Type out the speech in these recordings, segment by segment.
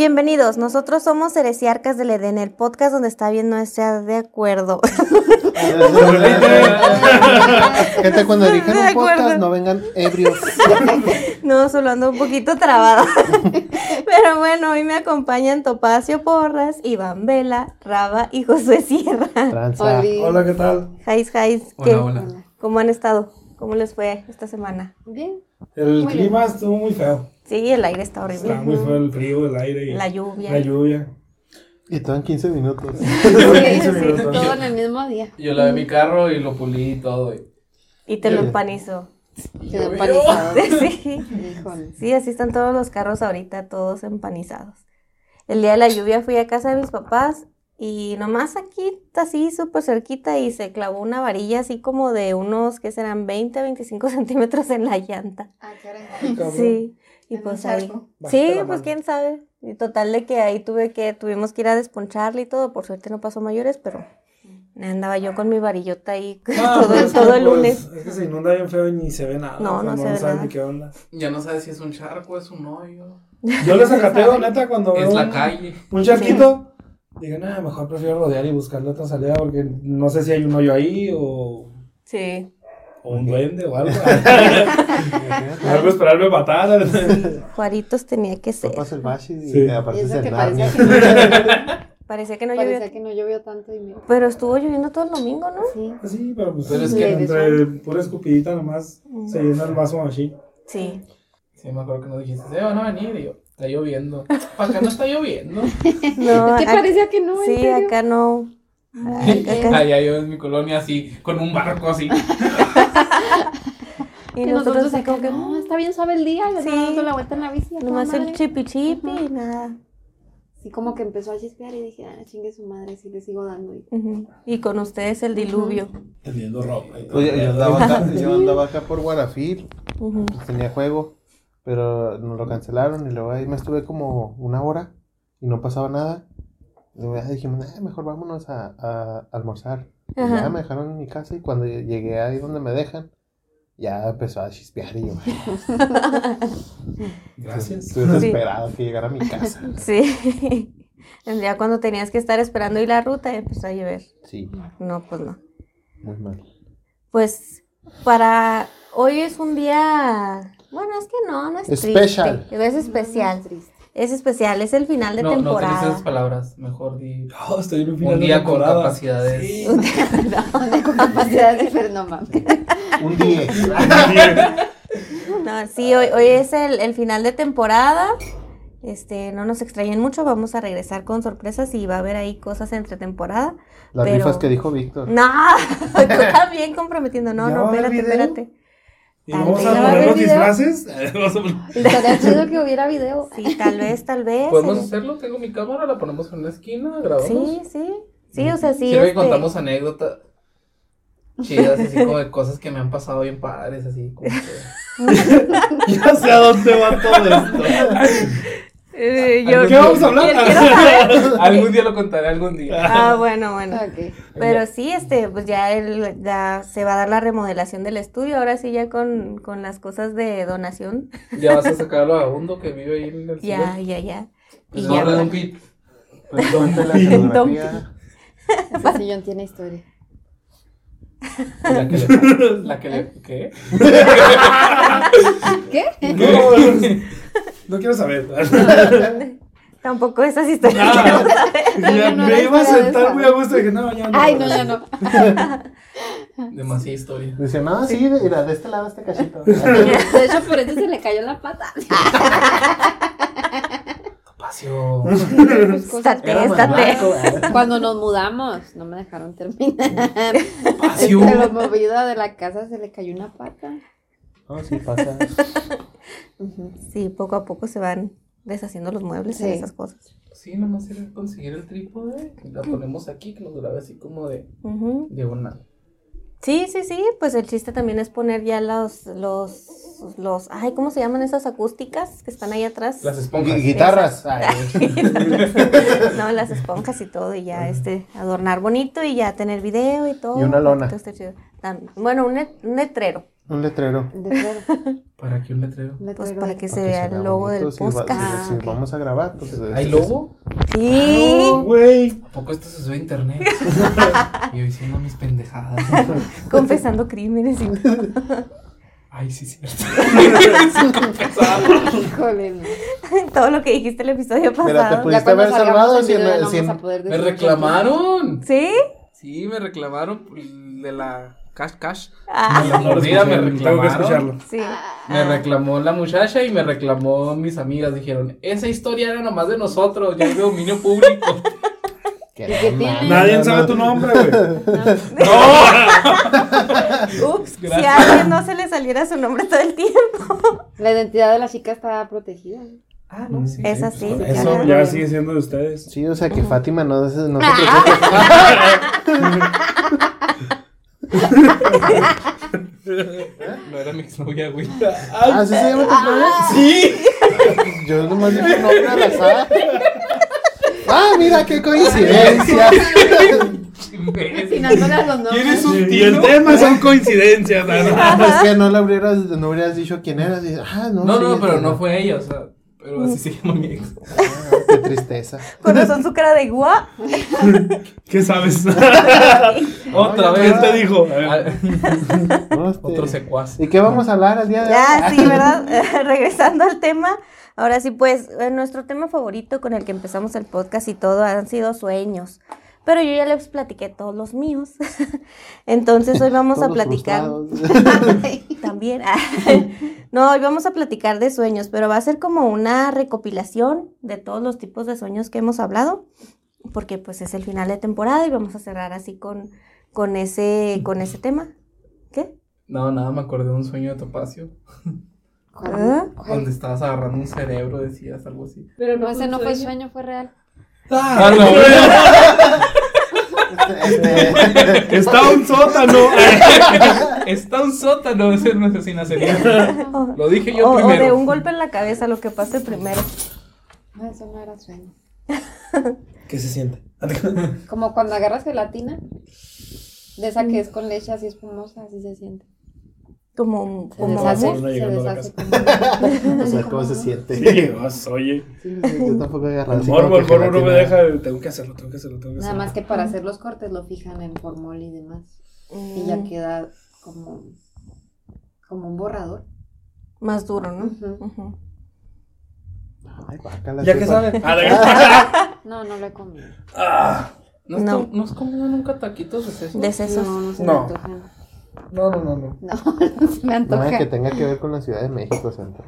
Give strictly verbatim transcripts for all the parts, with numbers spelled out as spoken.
Bienvenidos, nosotros somos Heresiarcas del Edén, el podcast donde está bien no estar de acuerdo. Gente, cuando dirigen un podcast no vengan ebrios. No, solo ando un poquito trabado. Pero bueno, hoy me acompañan Topacio Porras, Iván Vela, Raba y Josué Sierra. Tranza. Hola, ¿qué tal? Jais, Jais. Hola, ¿qué? hola. ¿Cómo han estado? ¿Cómo les fue esta semana? Bien. El Muy clima estuvo muy feo. Sí, el aire está horrible. Está muy feo el frío, el aire y La lluvia. la lluvia. Y todo en quince minutos. Sí, quince sí, minutos. todo en el mismo día. Yo lavé mi carro y lo pulí y todo. Y... Y te lo Sí. empanizó. Quedó empanizado. Sí. Híjole. Sí, así están todos los carros ahorita, todos empanizados. El día de la lluvia fui a casa de mis papás y nomás aquí, así súper cerquita, y se clavó una varilla así como de unos, ¿qué serán? veinte, veinticinco centímetros en la llanta. Ah, caray. Cabrón. Sí, y ¿En pues un ahí. charco? Sí, Bajita la pues mano. quién sabe. Y total de que ahí tuve que, tuvimos que ir a desponcharle y todo, por suerte no pasó mayores, pero andaba yo con mi varillota ahí Ah, todo, pues, todo el pues, lunes. Es que se inunda bien feo y ni se ve nada. No, o sea, no se ve sabes nada. ni qué onda. Ya no sabes si es un charco, es un hoyo. Yo les acateo, neta, cuando veo Es la un, calle. un charquito, digo, nada, mejor prefiero rodear y buscarle otra salida porque no sé si hay un hoyo ahí o, Sí. o un duende o algo. Algo esperarme matar. Juaritos tenía que ser. Topas el bashi y Sí. aparte Y eso es que el parecía Narnia. que, Parecía que no no, llovía. parecía que no llovió tanto y mira. Pero estuvo lloviendo todo el domingo, ¿no? Sí. Sí, pero pues Pero es que- entre pura escupidita nomás se llena el vaso así. Sí. Sí, me acuerdo que nos dijiste, se van a venir. Y yo, está lloviendo. Para acá no está lloviendo. No, ¿Qué ac- parecía que no? ¿En sí, serio? acá no. Muy Acá- bien. Allá yo en mi colonia así, con un barco así. Y Que nosotros nosotros así como acá, que, no, está bien suave el día, y Sí. sí. dando la vuelta en la bici. a toda nomás el madre. chipi chipi Ujú. y nada. Sí, como que empezó a chispear y dije, ah, chingue su madre, sí le sigo dando. Y... Ujú. Y con ustedes el diluvio. Teniendo ropa y todo. Oye, yo andaba acá, yo andaba acá por Guarafil, Ujú. pues tenía juego, pero nos lo cancelaron y luego ahí me estuve como una hora y no pasaba nada. Y luego ya dijimos, "Eh, mejor vámonos a, a almorzar". Y Ajá. ya me dejaron en mi casa y cuando llegué ahí donde me dejan, ya empezó a chispear y yo, Gracias. estoy desesperado que llegara a mi casa. Sí. El día cuando tenías que estar esperando ir la ruta y empezó a llover. Sí, No, pues no. muy mal. Pues para hoy es un día, bueno, es que no, no es Especial. triste, es especial, No, no es triste. es especial, es el final de No, no utilices temporada. esas palabras. Mejor di Oh, estoy en un final un de día con temporada. capacidades. Sí. Con capacidad de pero no mames. Un diez. No, sí, hoy, hoy es el, el final de temporada. Este, no nos extrañen mucho, vamos a regresar con sorpresas y va a haber ahí cosas entre temporada. Las Pero- rifas que dijo Víctor. No, tú también comprometiendo. No, ¿Ya no, va a haber espérate, video? espérate. ¿Y Tal vamos vez. a ¿Va a poner haber los video? disfraces? Vamos a poner- Estaría chido que hubiera video. Sí, tal vez, tal vez. Podemos eh, hacerlo, tengo mi cámara, la ponemos en una esquina, grabamos. Sí, sí, sí, o sea, sí. Quiero que este, contamos anécdotas chidas, así como de cosas que me han pasado bien padres, así como que... Ya sé a dónde va todo esto. eh, ¿Qué ¿Qué vamos a hablar? Quiero saber. Algún día lo contaré, algún día. Ah, bueno, bueno. Ok. Pero sí, este, pues ya, el, ya se va a dar la remodelación del estudio, ahora sí ya con, con las cosas de donación. Ya vas a sacar a lo vagabundo que vive ahí en el Ya, sillón. ya, ya. Pues Y no, ya. le da un pit. Perdón de la Don escenografía. Ese sillón tiene historia. La que le... La que le... ¿Qué? ¿Qué? No, no quiero saber. Tampoco esas historias. Nada. No, Ya no, me la iba a historia de sentar esa. muy a gusto y dije, no, ya no. Ay, no, ya no. Demasiada historia. Dice, no, sí, de, mira, de este lado este cachito. De hecho, por eso se le cayó la pata. Espacio. Pues, cosas Estate, Era más estate. blanco, ¿eh? Cuando nos mudamos, no me dejaron terminar. Espacio. De lo movido de la casa se le cayó una pata. No, sí pasa. Ujú. Sí, poco a poco se van deshaciendo los muebles y Sí. esas cosas. Sí, nomás era conseguir el trípode. Y la ponemos aquí, que nos grabe así como de Ujú. diagonal. Sí, sí, sí, pues el chiste también es poner ya los, los, los, ay, ¿cómo se llaman esas acústicas que están ahí atrás? Las esponjas. Gui- Guitarras. Ay, No, las esponjas y todo, y ya este, adornar bonito y ya tener video y todo. Y una lona. Todo está chido. Tam- Bueno, un, let- un letrero. Un letrero. Un letrero. ¿Para qué un letrero? Un Pues letrero para de- que se Para vea se el logo del bonito, si va- podcast. Ah, si ok. vamos a grabar, pues. ¿Hay es- logo? Sí. No, güey. ¿A poco esto se sube a internet? Y yo diciendo mis pendejadas. Confesando crímenes y todo. Ay, sí, cierto. Sí, confesaba. Híjole, no. Todo lo que dijiste el episodio Mira, te pasado. pudiste Ya cuando haber salgamos salvado en si video en- ya no si en- vamos a poder Me decir reclamaron. ¿Sí? Sí, me reclamaron de la Cash Cash. Ah, La mordida me Tengo que reclamaron. escucharlo. sí. Me Ah. reclamó la muchacha y me reclamó mis amigas. Dijeron, esa historia era nomás de nosotros, ya es de dominio público. Que ¿Y qué no tiene? mames, Nadie no, sabe no. tu nombre, güey. Ups, si Gracias. a alguien no se le saliera su nombre todo el tiempo. La identidad de la chica está protegida. Ah, no, sí. Es sí, así. pues, con Ajá. Eso Ajá. ya sigue siendo de ustedes. Sí, o sea que Fátima no, se- no se Ah. No era mi exnovia, güey. Ah, ¿sí se llama tu novia? Sí. Yo nomás dije un nombre al azar. Ah, mira qué coincidencia. Finándolas los nombres. ¿Quieres un Y el tiro? tema son coincidencias, ¿no? Es que no le hubieras, no hubieras dicho quién era. Dices, ah, no, No, sí, no, es pero que no fue ella, o sea, pero así se llama mi ex. Ah, qué tristeza. Con razón su cara de guau. ¿Qué sabes? Otra Ay, vez. ¿Quién te dijo? Ah, No, este, Otro secuaz. ¿Y qué vamos a hablar al día de hoy? Ya, sí, ¿verdad? Regresando al tema. Ahora sí, pues, eh, nuestro tema favorito con el que empezamos el podcast y todo han sido sueños. Pero yo ya les platiqué todos los míos. Entonces hoy vamos a Todos platicar. frustrados. También. No, hoy vamos a platicar de sueños, pero va a ser como una recopilación de todos los tipos de sueños que hemos hablado, porque pues es el final de temporada y vamos a cerrar así con, con ese, con ese tema. ¿Qué? No, nada, me acordé de un sueño de Topacio. ¿Cuál? ¿Ah? ¿Cuál? Donde estabas agarrando un cerebro, decías algo así. Pero no, ese no fue sueño, fue real. Ah, no. Este, Está un sótano. Está un sótano, ese no es sin hacer. O, Lo dije yo o- o primero. de un golpe en la cabeza, lo que pase primero. No, eso no era sueño. ¿Qué se siente? Como cuando agarras gelatina, de esa que es con leche así espumosa, así se siente. Como, Se como deshace, vamos, no se llegando a la deshace. o sea, ¿cómo se siente? Sí, vas, oye. Sí, sí, yo tampoco he agarrado El así como morbo, el que morbo no me gelatina. deja. Tengo que hacerlo, tengo que hacerlo, tengo que Nada hacerlo. más que para hacer los cortes lo fijan en formol y demás. Y ya mm, queda como, como un borrador. más duro, ¿no? Ujú. Ujú. Ay, guácala, ¿Ya que chupa. sabe? Ah, No, no lo he comido. ah. ¿No has, No. com- ¿No has comido nunca taquitos de sesos? De sesos. No, no se No. me antojan. No, no, no, no. No, no se me Nada antoja. que tenga que ver con la Ciudad de México, Santa.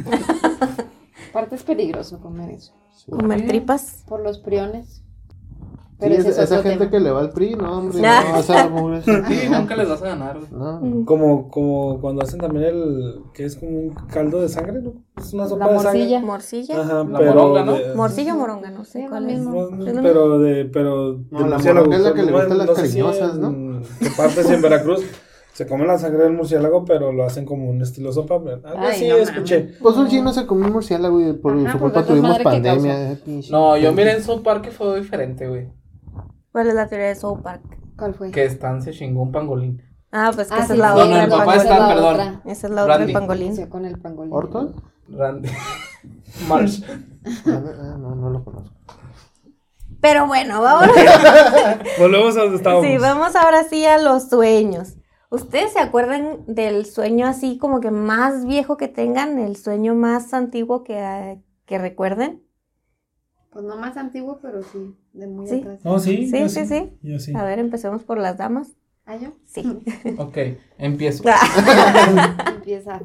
Aparte es peligroso comer eso. Sí. Comer tripas. Por los priones. Sí, Pero ese esa, es esa otro gente tema. que le va al P R I, no, hombre, Nah. no, o sea, mugre, Sí, no, nunca les vas a ganar. güey. no. Mm. Como, como cuando hacen también el. Que es como un caldo de sangre, ¿no? Es una sopa La de sangre. morcilla. Morcilla. Ajá, La pero. moronga, ¿no? de- Morcilla o moronga, no sé Sí, cuál lo es. mismo. No, Es lo pero de, pero No, de la murciélago. moronga es la que le No, gustan las no sé si cariñosas, ¿no? en qué partes en Veracruz se come la sangre del murciélago, pero lo hacen como un estilo sopa. Algo Ay, así no escuché. Pues un chino se comió un murciélago y por Ajá, su pues culpa es tuvimos madre que pandemia. eh, pinche. No, yo miré en South Park que fue diferente, güey. ¿Cuál es la teoría de South Park? ¿Cuál fue? Que Stan se chingó un pangolín. Ah, pues que Ah, esa sí, es la sí, No, otra. no, el el papá pangolín. esa es está, la perdón. otra. Esa es la otra, el Randy. pangolín. Sí, con el pangolín. ¿Orton? Randy. Marsh. Ah, ah, no, no lo conozco. Pero bueno, vamos. Volvemos a donde estábamos. Sí, vamos ahora sí a los sueños. ¿Ustedes se acuerdan del sueño así como que más viejo que tengan? ¿El sueño más antiguo que, eh, que recuerden? Pues no más antiguo, pero sí, de muy Sí. atrás. Oh, sí. Sí, yo sí, sí. Yo sí. A ver, empecemos por las damas. ¿Ah, yo? Sí. Ok, empiezo. Empieza.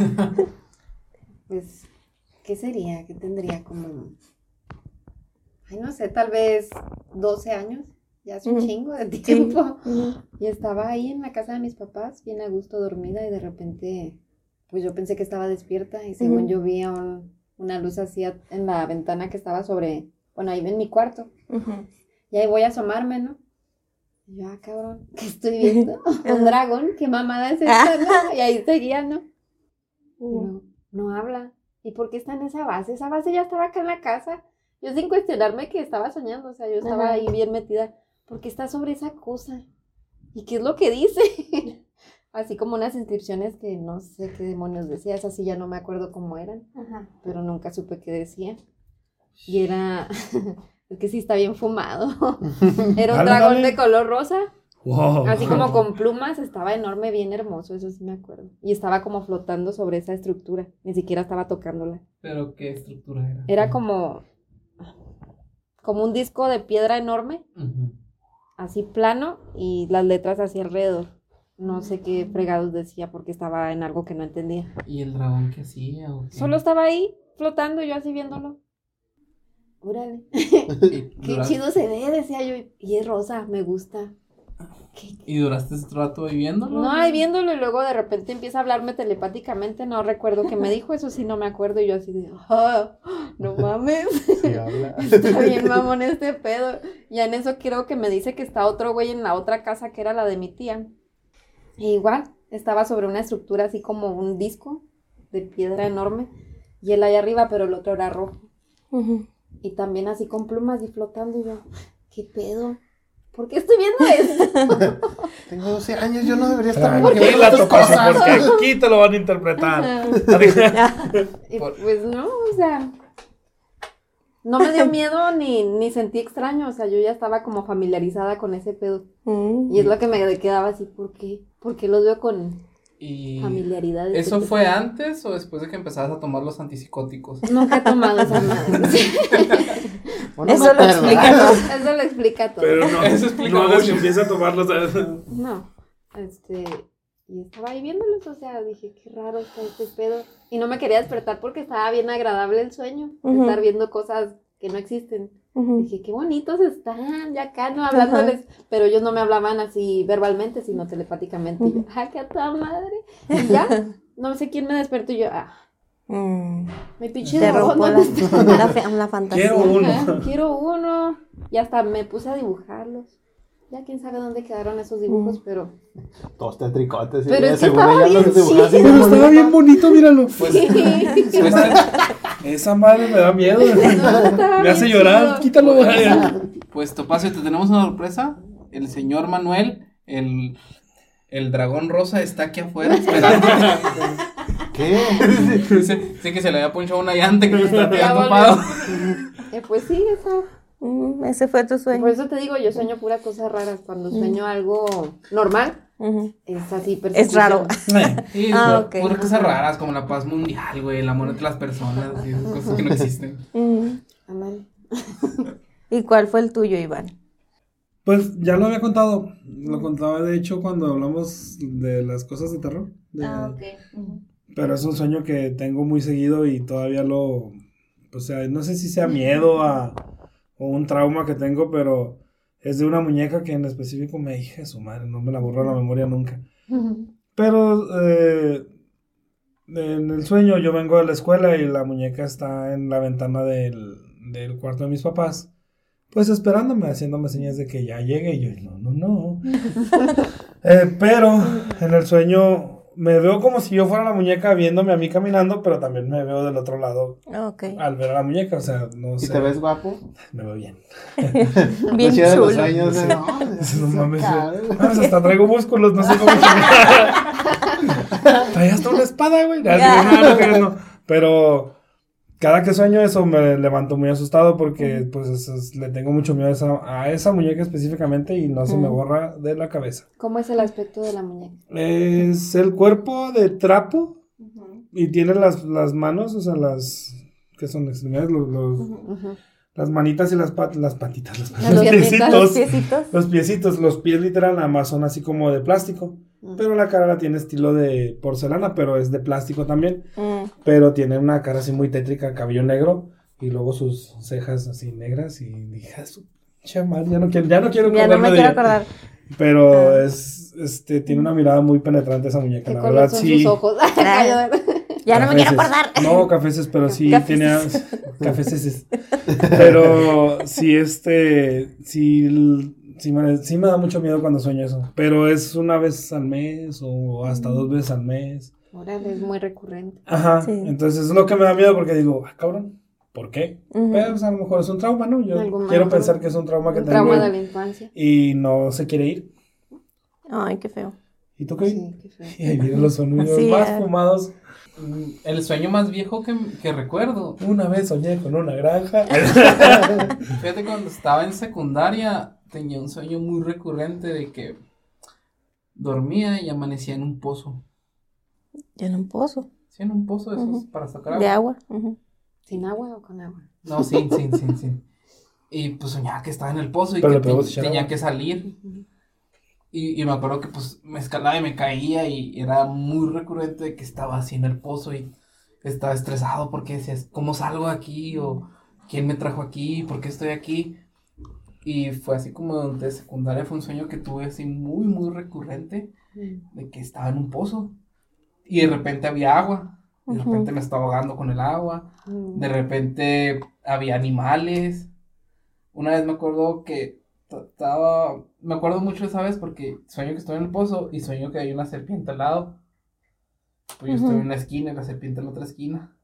Pues, ¿qué sería? ¿Qué tendría como? Ay, no sé, tal vez doce años. Ya hace un Ujú. chingo de tiempo. Ujú. Y estaba ahí en la casa de mis papás, bien a gusto dormida, y de repente, pues yo pensé que estaba despierta, y según Ujú. yo vi a un- una luz así a- en la ventana que estaba sobre, bueno, ahí en mi cuarto. Ujú. Y ahí voy a asomarme, ¿no? Y yo, ah, cabrón, ¿qué estoy viendo? Un dragón, qué mamada es esta, ¿no? Y ahí seguía, ¿no? Y no, no habla. ¿Y por qué está en esa base? Esa base ya estaba acá en la casa. Yo sin cuestionarme que estaba soñando, o sea, yo estaba Ajá. ahí bien metida. ¿Por qué está sobre esa cosa? ¿Y qué es lo que dice? así como unas inscripciones que no sé qué demonios decía, esas sí ya no me acuerdo cómo eran, Ajá. pero nunca supe qué decía. Y era, es que sí está bien fumado. Era un Dale, dragón dale. de color rosa, Wow. así como con plumas, estaba enorme, bien hermoso, eso sí me acuerdo. Y estaba como flotando sobre esa estructura, ni siquiera estaba tocándola. Pero ¿qué estructura era? Era como, como un disco de piedra enorme, Ujú. así plano, y las letras así alrededor. No sé qué fregados decía porque estaba en algo que no entendía. ¿Y el dragón qué hacía? ¿O qué? Solo estaba ahí, flotando, yo así viéndolo. Órale, ¿Y, qué dura- chido se ve, decía yo. Y es rosa, me gusta. ¿Qué? ¿Y duraste ese rato ahí viéndolo? No, ahí viéndolo y luego de repente empieza a hablarme telepáticamente. No recuerdo qué me dijo, eso sí no me acuerdo. Y yo así de, ah, no mames. Sí, habla. Está bien mamón este pedo. Ya en eso quiero que me dice que está otro güey en la otra casa que era la de mi tía. E igual, estaba sobre una estructura así como un disco de piedra enorme. Y él ahí arriba, pero el otro era rojo. Ujú. Y también así con plumas y flotando. Y yo, ¿qué pedo? ¿Por qué estoy viendo esto? Tengo doce años, yo no debería estar viendo Tranquila, estas Topacio, cosas. porque aquí te lo van a interpretar. Y Por- pues no, o sea, no me dio miedo ni, ni sentí extraño, o sea, yo ya estaba como familiarizada con ese pedo. Mm. Y es lo que me quedaba así, ¿por qué? ¿Por qué los veo con ¿Y familiaridad? de eso este fue pedo? antes o después de que empezabas a tomar los antipsicóticos? Nunca he tomado esa madre. Bueno, Eso lo materna. explica todo. Eso lo explica todo. Pero no, Eso explica no hagas mucho. que empiece a tomarlos. No, este, y estaba ahí viéndolos, o sea, dije, qué raro está este pedo. Y no me quería despertar porque estaba bien agradable el sueño, Ujú. estar viendo cosas que no existen. Ujú. Dije, qué bonitos están, ya acá, ¿no? Hablándoles, pero ellos no me hablaban así verbalmente, sino telepáticamente. Y yo, ¡ah, qué a toda madre! Y ya, no sé quién me despertó y yo, ¡ah! Mm. Mi pinche Te dragón, rompo la, ¿dónde está? la, fe- la fantasía. Quiero uno. Ajá, quiero uno. Y hasta me puse a dibujarlos. Ya quién sabe dónde quedaron esos dibujos, pero... Todos tétricotes. Pero es que según estaba ella bien los dibujaba así chido. bien Estaba bien bonito, míralo. Pues, Sí. pues, Esa madre me da miedo. No, estaba Me hace bien llorar. chido. Quítalo. pues Topacio, te tenemos una sorpresa. El señor Manuel, el, el dragón rosa, está aquí afuera esperándote. ¿Qué? Dice, dice que se le había ponchado una llanta que está Ya topado. Eh, pues sí, eso. Mm, ese fue tu sueño. Por eso te digo, yo sueño puras cosas raras. Cuando sueño algo normal, Ujú. es así, Es raro. Sí, Ah, por- ok. por cosas raras como la paz mundial, güey, el amor entre las personas, y esas cosas que no existen. Mm. Ándale. ¿Y cuál fue el tuyo, Iván? Pues ya lo había contado. Lo contaba de hecho cuando hablamos de las cosas de terror. de- Pero es un sueño que tengo muy seguido y todavía lo... O sea, no sé si sea miedo a, o un trauma que tengo, pero es de una muñeca que en específico me dije, su madre, no me la borro la memoria nunca. Pero eh, en el sueño yo vengo de la escuela y la muñeca está en la ventana del, del cuarto de mis papás. Pues esperándome, haciéndome señas de que ya llegue. Y yo, no, no, no. Eh, pero en el sueño me veo como si yo fuera la muñeca viéndome a mí caminando, pero también me veo del otro lado Ok. al ver a la muñeca. O sea, no ¿Y sé. te ves guapo? Me veo bien. Bien Lo chido de los chulo. sueños, Sí. ¿no? No mames. Cabrón. Ah, pues hasta traigo músculos, no sé cómo. Traía hasta una espada, güey. No, no, no, no, no. Pero cada que sueño eso me levanto muy asustado porque pues eso es- le tengo mucho miedo a esa, a esa muñeca específicamente y no se me Ujú. borra de la cabeza. ¿Cómo es el aspecto de la muñeca? Es el cuerpo de trapo y tiene las, las manos, o sea, las que son extremidades, los, los- Ujú. las manitas y las, pat- las patitas, los, Las los piernitas, piecitos. Los piecitos. Los piecitos, los pies literal nada más son así como de plástico. Mm. Pero la cara la tiene estilo de porcelana, pero es de plástico también. Mm. Pero tiene una cara así muy tétrica, cabello negro. Y luego sus cejas así negras. Y dije, su pinche madre, ya no quiero, ya no quiero Ya no acordarme me de quiero ella. acordar. Pero Ah. es, este, tiene una mirada muy penetrante esa muñeca, ¿Qué la color verdad, son sí. sus ojos? Ah. Ya no me quiero Cafeses. acordar. No, cafeses, pero sí tenía Cafeses. cafeses. Pero sí, este, sí, sí me, sí me da mucho miedo cuando sueño eso. Pero es una vez al mes o hasta dos veces al mes. Órale, es muy recurrente. Ajá. Sí. Entonces es lo que me da miedo porque digo, ah, cabrón, ¿por qué? Ujú. Pero pues, a lo mejor es un trauma, ¿no? Yo Algún quiero momento. pensar que es un trauma que Un tengo trauma y- de la infancia. y no se quiere ir. Ay, qué feo. ¿Y tú qué? Sí, qué feo. Y ahí vienen los sonidos Sí, más ah. fumados. El sueño más viejo que, que recuerdo. El sueño más viejo que, que recuerdo. Una vez soñé con una granja. Fíjate, cuando estaba en secundaria, tenía un sueño muy recurrente de que dormía y amanecía en un pozo. En un pozo. Sí, en un pozo de esos Uh-huh. para sacar agua. De agua. Uh-huh. ¿Sin agua o con agua? No, sin, sin, sin, sin. Y pues soñaba que estaba en el pozo y Pero que le podemos te- echar tenía agua. que salir. Y, y me acuerdo que pues me escalaba y me caía y era muy recurrente de que estaba así en el pozo y estaba estresado porque decías, ¿cómo salgo de aquí? O ¿quién me trajo aquí? ¿Por qué estoy aquí? Y fue así como de secundaria, fue un sueño que tuve así muy, muy recurrente de que estaba en un pozo y de repente había agua, de Ujú. repente me estaba ahogando con el agua, de repente había animales. Una vez me acuerdo que t- estaba, me acuerdo mucho esa vez porque sueño que estoy en el pozo y sueño que hay una serpiente al lado. Pues yo estoy Ujú. en una esquina y la serpiente en la otra esquina.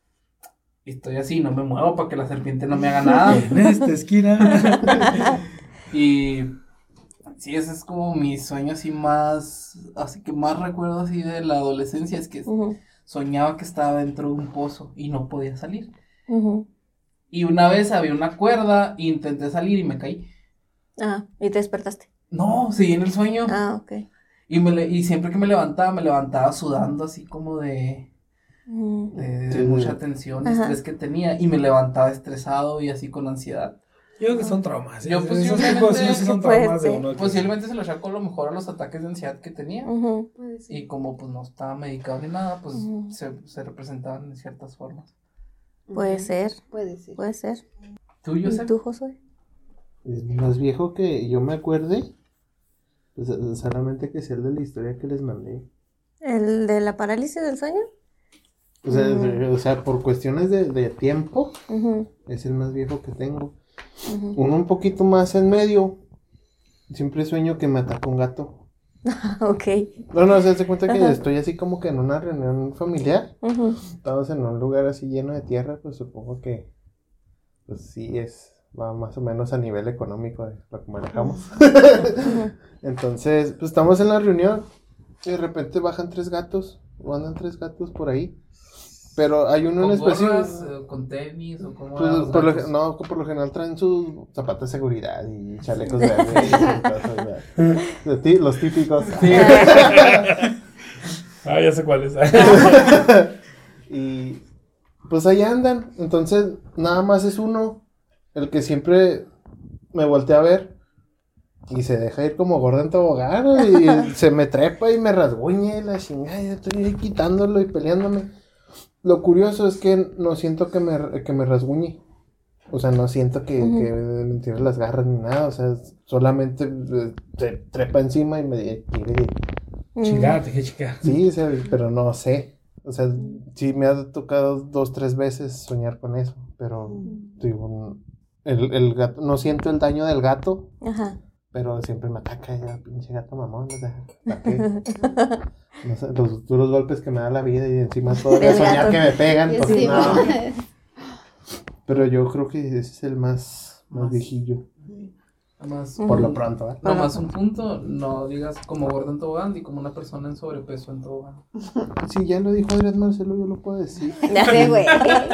Y estoy así, no me muevo para que la serpiente no me haga nada. En esta esquina. Y sí, ese es como mi sueño así más, así que más recuerdo así de la adolescencia, es que Uh-huh. soñaba que estaba dentro de un pozo y no podía salir. Uh-huh. Y una vez había una cuerda e intenté salir y me caí. Ah, y te despertaste. No, seguí en el sueño. Ah, ok. Y, me le- y siempre que me levantaba, me levantaba sudando así como de, Mm. de, de Sí. mucha tensión, Ajá. estrés que tenía. Y me levantaba estresado y así con ansiedad. Yo creo que son traumas. ¿eh? Yo Esos posiblemente- tipos de sueños son Puede traumas de ser. uno. que- Posiblemente se lo achacó a lo mejor a los ataques de ansiedad que tenía. Ujú. Puede ser. Y como pues no estaba medicado ni nada, pues Ujú. se, se representaban en ciertas formas. Puede Ujú. ser, Puede ser. puede ser. ¿Tú, ¿Y Joseph? tú, Josué? El más viejo que yo me acuerde, pues solamente que sea el de la historia que les mandé. ¿El de la parálisis del sueño? O sea, Mm. de- o sea, por cuestiones de, de tiempo, Ujú, es el más viejo que tengo. ujú. Uno un poquito más en medio, siempre sueño que me atacó un gato. Ok. No, no, se hace cuenta que Ajá. estoy así como que en una reunión familiar. Ujú. Estamos en un lugar así lleno de tierra, pues supongo que, pues sí es, va más o menos a nivel económico de lo que manejamos. Ujú. Entonces, pues estamos en la reunión y de repente bajan tres gatos, o andan tres gatos por ahí. Pero hay uno en ¿Con específico. gorras, eh, con tenis o cómo Pues, eran los por lo, gatos? no, por lo general traen sus zapatos de seguridad y chalecos verdes y cosas, ¿verdad? Los tí- Los típicos. Ah, ya sé cuál es. Y pues ahí andan. Entonces, nada más es uno el que siempre me voltea a ver y se deja ir como gorda en tobogán y se me trepa y me rasguña y la chingada. Yo estoy ahí quitándolo y peleándome. Lo curioso es que no siento que me, que me rasguñe. O sea, no siento que, Ujú. que me tire las garras ni nada. O sea, solamente eh, se trepa encima y me dice, Mm. Chingada, te dije chica. sí, o sea, pero no sé. O sea, sí me ha tocado dos, tres veces soñar con eso. Pero, digo, n- el, el gato, no siento el daño del gato, Ajá. pero siempre me ataca ya, pinche gato mamón. O sea, ¿para qué? No sé, los duros golpes que me da la vida y encima todavía El soñar gato. que me pegan. Y Pues, sí, no. bueno. Pero yo creo que ese es el más, más viejillo. Nomás, Por lo un- pronto, ¿eh? nomás un punto, no digas como gordo en tobogán ni como una persona en sobrepeso en tobogán. Si ya lo dijo Adrián Marcelo, yo lo puedo decir. Ya sé, güey.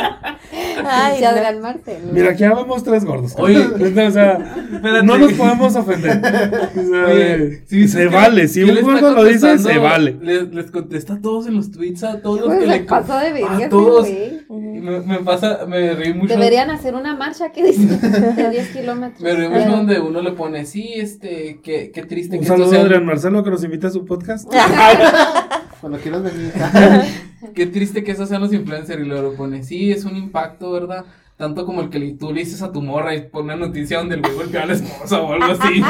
Ay, Ya no. Adrián Marcelo. Mira, aquí ya vamos tres gordos. Oye. o sea, no nos podemos ofender. O sea, Oye, sí, se es que- vale. Si ¿quién un le está gordo lo dice, contestando? se vale. Les, les contesta a todos en los tweets, a todos los Pues que se le co- pasó de verga, a ese todos. güey. Y Me, me pasa, me reí mucho. Deberían hacer una marcha que dice de diez kilómetros. Me reí mucho donde uno le pone, sí, este, qué, qué triste Un que esto saludo a sea. Adrián Marcelo que nos invita a su podcast. Cuando quieras venir. Qué triste que eso sean los influencers. Y luego lo pone, sí, es un impacto, ¿verdad? Tanto como el que le- tú le dices a tu morra y pone una noticia donde el güey golpea a la esposa o algo así.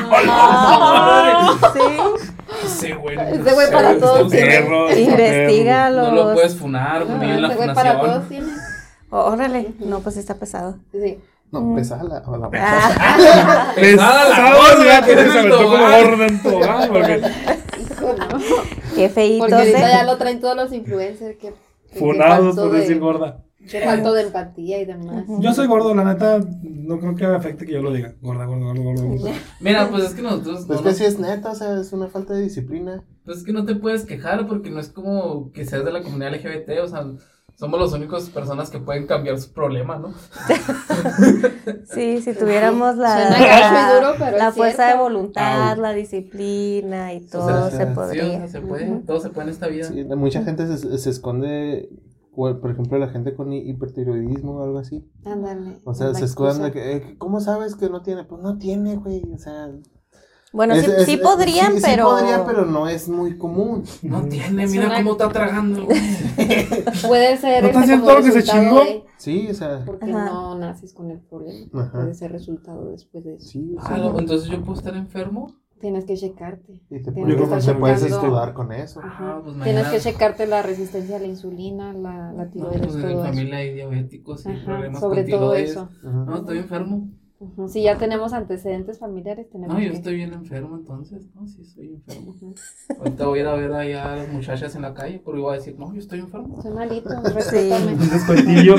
Ah, sí. Ese güey. Ese güey para ese todos güey, tiene. Perro, está Investiga perro. No lo los- puedes funar, No, porque viene la ese güey para todos funación. tiene. Órale. No, pues está pesado. Sí. No, pesada la, o la Ah. Pesada la Pesado, gorda ya, que que es se el aventó como tobogán. gorda en tobogán, porque Hijo, no. Qué feíto, Porque ahorita ¿eh? ya lo traen todos los influencers que, que funados faltó por de- decir gorda. Te falto de empatía y demás. Yo soy gordo, la neta, no creo que me afecte que yo lo diga. Gorda, gorda, gorda, gorda. Mira, pues es que nosotros... Pues no que nos- sí es neta, o sea, es una falta de disciplina. Pues es que no te puedes quejar porque no es como que seas de la comunidad L G B T, o sea, somos las únicas personas que pueden cambiar su problema, ¿no? Sí, si tuviéramos la, Suena gacho y duro, pero la es fuerza cierto. de voluntad, Au. la disciplina y O todo sea, se sí, Sí, o podría. sea, se puede, Ujú. todo se puede en esta vida. Sí, mucha gente se, se esconde, o, por ejemplo, la gente con hi- hipertiroidismo o algo así. Ándale. O sea, la se escudan de excusa. que, eh, ¿cómo sabes que no tiene? Pues no tiene, güey, o sea... Bueno, es- sí, es- sí es- podrían, sí, pero... Sí podría, pero no es muy común. No tiene, Es mira una- cómo está tragando. güey. Puede ser ¿No está este haciendo como todo lo que se resultado chingó? de- Sí, o sea... porque Ajá. no naces con el problema. Ajá. Puede ser resultado después de eso. Sí, o sea, Ah, no, entonces yo puedo estar enfermo. Tienes que checarte. y te, Tienes Yo puedes, creo que te se puedes checando- escudar con eso. Ajá. Ah, pues Tienes mañana- que checarte la resistencia a la insulina, la, la No, tiroides, pues en mi todo eso. familia hay diabéticos y Ajá, problemas sobre con todo tiroides. eso. Ajá. No, estoy enfermo. Ujú. Si ya tenemos antecedentes familiares, tenemos No, yo que... estoy bien enfermo entonces. No, sí, estoy enfermo. Ujú. Ahorita voy a ir a ver allá a las muchachas en la calle, pero iba a decir, no, yo estoy enfermo. Soy malito, respétame. Un descuentillo.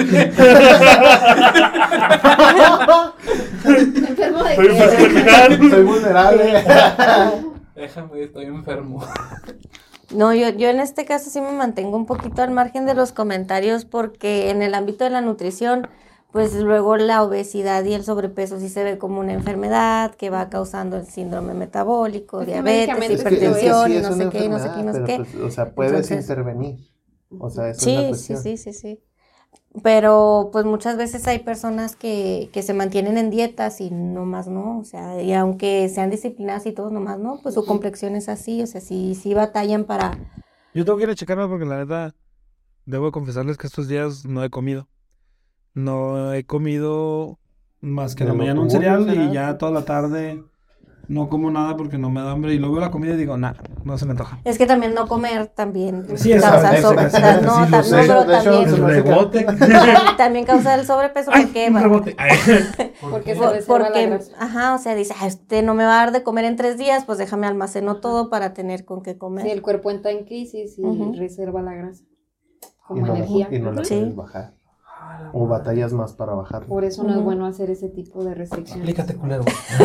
¿Enfermo de Soy qué? fácil Soy vulnerable. Déjame, estoy enfermo. No, yo, yo en este caso sí me mantengo un poquito al margen de los comentarios porque en el ámbito de la nutrición, pues luego la obesidad y el sobrepeso sí se ve como una enfermedad que va causando el síndrome metabólico, Es que diabetes, médicamente Es que- es que hipertensión sí y es no sé una qué, y no sé qué, y no sé enfermedad, qué. pero, pues, o sea, puedes Entonces- intervenir. O sea, eso es la Sí, sí, cuestión. sí, sí, sí. Pero pues muchas veces hay personas que, que se mantienen en dietas y nomás no, o sea, y aunque sean disciplinadas y todo, nomás no, pues su complexión es así, o sea, sí, sí batallan para... Yo tengo que ir a checarme porque la neta, debo confesarles que estos días no he comido. No he comido más que en la ¿De lo mañana un puro cereal y será? ya toda la tarde no como nada porque no me da hambre. Y luego veo la comida y digo, nada, no se me antoja. Es que también no comer también Sí, eso, causa eso, sobre- eso, o sea, eso, no, sí, lo ta- sé. no, De pero hecho, de hecho, también, se me hace que- Rebote. también causa el sobrepeso Ay, porque, un bueno, rebote. Ay. Porque se por- reserva la porque, grasa. ajá, o sea, dice, ah, este no me va a dar de comer en tres días, pues déjame almaceno todo para tener con qué comer. Si el cuerpo entra en crisis y Ujú. reserva la grasa Y como no, la, energía. y no la Sí. puedes bajar. O batallas más para bajar. Por eso no es Ujú. bueno hacer ese tipo de restricciones. Aplícate, culero.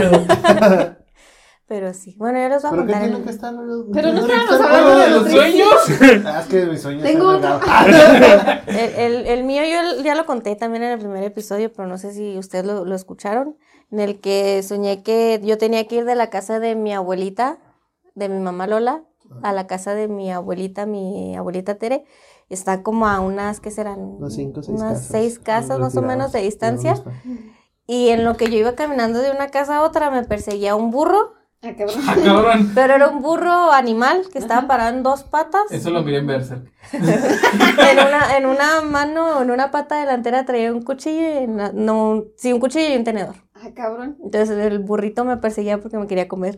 Pero sí, bueno, yo les voy a ¿Pero qué contar. tiene el- que estar? Pero no tiene que estábamos estar hablando bueno de los sueños. Ah, es que mis sueños Tengo son otro. delgados. El, el, el mío yo ya lo conté también en el primer episodio, pero no sé si ustedes lo, lo escucharon, en el que soñé que yo tenía que ir de la casa de mi abuelita, de mi mamá Lola, a la casa de mi abuelita, mi abuelita Tere. Está como a unas, ¿qué serán? Unas cinco o seis Unas casas. seis casas más o Retiradas. menos de distancia. ¿De dónde está? Y en lo que yo iba caminando de una casa a otra me perseguía un burro, Ah, cabrón. Ah, cabrón. pero era un burro animal que estaba parado en dos patas. Eso lo miré en Berserk. En una, en una mano, en una pata delantera traía un cuchillo y en la- no, sí, un cuchillo y un tenedor. Ah, cabrón. Entonces el burrito me perseguía porque me quería comer.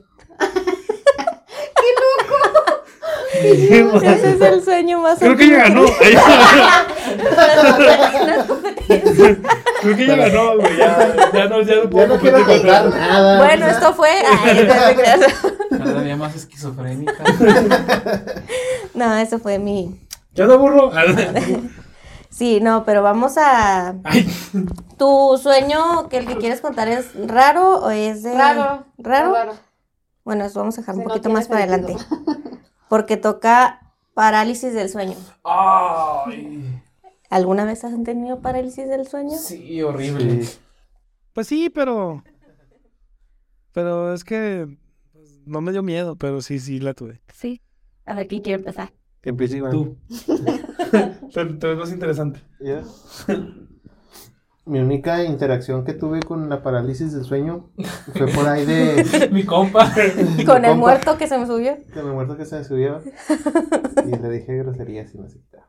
Ese es el sueño más Creo que ya antiguo ganó. Creo que ya ganó, güey. Ya, ya no, ya no puedo Ya no quiero competir contra contar él. nada. Bueno, esto fue... Ay, no te creas. Cada día más esquizofrénica. No, eso fue mi... ¿Ya no burro? Sí, no, pero vamos a... Ay, ¿Tu sueño que el que quieres contar es raro o es de... Raro. ¿Raro? Raro. Bueno, eso vamos a dejar un Sí, no poquito tiene más para sentido. adelante. Porque toca parálisis del sueño. Ay. ¿Alguna vez has tenido parálisis del sueño? Sí, horrible. Sí. pues sí, pero. Pero es que. Pues, no me dio miedo, pero sí, sí la tuve. Sí. A ver, ¿quién quiere empezar? Que empiece Iván. Tú. te, te ves más interesante. Ya. Mi única interacción que tuve con la parálisis del sueño fue por ahí de... Mi compa. Con el compa. muerto que se me subió. Que me muerto que se me subió. Y le dije groserías y no sé qué.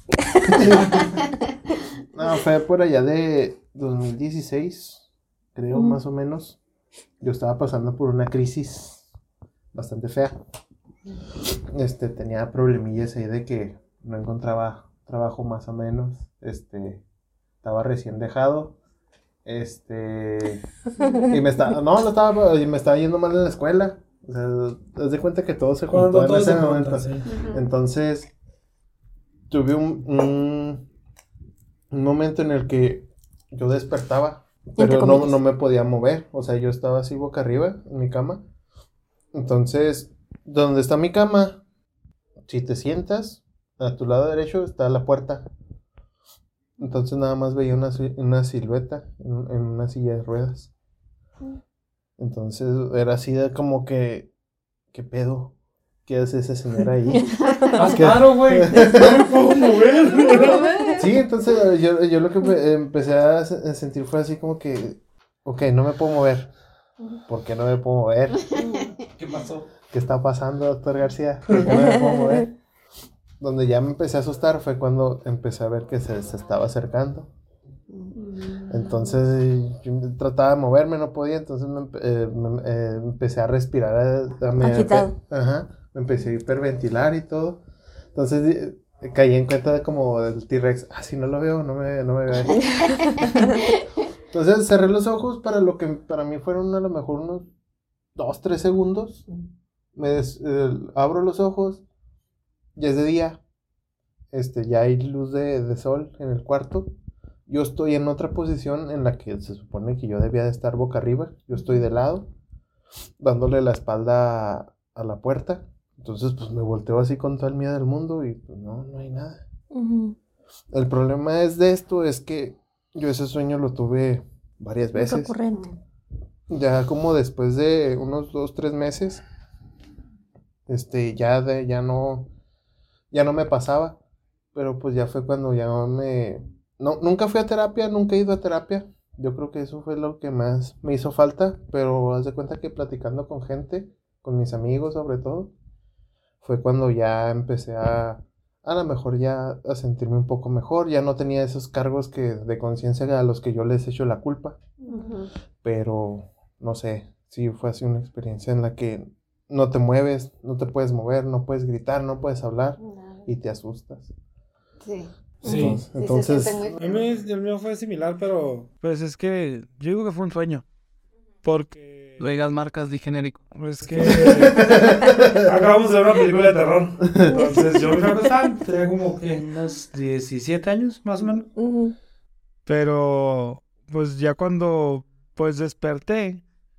No, fue por allá de dos mil dieciséis, creo, Mm. más o menos. Yo estaba pasando por una crisis bastante fea. Este, tenía problemillas ahí de que no encontraba trabajo más o menos. Este, estaba recién dejado. Este, y me estaba, no, no estaba, y me estaba yendo mal en la escuela. O sea, te das de cuenta que todo se juntó Cuando en todo ese se momento. junta, sí. Ujú. Entonces, tuve un, un, un momento en el que yo despertaba, pero no, no me podía mover. O sea, yo estaba así boca arriba en mi cama. Entonces, donde está mi cama, si te sientas, a tu lado derecho está la puerta. Entonces nada más veía una, una silueta en, en una silla de ruedas. Entonces era así de como que, ¿qué pedo? ¿Qué hace esa señora ahí? Más claro, güey. No me puedo mover. Sí, entonces yo, yo lo que me, empecé a sentir fue así como que, ok, no me puedo mover. ¿Por qué no me puedo mover? ¿Qué pasó? ¿Qué está pasando, doctor García? ¿Por qué no me puedo mover? Donde ya me empecé a asustar fue cuando empecé a ver que se, se estaba acercando. Entonces yo trataba de moverme, no podía, entonces me, eh, me eh, empecé a respirar. A, a me, Agitado. Ajá, me empecé a hiperventilar y todo. Entonces eh, caí en cuenta de como del T-Rex, ah, si no lo veo, no me, no me ve. Entonces cerré los ojos para lo que para mí fueron a lo mejor unos dos, tres segundos. Me des, eh, abro los ojos, ya es de día, este, ya hay luz de, de sol en el cuarto. Yo estoy en otra posición en la que se supone que yo debía de estar boca arriba. Yo estoy de lado, dándole la espalda a, a la puerta. Entonces, pues me volteo así con todo el miedo del mundo y pues no, no hay nada. Uh-huh. El problema es de esto, es que yo ese sueño lo tuve varias veces. Recurrente. Ya como después de unos dos, tres meses, este, ya de, ya no, ya no me pasaba. Pero pues ya fue cuando ya me... No, nunca fui a terapia, nunca he ido a terapia. Yo creo que eso fue lo que más me hizo falta. Pero haz de cuenta que platicando con gente, con mis amigos sobre todo, fue cuando ya empecé a, a lo mejor ya a sentirme un poco mejor. Ya no tenía esos cargos que de conciencia a los que yo les echo la culpa. Uh-huh. Pero, no sé, sí fue así una experiencia en la que no te mueves, no te puedes mover, no puedes gritar, no puedes hablar no. Y te asustas. Sí. Sí, entonces, entonces sí muy... a mí el mío fue similar, pero pues es que yo digo que fue un sueño, porque no digas marcas de genérico. Es que acabamos de ver una película de terror, entonces yo me acuerdo, tenía como que unos diecisiete años más o menos, uh-huh. Pero pues ya cuando pues desperté,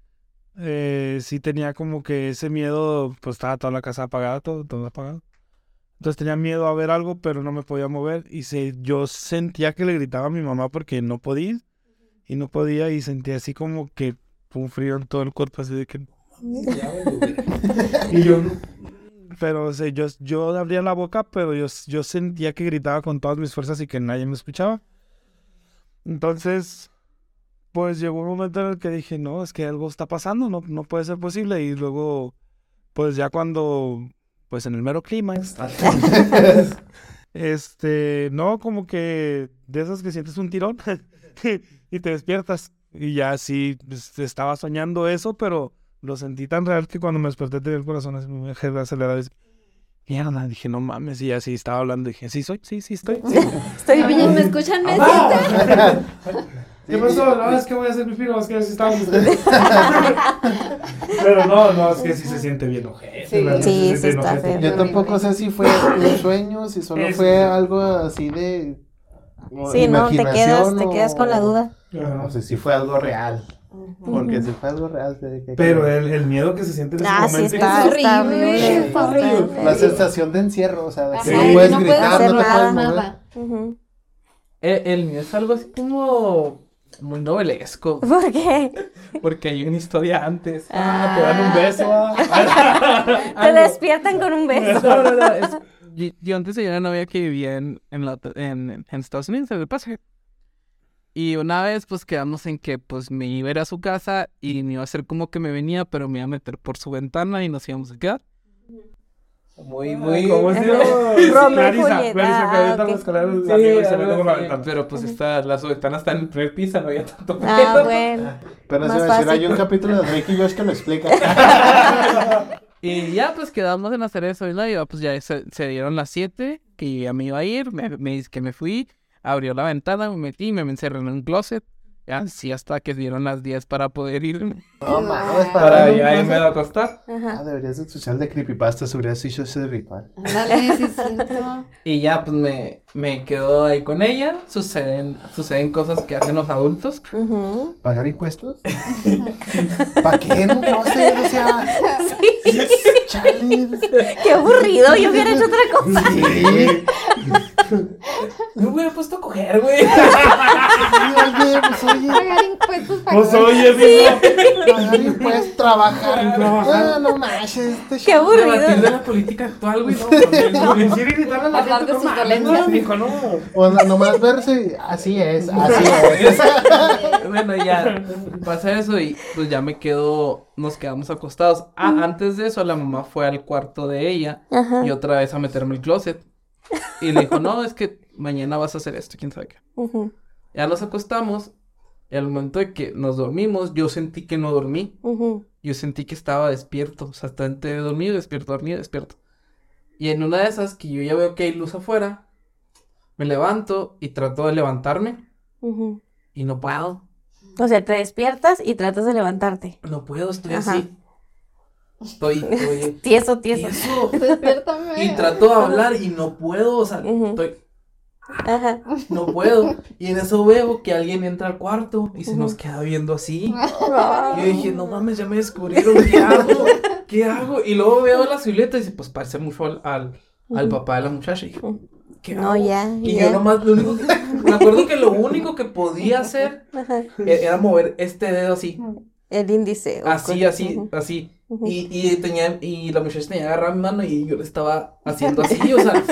eh, sí tenía como que ese miedo, pues estaba toda la casa apagada, todo, todo apagado. Entonces tenía miedo a ver algo, pero no me podía mover. Y se, yo sentía que le gritaba a mi mamá porque no podía. Y no podía y sentía así como que un frío en todo el cuerpo, así de que... y yo... Pero o sea, yo, yo abría la boca, pero yo, yo sentía que gritaba con todas mis fuerzas y que nadie me escuchaba. Entonces, pues llegó un momento en el que dije, no, es que algo está pasando, no, no puede ser posible. Y luego, pues ya cuando... Pues en el mero clímax. este, no, como que de esas que sientes un tirón y te despiertas. Y ya sí, pues, estaba soñando eso, pero lo sentí tan real que cuando me desperté tenía el corazón así, me dejé de acelerar. Mierda, dije, no mames, y así estaba hablando. Dije, sí soy, sí, sí estoy. Sí. Estoy bien, ¿me escuchan? ¿Me sienten? ¿Qué pasó? No, es que voy a hacer pipí, no, es que así estamos. Pero no, no, es que sí se siente bien ojete. Sí, sí, sí, sí está feo. Yo tampoco sé si fue un sueño, si solo es, fue algo así de sí, no, te quedas, o... te quedas con la duda. No sé si fue algo real. Uh-huh. Porque si fue algo real. Que, que, pero el, el miedo que se siente en ese ah, momento sí está, es horrible. Está horrible. La sensación de encierro, o sea, de que sí, no puedes no gritar, puedes no te nada, puedes mover. nada. Uh-huh. El, el mío es algo así como muy novelesco. ¿Por qué? Porque hay una historia antes. Ah, te dan un beso. Ah. Te despiertan con un beso. No, no, no. Es, yo, yo antes tenía una novia que vivía en, en, la, en, en Estados Unidos, en El Paso. Y una vez, pues, quedamos en que, pues, me iba a ir a su casa y me iba a hacer como que me venía, pero me iba a meter por su ventana y nos íbamos a quedar. Muy, muy... ¿Cómo se llama? Clarisa, Clarisa, que ahorita los escaleras la nieve y se mete por la ventana. Pero, pues, está, las ventanas están en el primer piso, no había tanto pedo. Ah, bueno. Pero se va a decir, hay un capítulo de Drake y Josh que lo explica. Y ya, pues, quedamos en hacer eso, y la pues, ya se, se dieron las siete, que ya me iba a ir, me, me, que me fui... Abrió la ventana, me metí, me encerré en un closet Así hasta que dieron las diez para poder irme. No mames, Para para ya irme a acostar. Ajá. Ah, deberías escuchar de creepypastas, hubieras hecho ese ritual. Ándale, sí es cierto. Y ya, pues, me, me quedo ahí con ella. Suceden, suceden cosas que hacen los adultos. Ujú. ¿Pagar impuestos? ¿Para qué? No, no sé, o sea... Chale. Qué aburrido, yo hubiera hecho otra cosa. Sí. Me hubiera puesto a coger, güey. Oye, pues oye... Pagar impuestos para Pues oye, sí. Pagar impuestos, trabajar. Ah, no manches, este Qué aburrido. Debatir de la política actual, güey. No, decir y gritarle a la Hablar gente, de no sus mames, dolencias. no, mijo, no. O sea, nomás verse y así es, así es. Bueno, ya pasa eso y pues ya me quedo, nos quedamos acostados. Ah, antes de eso la mamá fue al cuarto de ella Ajá. y otra vez a meterme el closet. Y le dijo, no, es que mañana vas a hacer esto, quién sabe qué. Ujú, Ya nos acostamos y al momento de que nos dormimos, yo sentí que no dormí. ujú. Yo sentí que estaba despierto, o sea, estaba entre dormido, despierto, dormido, despierto. Y en una de esas que yo ya veo que hay luz afuera, me levanto y trato de levantarme Ujú. y no puedo. O sea, te despiertas y tratas de levantarte. No puedo, estoy Ajá. así. Estoy, estoy Tieso, tieso. tieso. Despiértame. Y trato de hablar y no puedo, o sea, Ujú. estoy, Ajá. no puedo. Y en eso veo que alguien entra al cuarto y se Ujú. nos queda viendo así. Ay. Y yo dije, no mames, ya me descubrieron, ¿qué hago? ¿Qué hago? Y luego veo la silueta y dice, pues parece mucho al, al, al Ujú. papá de la muchacha. Y dije, ¿qué No, hago? ya, Y ya. yo nomás, lo único que, me acuerdo que lo único que podía hacer Ajá. e- era mover este dedo así. El índice. o Así, cosa. así, Ujú, así. ujú. Y, y tenía, y la muchacha tenía agarrada mi mano y yo le estaba haciendo así, o sea,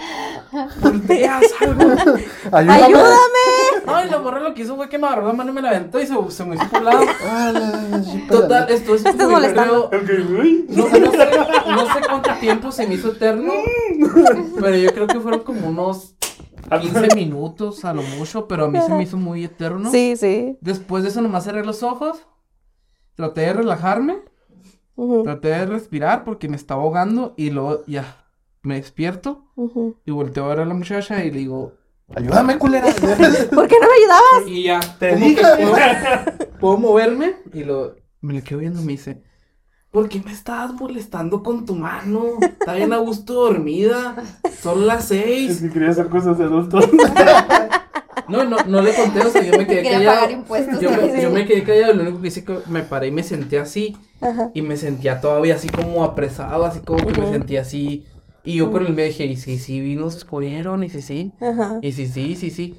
volteas algo. Ayúdame. ¡Ayúdame! Ay, la morra lo que hizo fue que me agarró la mano y me la aventó y se, se me hizo por un lado. Ah, la- la- sí, Total, pégale. esto es Estás molestando. No, no sé, no sé cuánto tiempo se me hizo eterno, pero yo creo que fueron como unos quince minutos a lo mucho, pero a mí se me hizo muy eterno. Sí, sí. Después de eso nomás cerré los ojos, traté de relajarme, Ujú, traté de respirar porque me estaba ahogando y luego ya me despierto ujú. y volteo a ver a la muchacha y le digo, Ayúdame, culera. ¿Por qué no me ayudabas? y ya, Te ¿cómo dije. que puedo, puedo moverme? Y lo, me le quedo viendo y me dice, ¿por qué me estabas molestando con tu mano? Está bien a gusto dormida, son las Es seis. que quería hacer cosas de adultos. No, no, no le conté, o sea, yo me quedé Quería callado. pagar impuestos. Yo me, Sí. yo me quedé callado, lo único que hice que me paré y me senté así. Ajá. Y me sentía todavía así como apresado, así como que me Ujú. sentía así. Y yo con el me dije, y si sí, nos descubrieron, y si sí, Ajá. y si sí, sí, sí.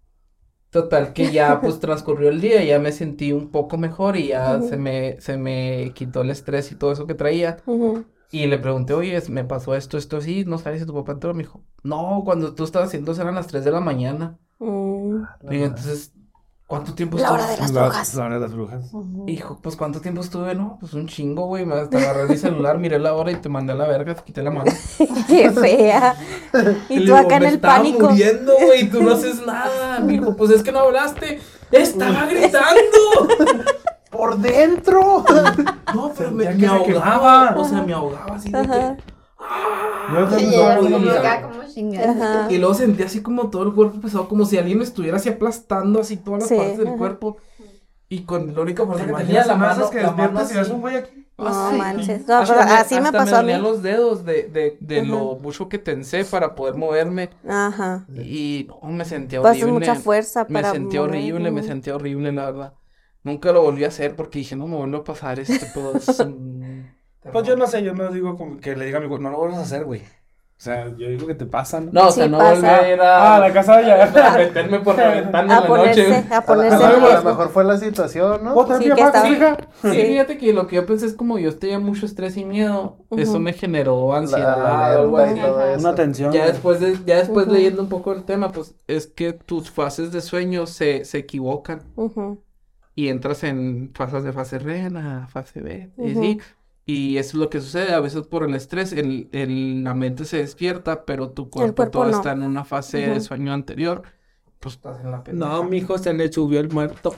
Total, que ya pues transcurrió el día, ya me sentí un poco mejor y ya Ujú. se me, se me quitó el estrés y todo eso que traía. Ujú. Y le pregunté, oye, es- me pasó esto, esto así, ¿no sabes si tu papá entró? Me dijo, no, cuando tú estabas haciendo eso eran las tres de la mañana. Mm. Le digo, entonces, ¿cuánto tiempo La hora estuvo? de las brujas. La hora de las brujas. Ujú. Hijo, pues ¿cuánto tiempo estuve? No, pues un chingo, güey. Me hasta agarré mi celular, miré la hora y te mandé a la verga, te quité la mano. Qué fea. Y le tú digo, acá en me el estaba pánico. muriendo, güey, y tú no haces nada. Me dijo, pues es que no hablaste. ¡Estaba gritando! Por dentro. No, pero me, Sentía me que se ahogaba. quemaba. O sea, me ahogaba así de Ajá. que... Yo Y también ella estaba así como muy- acá, como chingada. Ajá. Y luego sentí así como todo el cuerpo pesado, como si alguien me estuviera así aplastando así todas las Sí, partes del ajá. cuerpo. Y con la única fuerza que tenía Imaginas la a mano, masas que la mano despiertas y ves así. un güey aquí. No Así. manches. No, Hasta pero me- así me hasta pasó a mí. dolían los dedos de, de, de Ajá. lo mucho que tensé para poder moverme. Ajá. Y no, me sentía Tú haces horrible. mucha fuerza Me para sentía mover, horrible, me ujú. sentía horrible, la verdad. Nunca lo volví a hacer porque dije, no me vuelvo a pasar este pedo. Es un Pues yo no sé, yo no digo como que le diga a mi güey, no lo vuelvas a hacer, güey. O sea, yo digo que te pasan. No, o sea, Sí no pasa. volver a... Ah, la casa de ella. a meterme por la ventana en A la ponerse, noche. a A, ponerse a- a en lo riesgo. mejor fue la situación, ¿no? Otra Sí, tía que más, estaba- hija. Sí, Sí. fíjate que lo que yo pensé es como yo tenía mucho estrés y miedo, Ujú. eso me generó ansiedad La- la o algo alerta así. y todo Ajá. eso. Una tensión. Ya después de, ya después Ujú. leyendo un poco el tema, pues es que tus fases de sueño se, se equivocan Ujú. y entras en fases de fase R E M, a fase B, y Ujú. sí. Y eso es lo que sucede, a veces por el estrés, el, el- la mente se despierta, pero tu cuerpo, cuerpo todavía no. está en una fase de Ujú. sueño anterior, pues estás en la pendeja. No, mijo, se le subió el muerto.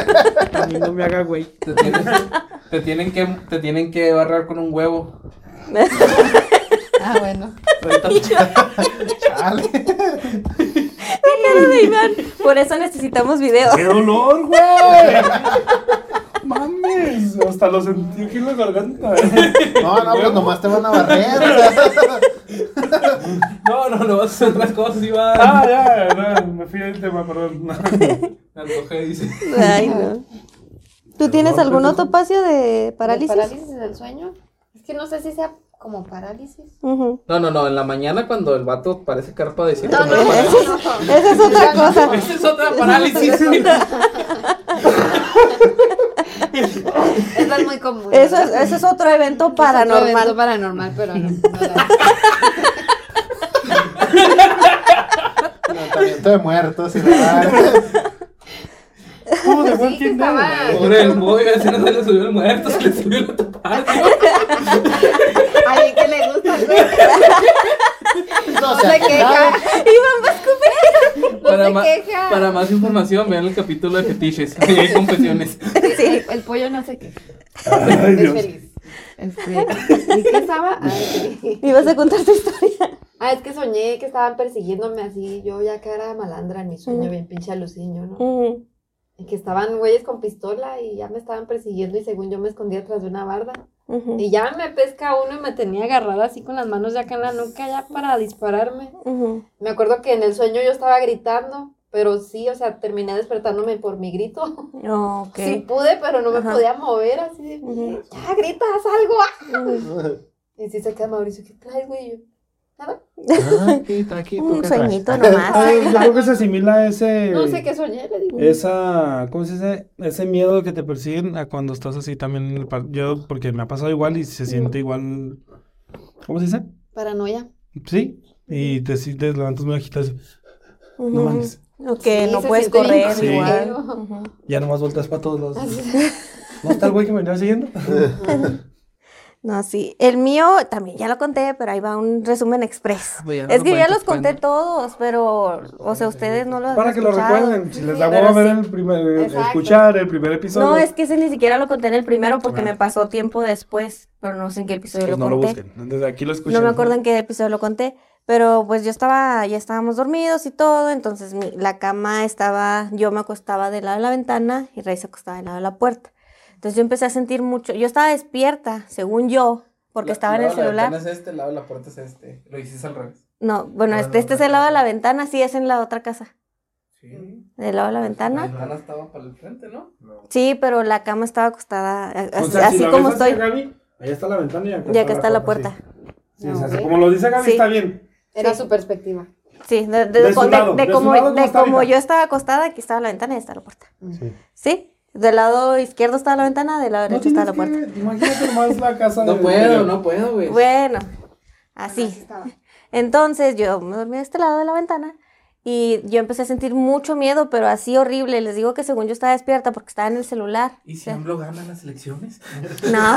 A mí no me haga güey. Te tienen, te tienen que, te tienen que barrar con un huevo. Ah, bueno. Ahorita- Chale. cara de Iván. Por eso necesitamos video. ¡Qué dolor, güey! Mames, hasta lo sentí aquí en la garganta. No, no, pues nomás te van a barrer. No, no, no vas a hacer otras cosas, Iván. Ah, ya, no, me fui del tema, perdón. Me antojé, dice. Ay, no. ¿Tú tienes algún otro topacio de parálisis? ¿De parálisis del sueño? Es que no sé si sea como parálisis. Uh-huh. No, no, no, en la mañana cuando el vato parece carpa de No, no, no, Esa es, esa es otra cosa. Esa es otra parálisis. Eso es muy común. Eso es, eso es otro evento paranormal. Es otro evento paranormal, pero no. no Tratamiento de muertos y nada. ¿Cómo de Sí, buen que quien estaba- debe? Por el boy, así no se le subió el muerto, se le subió la tapada. A alguien que le gusta, güey. No, No se queja. Iván va a escupir. No Para, se ma- queja. para más información, vean el capítulo de fetiches. Ahí hay confesiones. Sí. El, el pollo no se queja. Ay, Es Dios. feliz. Este, ¿y qué estaba? Ay, sí. Ibas a contar tu historia. Ah, es que soñé que estaban persiguiéndome así. Yo ya que era malandra en mi sueño, bien pinche alucinio, ¿no? Uh-huh. Y que estaban güeyes con pistola y ya me estaban persiguiendo y según yo me escondía atrás de una barda. Uh-huh. Y ya me pesca uno y me tenía agarrada así con las manos ya acá en la nuca ya para dispararme. Uh-huh. Me acuerdo que en el sueño yo estaba gritando, pero sí, o sea, terminé despertándome por mi grito. Oh, ok. Sí pude, pero no me Ajá. podía mover así de, Ujú. ya gritas algo. Uh-huh. Y sí se queda Mauricio, ¿qué traes, güey? Y yo, nada. Aquí, aquí, ¿tú Un qué traes? sueñito nomás. Ay, yo creo que se asimila a ese. No sé qué soñé, le digo. Esa, ¿cómo se dice? Ese miedo que te persiguen a cuando estás así también. en el par- Yo, porque me ha pasado igual y se siente igual. ¿Cómo se dice? Paranoia. Sí. Y te, sí, te levantas muy agitado. así, No Uh-huh. mames. O que Sí, no se puedes siente bien correr Sí. igual. culero. Uh-huh. Ya nomás volteas para todos lados. ¿No está el güey que me venía siguiendo? No, sí. El mío también ya lo conté, pero ahí va un resumen express. Pues ya no Es lo que ya cuentes, los conté cuenta. todos, pero, o sea, ustedes no lo han Para que lo escuchado. recuerden. Si les da Pero hueva ver sí. el primer, Exacto. escuchar el primer episodio. No, es que ese ni siquiera lo conté en el primero porque Ah. me pasó tiempo después, pero no sé en qué episodio Pues lo no lo conté. busquen. Desde aquí lo escuchan. No me acuerdo en qué episodio lo conté, pero pues yo estaba, ya estábamos dormidos y todo, entonces mi, la cama estaba, yo me acostaba del lado de la ventana y Rey se acostaba del lado de la puerta. Entonces yo empecé a sentir mucho, yo estaba despierta, según yo, porque estaba en el celular. La ventana es este, el lado de la puerta es este. Lo hiciste al revés. No, bueno, Ah, este, no, este es no, el lado de no. la ventana, sí, es en la otra casa. Sí. Del lado de la La ventana. ventana estaba para el frente, ¿no? Sí, pero la cama estaba acostada, a- O así, sea, si así la como ves hacia estoy. Gaby, ahí está la ventana y acá Y acá está la puerta. Sí, sí, o sea, No, como lo dice Gaby, Sí. está bien. Era Sí. su perspectiva. Sí, de, de- De su de- lado, de de su como, lado, ¿cómo de está como ahorita? yo estaba acostada, aquí estaba la ventana y está la puerta. Sí. ¿Sí? Del lado izquierdo estaba la ventana, del lado No derecho estaba tienes la puerta. que... Imagínate nomás la casa No de- puedo, de- no puedo, güey. Bueno, así. estaba. Entonces yo me dormí de este lado de la ventana y yo empecé a sentir mucho miedo, pero así horrible. Les digo que según yo estaba despierta porque estaba en el celular. ¿Y O si sea, AMLO gana las elecciones? no,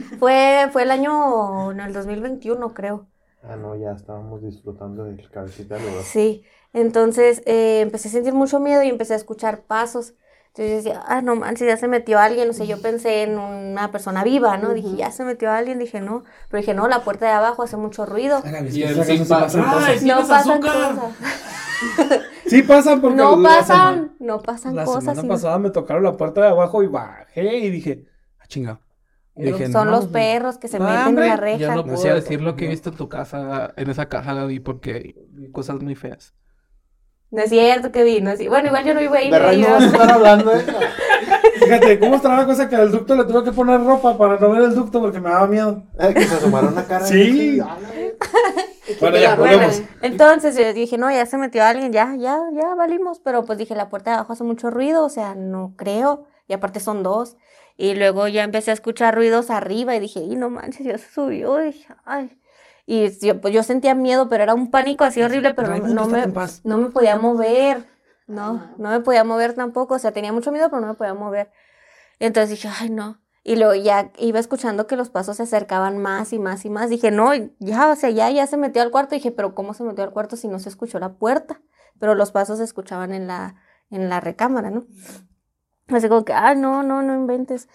fue, fue el año, en el dos mil veintiuno creo. Ah, no, ya estábamos disfrutando del cabecita de los... Sí, entonces eh, empecé a sentir mucho miedo y empecé a escuchar pasos. Entonces decía, ah, no manches, ya se metió alguien. O sea, yo pensé en una persona viva, ¿no? Dije, ya se metió alguien. Dije, no. Pero dije, no, la puerta de abajo hace mucho ruido. Ay, Gaby, es Y que el esa casa sí sin pasan pa- cosas. ¡Ay! No ¿Tienes pasan azúcar? cosas. Sí pasan porque No la pasan, sema- no pasan La cosas. semana sino- pasada me tocaron la puerta de abajo y bajé y dije, ah, chinga. Y dije, Son no, los güey. perros que se No, meten hombre, en la Yo reja. no No es puedo cierto. decir lo que he visto en tu casa, en esa caja, Gaby, porque hay cosas muy feas. No es cierto que vi, no es cierto. Bueno, igual yo no vivo ahí. De no Rey no iba. vas a estar hablando, ¿eh? Fíjate, ¿cómo estará la cosa que al ducto le tuve que poner ropa para no ver el ducto porque me daba miedo? Ay, que se asomaron una cara. Sí. Ah, la- Y que Bueno, te ya, la volvemos. roben. Entonces yo dije, no, ya se metió alguien, ya, ya, ya valimos. Pero pues dije, la puerta de abajo hace mucho ruido, o sea, no creo. Y aparte son dos. Y luego ya empecé a escuchar ruidos arriba y dije, y no manches, ya se subió. Y dije, ay. Y yo, pues yo sentía miedo, pero era un pánico así horrible, pero no, Raimundo, no estate me, en paz. no me podía mover. No, no me podía mover tampoco. O sea, tenía mucho miedo, pero no me podía mover. Y entonces dije, ay, no. Y luego ya iba escuchando que los pasos se acercaban más y más y más. Dije, no, ya, o sea, ya, ya se metió al cuarto. Dije, pero ¿cómo se metió al cuarto si no se escuchó la puerta? Pero los pasos se escuchaban en la, en la recámara, ¿no? Así como que, ah, no, no, no inventes.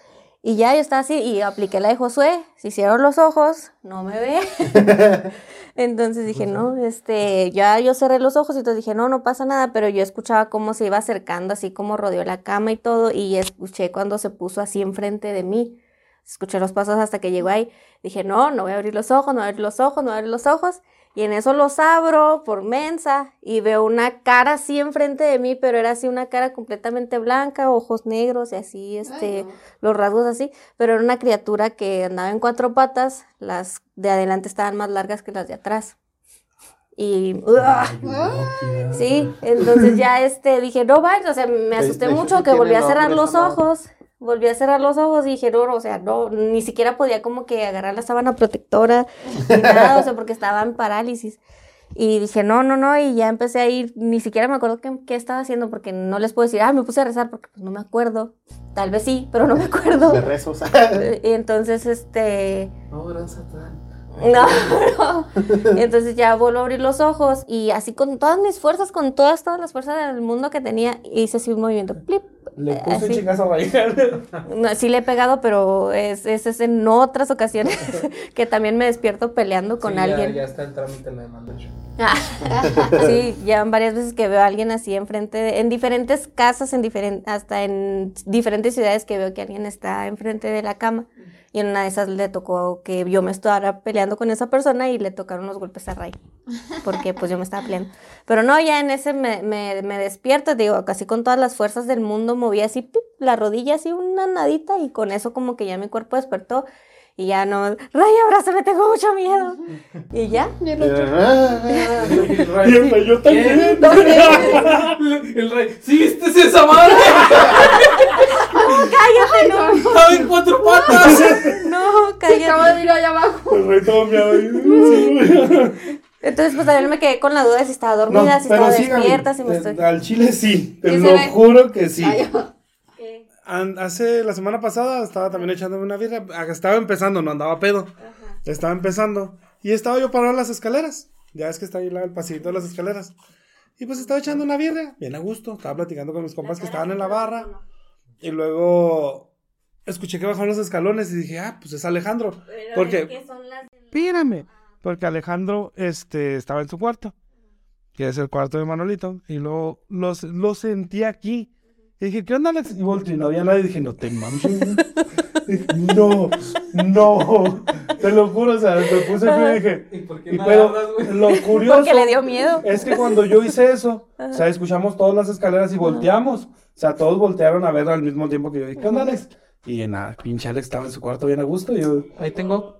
Y ya yo estaba así y apliqué la de Josué, se hicieron los ojos, no me ve. Entonces dije, no, este, ya yo cerré los ojos y entonces dije, no, no pasa nada, pero yo escuchaba cómo se iba acercando, así como rodeó la cama y todo, y escuché cuando se puso así enfrente de mí. Escuché los pasos hasta que llegó ahí. Dije, no, no voy a abrir los ojos, no voy a abrir los ojos, no voy a abrir los ojos. Y en eso los abro por mensa y veo una cara así enfrente de mí, pero era así una cara completamente blanca, ojos negros y así, este, Ay, no. los rasgos así. Pero era una criatura que andaba en cuatro patas, las de adelante estaban más largas que las de atrás. Y, Ay, sí, entonces ya este, dije, no, vaya, o sea, me asusté mucho que volví a cerrar los ojos. Volví a cerrar los ojos y dije, no, o sea, no, ni siquiera podía como que agarrar la sábana protectora ni nada, o sea, porque estaba en parálisis. Y dije, no, no, no, y ya empecé a ir, ni siquiera me acuerdo qué, qué estaba haciendo, porque no les puedo decir, ah, me puse a rezar, porque pues no me acuerdo. Tal vez sí, pero no me acuerdo. De rezos. Y entonces, este... No, gran Satán. No, no. Entonces ya vuelvo a abrir los ojos y así con todas mis fuerzas, con todas, todas las fuerzas del mundo que tenía, hice así un movimiento, plip. Le puse un chingazo a no, sí le he pegado, pero es, es, es en otras ocasiones que también me despierto peleando con sí, alguien. Ya, ya está el trámite la demanda hecho. Sí, ya varias veces que veo a alguien así enfrente, de, en diferentes casas, en diferen, hasta en diferentes ciudades que veo que alguien está enfrente de la cama. Y en una de esas le tocó que yo me estaba peleando con esa persona y le tocaron los golpes a Ray. Porque pues yo me estaba peleando. Pero no, ya en ese me, me, me despierto, digo, casi con todas las fuerzas del mundo, moví así pip, la rodilla, así una nadita, y con eso como que ya mi cuerpo despertó. Y ya no, Ray, abrázame, tengo mucho miedo. Y ya. Y el Ray, yo también. El Ray, ¿sí viste esa madre? No, cállate, no. Estaba en cuatro patas. No, cállate. Acabo de mirar allá abajo. El Ray todo miado ahí. Entonces, pues también me quedé con la duda de si estaba dormida, no, si estaba sí, despierta, si me estoy... Al chile sí, te lo juro que sí. Ay, ¿qué? Hace la semana pasada estaba también echándome una birra, estaba empezando, no andaba pedo, Ajá. estaba empezando, y estaba yo parado en las escaleras, ya es que está ahí el pasillito de las escaleras, y pues estaba echando una birra, bien a gusto, estaba platicando con mis compas que estaban en la barra, y luego escuché que bajaron los escalones y dije, ah, pues es Alejandro, Pero porque, ¿qué son las... Espérame, porque Alejandro este, estaba en su cuarto, que es el cuarto de Manolito, y luego los, lo sentí aquí. Y dije, ¿qué onda, Alex? Y volteé, no había nadie. Y dije, no te mames. No, no. Te lo juro, o sea, me puse frío y dije. ¿Y por qué y no pero agarras, güey? lo curioso. Porque le dio miedo. Es que cuando yo hice eso, o sea, escuchamos todas las escaleras y volteamos. O sea, todos voltearon a ver al mismo tiempo que yo. Dije, ¿qué onda, Alex? Y nada, pinche Alex estaba en su cuarto bien a gusto. Y yo, ahí tengo.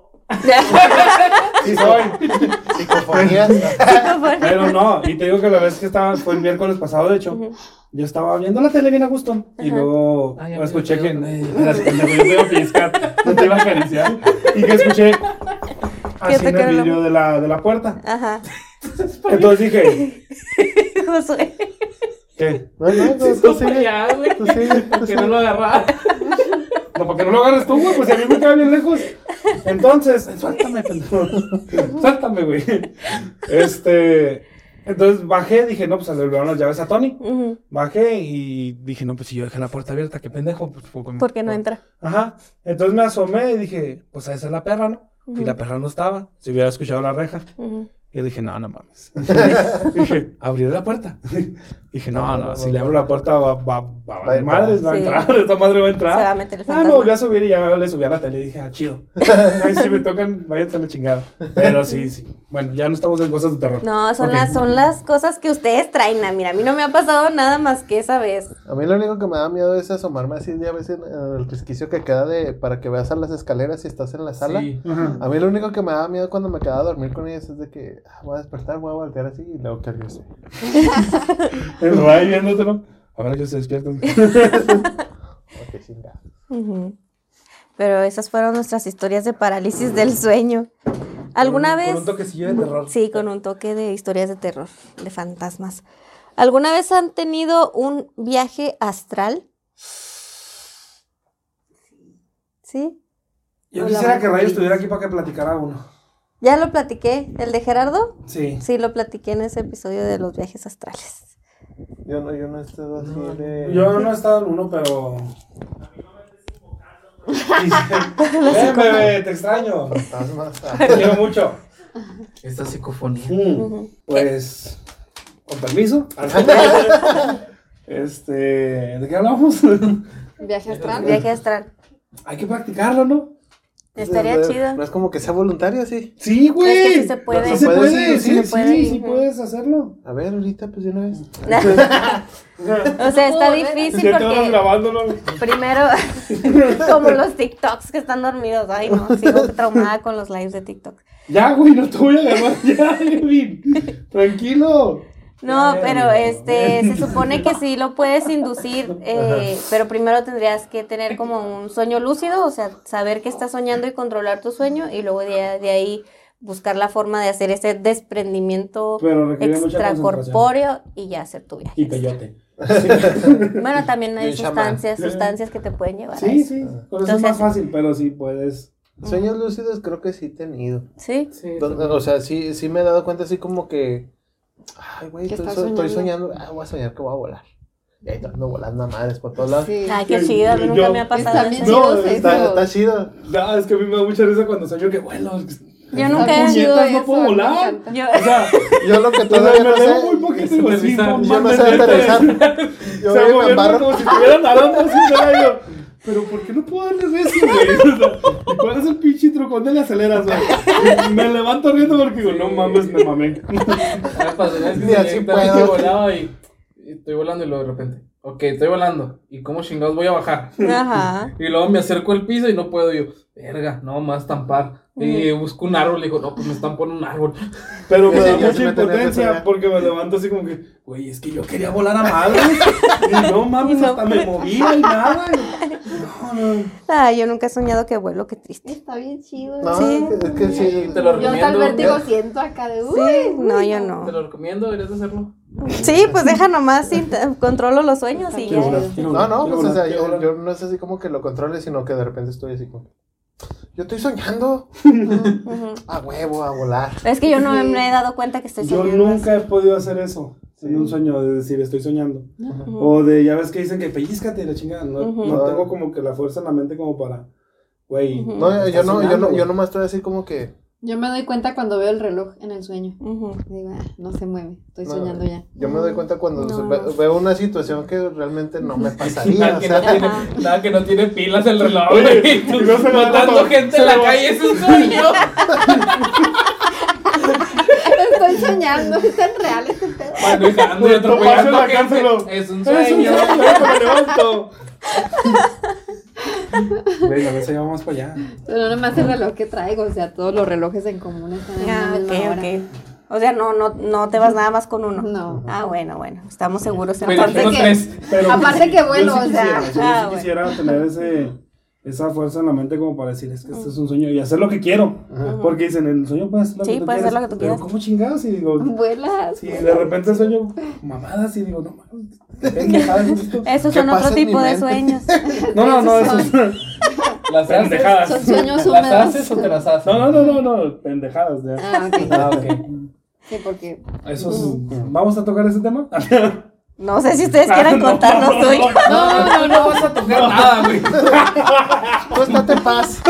Sí soy. Psicofonías. Pero no, y te digo que la vez que estaba, fue el miércoles pasado, de hecho, uh-huh. yo estaba viendo la tele bien a gusto, uh-huh. y luego Ay, escuché que, eh, espérate, me voy a piscar, no te iba a acariciar, y que escuché así en el vidrio de la, de la puerta. Ajá. Entonces dije, Josué. ¿qué? Bueno, no, tú, tú sigue, ya, güey, tú sigue, tú que sigue. no lo agarras. No, porque no lo agarres tú, güey, pues si a mí me queda bien lejos. Entonces, suéltame, pendejo. Suéltame, güey. Este, entonces bajé, dije, no, pues le olvidaron las llaves a Tony. Uh-huh. Bajé y dije, no, pues si yo dejé la puerta abierta, qué pendejo. Pues, ¿por, ¿Por qué no entra? Ajá. Entonces me asomé y dije, pues esa es la perra, ¿no? Uh-huh. Y la perra no estaba, si hubiera escuchado la reja. Uh-huh. Y yo dije, no, no mames. Dije, abriré la puerta. Dije, no, no, si le abro la puerta va, va, va, va de madres, va a entrar, sí. Esta madre va a entrar. Se va a meter el fantasma. Ah, no, volví a subir y ya le subí a la tele y dije, ah, chido. Ay, si me tocan, váyanse a la chingada. Pero sí, sí. Bueno, ya no estamos en cosas de terror. No, son, okay. las, son las cosas que ustedes traen. Mira, a mí no me ha pasado nada más que esa vez. A mí lo único que me da miedo es asomarme así ya ves en el resquicio que queda de para que veas a las escaleras si estás en la sala. Sí. Uh-huh. A mí lo único que me da miedo cuando me quedaba a dormir con ellas es de que ah, voy a despertar, voy a voltear así y luego que yo sé. El Ray viéndotelo. Ahora que se despiertan. Okay, chinga. Uh-huh. Pero esas fueron nuestras historias de parálisis del sueño. ¿Alguna con, vez? Con un toquecillo de terror. Sí, con un toque de historias de terror, de fantasmas. ¿Alguna vez han tenido un viaje astral? ¿Sí? Yo quisiera que Ray estuviera aquí para que platicara uno. ¿Ya lo platiqué? ¿El de Gerardo? Sí. Sí, lo platiqué en ese episodio de los viajes astrales. Yo no, yo no he estado así no, de... Yo no he estado en uno, pero... Ven, bebé, te extraño. Te quiero mucho. Esta psicofonía. Mm, pues, con permiso. Este, ¿de qué hablamos? Viaje astral. Viaje astral. Hay que practicarlo, ¿no? Estaría no, chido. No es como que sea voluntario, sí. Sí, güey. Es que sí se puede. Sí se puede, sí, sí, sí, se puede. sí, sí puedes hacerlo. A ver, ahorita, pues de una vez. O sea, está difícil Ya te vas porque grabándolo. primero, como los TikToks que están dormidos. Ay, no, sigo traumada con los lives de TikTok. Ya, güey, no te voy a agarrar ya, Kevin. Tranquilo. No, Ya, pero ya, este, se supone que sí lo puedes inducir, eh, pero primero tendrías que tener como un sueño lúcido, o sea, saber que estás soñando y controlar tu sueño, y luego de, de ahí buscar la forma de hacer ese desprendimiento Pero requiere mucha extracorpóreo y ya hacer tu viaje. Y peyote. Bueno, también hay Y chamán. sustancias, sustancias que te pueden llevar a Sí, eso. sí. Por eso Entonces- es más fácil, pero sí puedes. Sueños lúcidos creo que sí he tenido. Sí. Sí, Donde- o sea, sí, sí me he dado cuenta así como que, ay, güey, ¿Qué estoy, estás so- estoy soñando? soñando, ah, voy a soñar que voy a volar. Y ahí ando volando a madres por todos lados. Sí. Ay, qué Yo- chido, a mí yo- nunca me ha pasado Está bien eso. No, chido eso. Está, está chido. No, es que a mí me da mucha risa cuando sueño que vuelo. Yo nunca Está he chido puñetas, no eso, puedo me volar. encanta. Yo, O sea, Yo lo que o sea, todavía me no elevo sé, muy poquito, digo, sí, aterrizar. no yo no mames, sé neta, aterrizar. Yo se voy y me moviendo embarro. como si estuviera nadando así, ¿verdad? Y yo, pero ¿por qué no puedo darle recio, güey? O sea, ¿y cuál es el pinche truco? ¿Dónde le aceleras, güey? Y me levanto riendo porque digo, no mames, me mamé. A ver, pasa, es que Ni así soñé también puedo. que volaba y, y estoy volando y luego de repente, ok, estoy volando, ¿y cómo chingados voy a bajar? ajá. Y luego me acerco al piso y no puedo, yo, verga, no, me va a estampar. Y busco un árbol, y digo, no, pues me estampo en un árbol. Pero me Sí, da ya se mucha me tenía que impotencia soñar. porque me levanto así como que, güey, es que yo quería volar a madres. Y no mames, Y no hasta me movía y nada. y- No, no. Ay, yo nunca he soñado que vuelo, qué triste. Está bien chido. No, Sí. es que sí. Te lo Yo hasta el recomiendo. vértigo siento acá de uy. Sí, no, uy, yo Te no. lo recomiendo, deberías de hacerlo. Sí, pues deja nomás, sí, te- controlo los sueños y Quiero ya. volar, quiero No, volar, no, quiero pues o sea, volar, quiero yo, volar. yo no es así como que lo controle, sino que de repente estoy así como, yo estoy soñando. Ujú. A huevo, a volar. Es que yo no Sí. me he dado cuenta que estoy Yo soñando. nunca he podido hacer eso. En un sueño, de decir, estoy soñando. Ujú. O de, ya ves que dicen que pellízcate y la chingada. No, Ujú. no tengo como que la fuerza en la mente como para, güey. Ujú. No, yo, estás no, yo soñando, no, yo güey. nomás estoy así como que, Yo me doy cuenta cuando veo el reloj en el sueño. Ujú. Digo, ah, no se mueve, estoy No, soñando ya. yo me doy cuenta cuando No. ve- veo una situación que realmente no me pasaría. Nada O que, no sea, tiene, nada que no tiene pilas el reloj, Oye, güey. y no se le va Matando todo. gente Se en la le va. calle es un sueño. Estoy soñando, es tan real este pedo. Manejando y Pues, atropellando tomarse la gente. cárcel, Es un Es un sueño. sueño, ahorita me levanto. Güey, la mesa ya va más para allá. Pero no nomás el reloj que traigo, o sea, todos los relojes en común están en Ah, la misma ok, hora. ok. O sea, no, no, no te vas nada más con uno. No. Ah, bueno, bueno, estamos seguros. En Pero parte tengo que- tres. Pero Aparte sí, que vuelo, yo sí o sea. quisiera, yo sí Ah, bueno. quisiera tener ese, esa fuerza en la mente como para decir, es que este es un sueño y hacer lo que quiero. Porque dicen, en el sueño puedes hacer lo Sí, que tú puedes hacer quieras. lo que tú Pero quieras. ¿cómo chingados? Y digo, Vuelas. si de repente sueño mamadas y digo, no mames, qué pendejada es esto. Esos ¿Qué son pasa otro en mi tipo de mente? sueños. No, no, no, eso Esos es... ¿Las haces? Pendejadas. Son sueños ¿Las húmedos. haces o te las haces? No, no, no, no, no, pendejadas. Ya. Ah, ok. Ah, ok. Sí, porque. Eso es... ¿Vamos a tocar ese tema? No sé si ustedes quieran No, contarnos no, suyo. No, no, no vas a tocar nada, güey. pues date paz.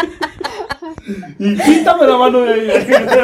Y quítame la mano de ahí.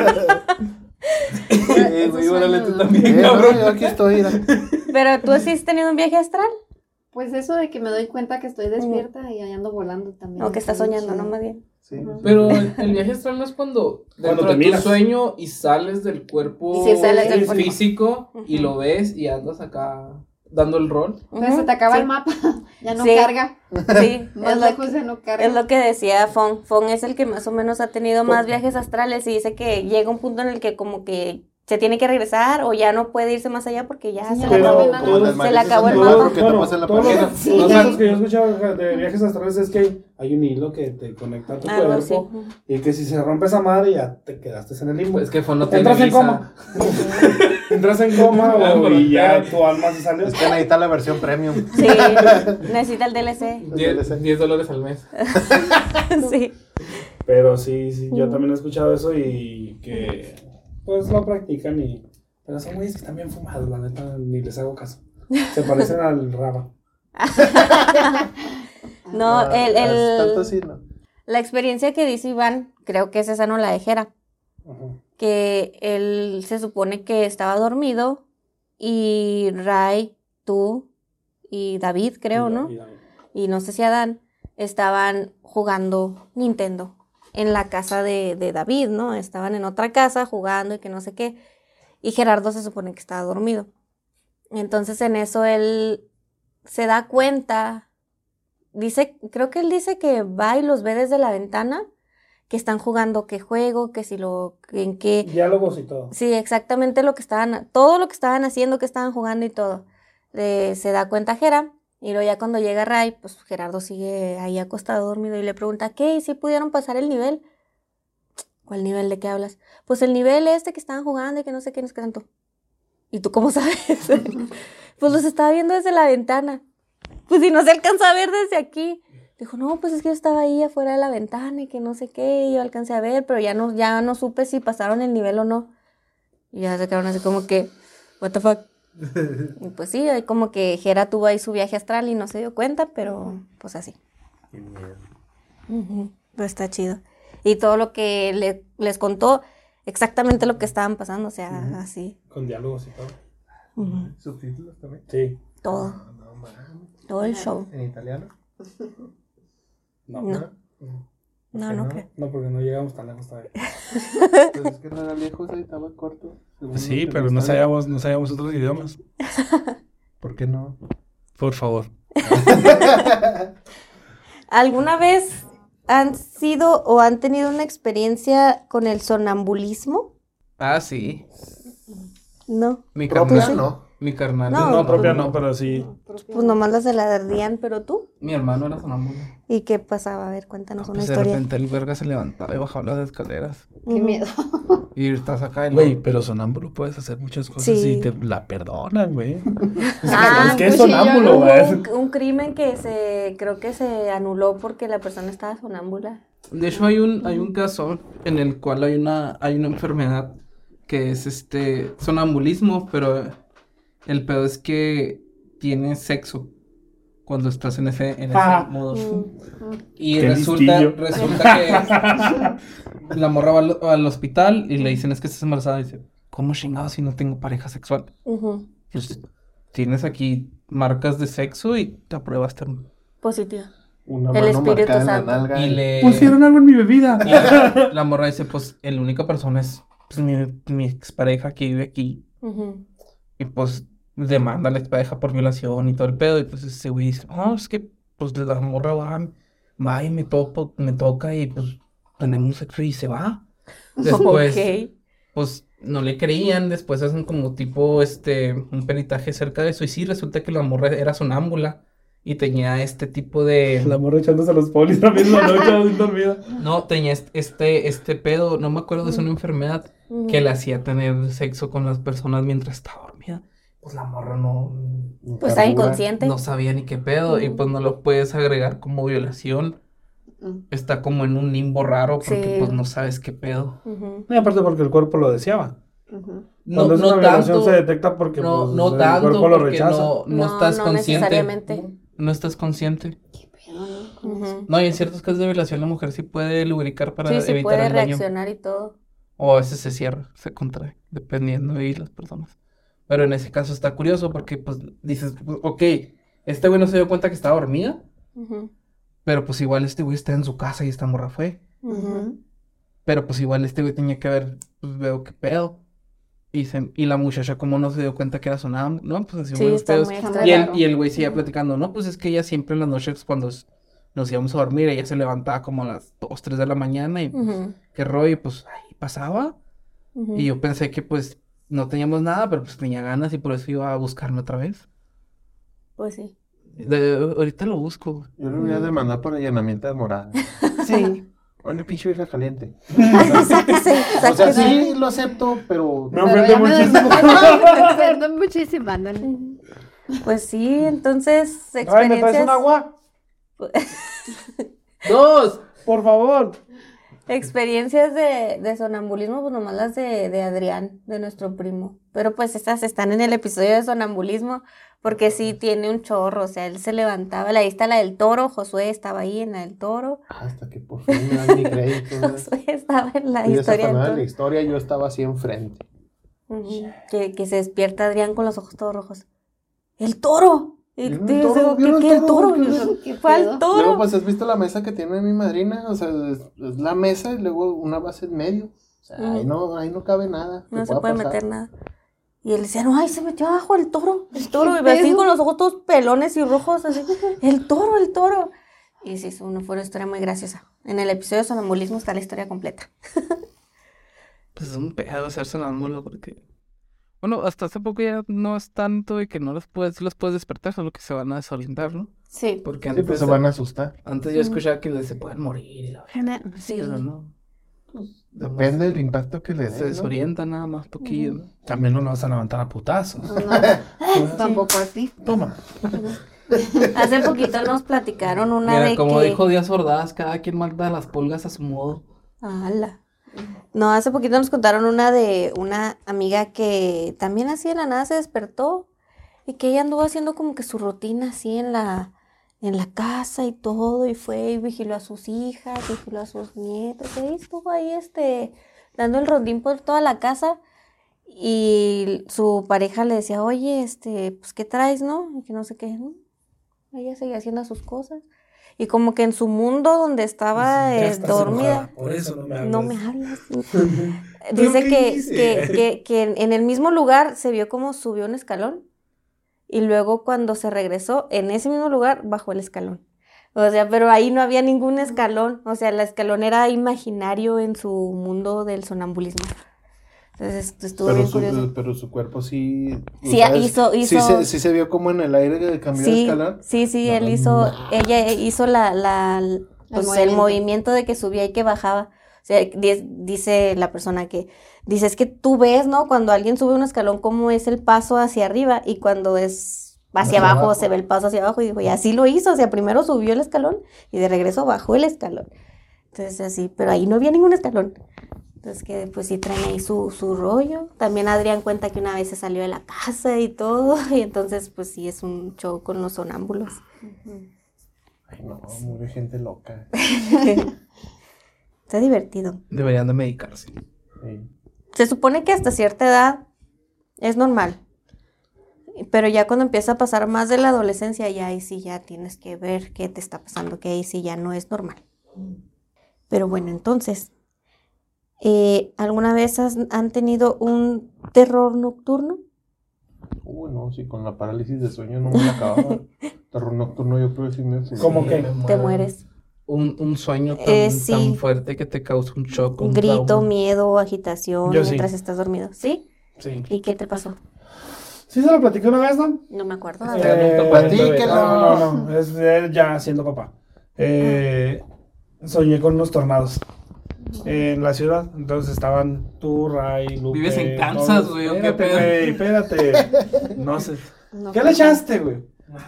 Eh, güey, órale tú Eh, también, no, cabrón. yo aquí estoy, mira. Pero tú sí has tenido un viaje astral. Pues eso de que me doy cuenta que estoy despierta y ahí ando volando también. O que estás está bien soñando, chido. ¿no? Más bien. Sí. Pero el, el viaje astral no es cuando Cuando dentro te de tu miras. sueño y sales del cuerpo Sí, sales del cuerpo. físico y Ujú. lo ves y andas acá dando el rol. Entonces Ujú, se te acaba sí. el mapa, ya no Sí. carga. Sí, Más es lo, lejos ya no carga. es lo que decía Fong. Fong es el que más o menos ha tenido Fong. más viajes astrales y dice que llega un punto en el que como que se tiene que regresar o ya no puede irse más allá porque ya Sí, se ya le no acabó cabe el nada. Como mapa. las Se le acabó el maldiciones de mapa. oro que te pasa en la todos pared. los, Sí, los ya. casos que yo he escuchado de viajes astrales es que hay un hilo que te conecta a tu Algo así. cuerpo y que si se rompe esa madre ya te quedaste en el limbo. Es que fue no tiene Entras en visa. coma. Entras en coma o, y ya tu alma se salió. Es que necesita la versión premium. Sí, necesita el D L C. diez, diez dólares al mes. Sí. Pero sí, sí, yo también he escuchado eso y que pues lo practican y... Pero son güeyes que están bien fumados, la neta, ni les hago caso. Se parecen al Raba. No, No, el, el, tanto así, no. la experiencia que dice Iván, creo que es esa, no la de Jera. Ujú. Que él se supone que estaba dormido y Ray, tú y David, creo, ¿no? Y no sé si Adán estaban jugando Nintendo en la casa de, de David, ¿no? Estaban en otra casa jugando y que no sé qué. Y Gerardo se supone que estaba dormido. Entonces en eso él se da cuenta, dice, creo que él dice que va y los ve desde la ventana, que están jugando qué juego, que si lo, en qué... Diálogos y todo. Sí, exactamente lo que estaban, todo lo que estaban haciendo, que estaban jugando y todo. Eh, se da cuenta Jera, y luego ya cuando llega Ray, pues Gerardo sigue ahí acostado dormido y le pregunta, ¿qué? ¿Y si pudieron pasar el nivel? ¿Cuál nivel? ¿De qué hablas? Pues el nivel este que estaban jugando y que no sé qué, no sé qué tanto. ¿Y tú cómo sabes? Pues los estaba viendo desde la ventana. Pues si no se alcanza a ver desde aquí. Dijo, no, pues es que yo estaba ahí afuera de la ventana y que no sé qué, y yo alcancé a ver, pero ya no, ya no supe si pasaron el nivel o no. Y ya se quedaron así como que, what the fuck. Y pues sí, ahí como que Jera tuvo ahí su viaje astral y no se dio cuenta, pero pues así. Qué miedo. Uh-huh. Pero está chido. Y todo lo que le, les contó, exactamente lo que estaban pasando, o sea, uh-huh. así. Con diálogos y todo. Uh-huh. ¿Subtítulos también? Sí. Todo. No, no, man. Todo el show. ¿En italiano? No. No. No, No, no creo. no, porque no llegamos tan lejos todavía. Pues es que no era lejos, ahí estaba corto. Sí, pero no sabíamos, no sabíamos otros idiomas. ¿Por qué no? Por favor. ¿Alguna vez han sido o han tenido una experiencia con el sonambulismo? Ah, sí. No. Mi Propia carnal. no. Mi carnal. No, No, propia no, pero sí. Pues nomás las de la de Ardían, pero tú. Mi hermano era sonámbulo. ¿Y qué pasaba? A ver, cuéntanos una Pues de historia. repente el verga se levantaba y bajaba las escaleras. Qué miedo. Y estás acá en Güey, pero sonámbulo puedes hacer muchas cosas Sí. y te la perdonan, güey. Ah, es que es cuchillo, sonámbulo, Hubo güey. un, un crimen que se, creo que se anuló porque la persona estaba sonámbula. De hecho hay un, hay un caso en el cual hay una, hay una enfermedad que es este sonambulismo, pero el peor es que tienes sexo cuando estás en ese, en ese Ah. modo. Mm. Y Qué resulta, listillo. resulta que la morra va al, al hospital y le dicen es que estás embarazada. Y dice, ¿cómo chingado si no tengo pareja sexual? Ujú. Pues tienes aquí marcas de sexo y te apruebas. Te... Positiva. Una El mano Espíritu marcada en la Santo. nalga. Y le... Pusieron algo en mi bebida. Y la, la morra dice, pues, la única persona es pues, mi, mi expareja que vive aquí. Ujú. Y pues, demanda a la expareja por violación y todo el pedo. Y pues ese güey dice, no, es que, pues, la morra va, va y me, topo, me toca y pues, tenemos sexo y se va. Después, Ok. pues, no le creían. Después hacen como tipo, este, un peritaje acerca de eso. Y sí, resulta que la morra era sonámbula. Y tenía este tipo de... La morra echándose a los polis la misma noche, así dormida. No, tenía est- este, este pedo, no me acuerdo, es una enfermedad Ujú. que le hacía tener sexo con las personas mientras estaba dormida. Pues la morra no, Pues está inconsciente. no sabía ni qué pedo y pues no lo puedes agregar como violación. Está como en un limbo raro porque Sí. pues no sabes qué pedo. Ujú. Y aparte porque el cuerpo lo deseaba. Ujú. No, Cuando es no una violación tanto, se detecta porque no, pues, no el tanto cuerpo lo porque rechaza. no, no, No, estás no consciente. necesariamente. No estás consciente. Qué pedo, ¿no? Con eso. Ujú. No, y en ciertos casos de violación la mujer sí puede lubricar para Sí, sí evitar puede el daño. reaccionar y todo. O a veces se cierra, se contrae, dependiendo de las personas. Pero en ese caso está curioso porque, pues, dices, pues, ok, este güey no se dio cuenta que estaba dormida, Ujú. pero pues igual este güey está en su casa y esta morra fue. Ujú. Pero pues igual este güey tenía que haber, pues veo qué pedo. Y, se- y la muchacha como no se dio cuenta que era sonámbula, no, pues así Sí, buenos está pedos. muy Y extraño. Claro. el, y el güey seguía platicando, no, pues es que ella siempre en las noches cuando s- nos íbamos a dormir, ella se levantaba como a las dos, tres de la mañana y pues, Ujú. qué rollo, y pues ahí pasaba. Ujú. Y yo pensé que pues no teníamos nada, pero pues tenía ganas y por eso iba a buscarme otra vez. Pues sí. De- ahorita lo busco. Yo lo voy a demandar por allanamiento de morada. Sí. Una pinche vieja caliente. Sáquese, O sea, sáquese. sí lo acepto, pero... Me Pero ofende ya me muchísimo. Me ofende muchísimo, ándale. Ujú. Pues sí, entonces, Ay, ¿me traes experiencias. un agua? ¡Dos! Por favor. Experiencias de, de sonambulismo, pues nomás las de, de Adrián, de nuestro primo. Pero pues estas están en el episodio de sonambulismo, porque sí tiene un chorro, o sea, él se levantaba, ahí está la del toro, Josué estaba ahí en la del toro. Hasta que por fin me dan mi crédito. Josué estaba en la Y historia del de toro. la historia, yo estaba así enfrente. Uh-huh. Que, que se despierta Adrián con los ojos todos rojos. ¡El toro! Y ¿Vieron te el toro? digo, ¿qué, ¿Vieron qué el el toro? toro? ¿Qué ¿Cuál pedo? toro? Luego, pues, ¿has visto la mesa que tiene mi madrina? O sea, es, es la mesa y luego una base en medio. O sea, Mm. ahí, no, ahí no cabe nada. que No se pueda puede pasar. meter nada. Y él decía, no, ay, se metió abajo el toro, el toro. ¿Qué Y ve así pedo? con los ojos todos pelones y rojos, así, el toro, el toro. Y sí, fue una, fue una historia muy graciosa. En el episodio de sonambulismo está la historia completa. Pues es un pedo ser sonámbulo porque... Bueno, hasta hace poco ya no es tanto de que no los puedes, sí los puedes despertar, solo que se van a desorientar, ¿no? Sí. Porque Sí, antes, pues se van a asustar. antes yo escuchaba que les se pueden morir y la verdad, Sí. pero no. Depende del impacto que le Se des, ¿no? desorientan nada más poquillo, ¿no? También no lo vas a levantar a putazos. No, tampoco así. Toma. Hace poquito nos platicaron una Mira, de como que... dijo Díaz Ordaz, cada quien manda las pulgas a su modo. ¡Hala! No, hace poquito nos contaron una de una amiga que también así de la nada se despertó y que ella anduvo haciendo como que su rutina así en la, en la casa y todo, y fue y vigiló a sus hijas, vigiló a sus nietos, y ahí estuvo ahí este, dando el rondín por toda la casa, y su pareja le decía, oye, este, pues, ¿qué traes, no? Y que no sé qué, ¿no? Ella seguía haciendo sus cosas, y como que en su mundo donde estaba Ya eh, estás dormida, enojada, por eso no me hablas. no me hablas. Dice qué que, hice? que, que, que en, en el mismo lugar se vio como subió un escalón y luego cuando se regresó, en ese mismo lugar bajó el escalón. O sea, pero ahí no había ningún escalón. O sea, el escalón era imaginario en su mundo del sonambulismo. Entonces estuvo Pero bien su, curioso. pero su cuerpo sí... Sí, ¿sabes? hizo- Sí hizo- se, sí se vio como en el aire que cambió de Sí, escalón. sí, sí, No, él hizo, ma- ella hizo la, la, pues, el movimiento. movimiento de que subía y que bajaba. O sea, di- dice la persona que, dice, es que tú ves, ¿no? Cuando alguien sube un escalón, cómo es el paso hacia arriba y cuando es hacia, Hacia abajo, abajo. se ve el paso hacia abajo. Y dijo, y así lo hizo, o sea, primero subió el escalón y de regreso bajó el escalón. Entonces así, pero ahí no había ningún escalón. Entonces que pues sí traen ahí su, su rollo. También Adrián cuenta que una vez se salió de la casa y todo. Y entonces pues sí es un show con los sonámbulos. Ay, no, muere gente loca. Está divertido. Deberían de medicarse. Sí. Se supone que hasta cierta edad es normal. Pero ya cuando empieza a pasar más de la adolescencia, ya ahí sí ya tienes que ver qué te está pasando, que ahí sí ya no es normal. Pero bueno, entonces, eh, ¿alguna vez has- han tenido un terror nocturno? Uy, no, sí, con la parálisis de sueño no me la acababa. Terror nocturno yo creo que sí me... ¿Cómo Sí, qué? me Te muero. mueres. Un, un sueño tan, Eh, sí. tan fuerte que te causa un shock, un Grito, trauma. miedo, agitación, Yo sí. mientras estás dormido. ¿Sí? Sí. ¿Y qué te pasó? Sí se lo platiqué una vez, ¿no? No me acuerdo. Eh, Eh, platíquelo. No, no, no, es de él ya siendo papá. Eh, soñé con unos tornados en la ciudad. Entonces estaban tú, Ray, Lupe. ¿Vives en Kansas, todos. güey, o qué Espérate, pedo? güey, espérate. No sé. No, ¿Qué le echaste, güey?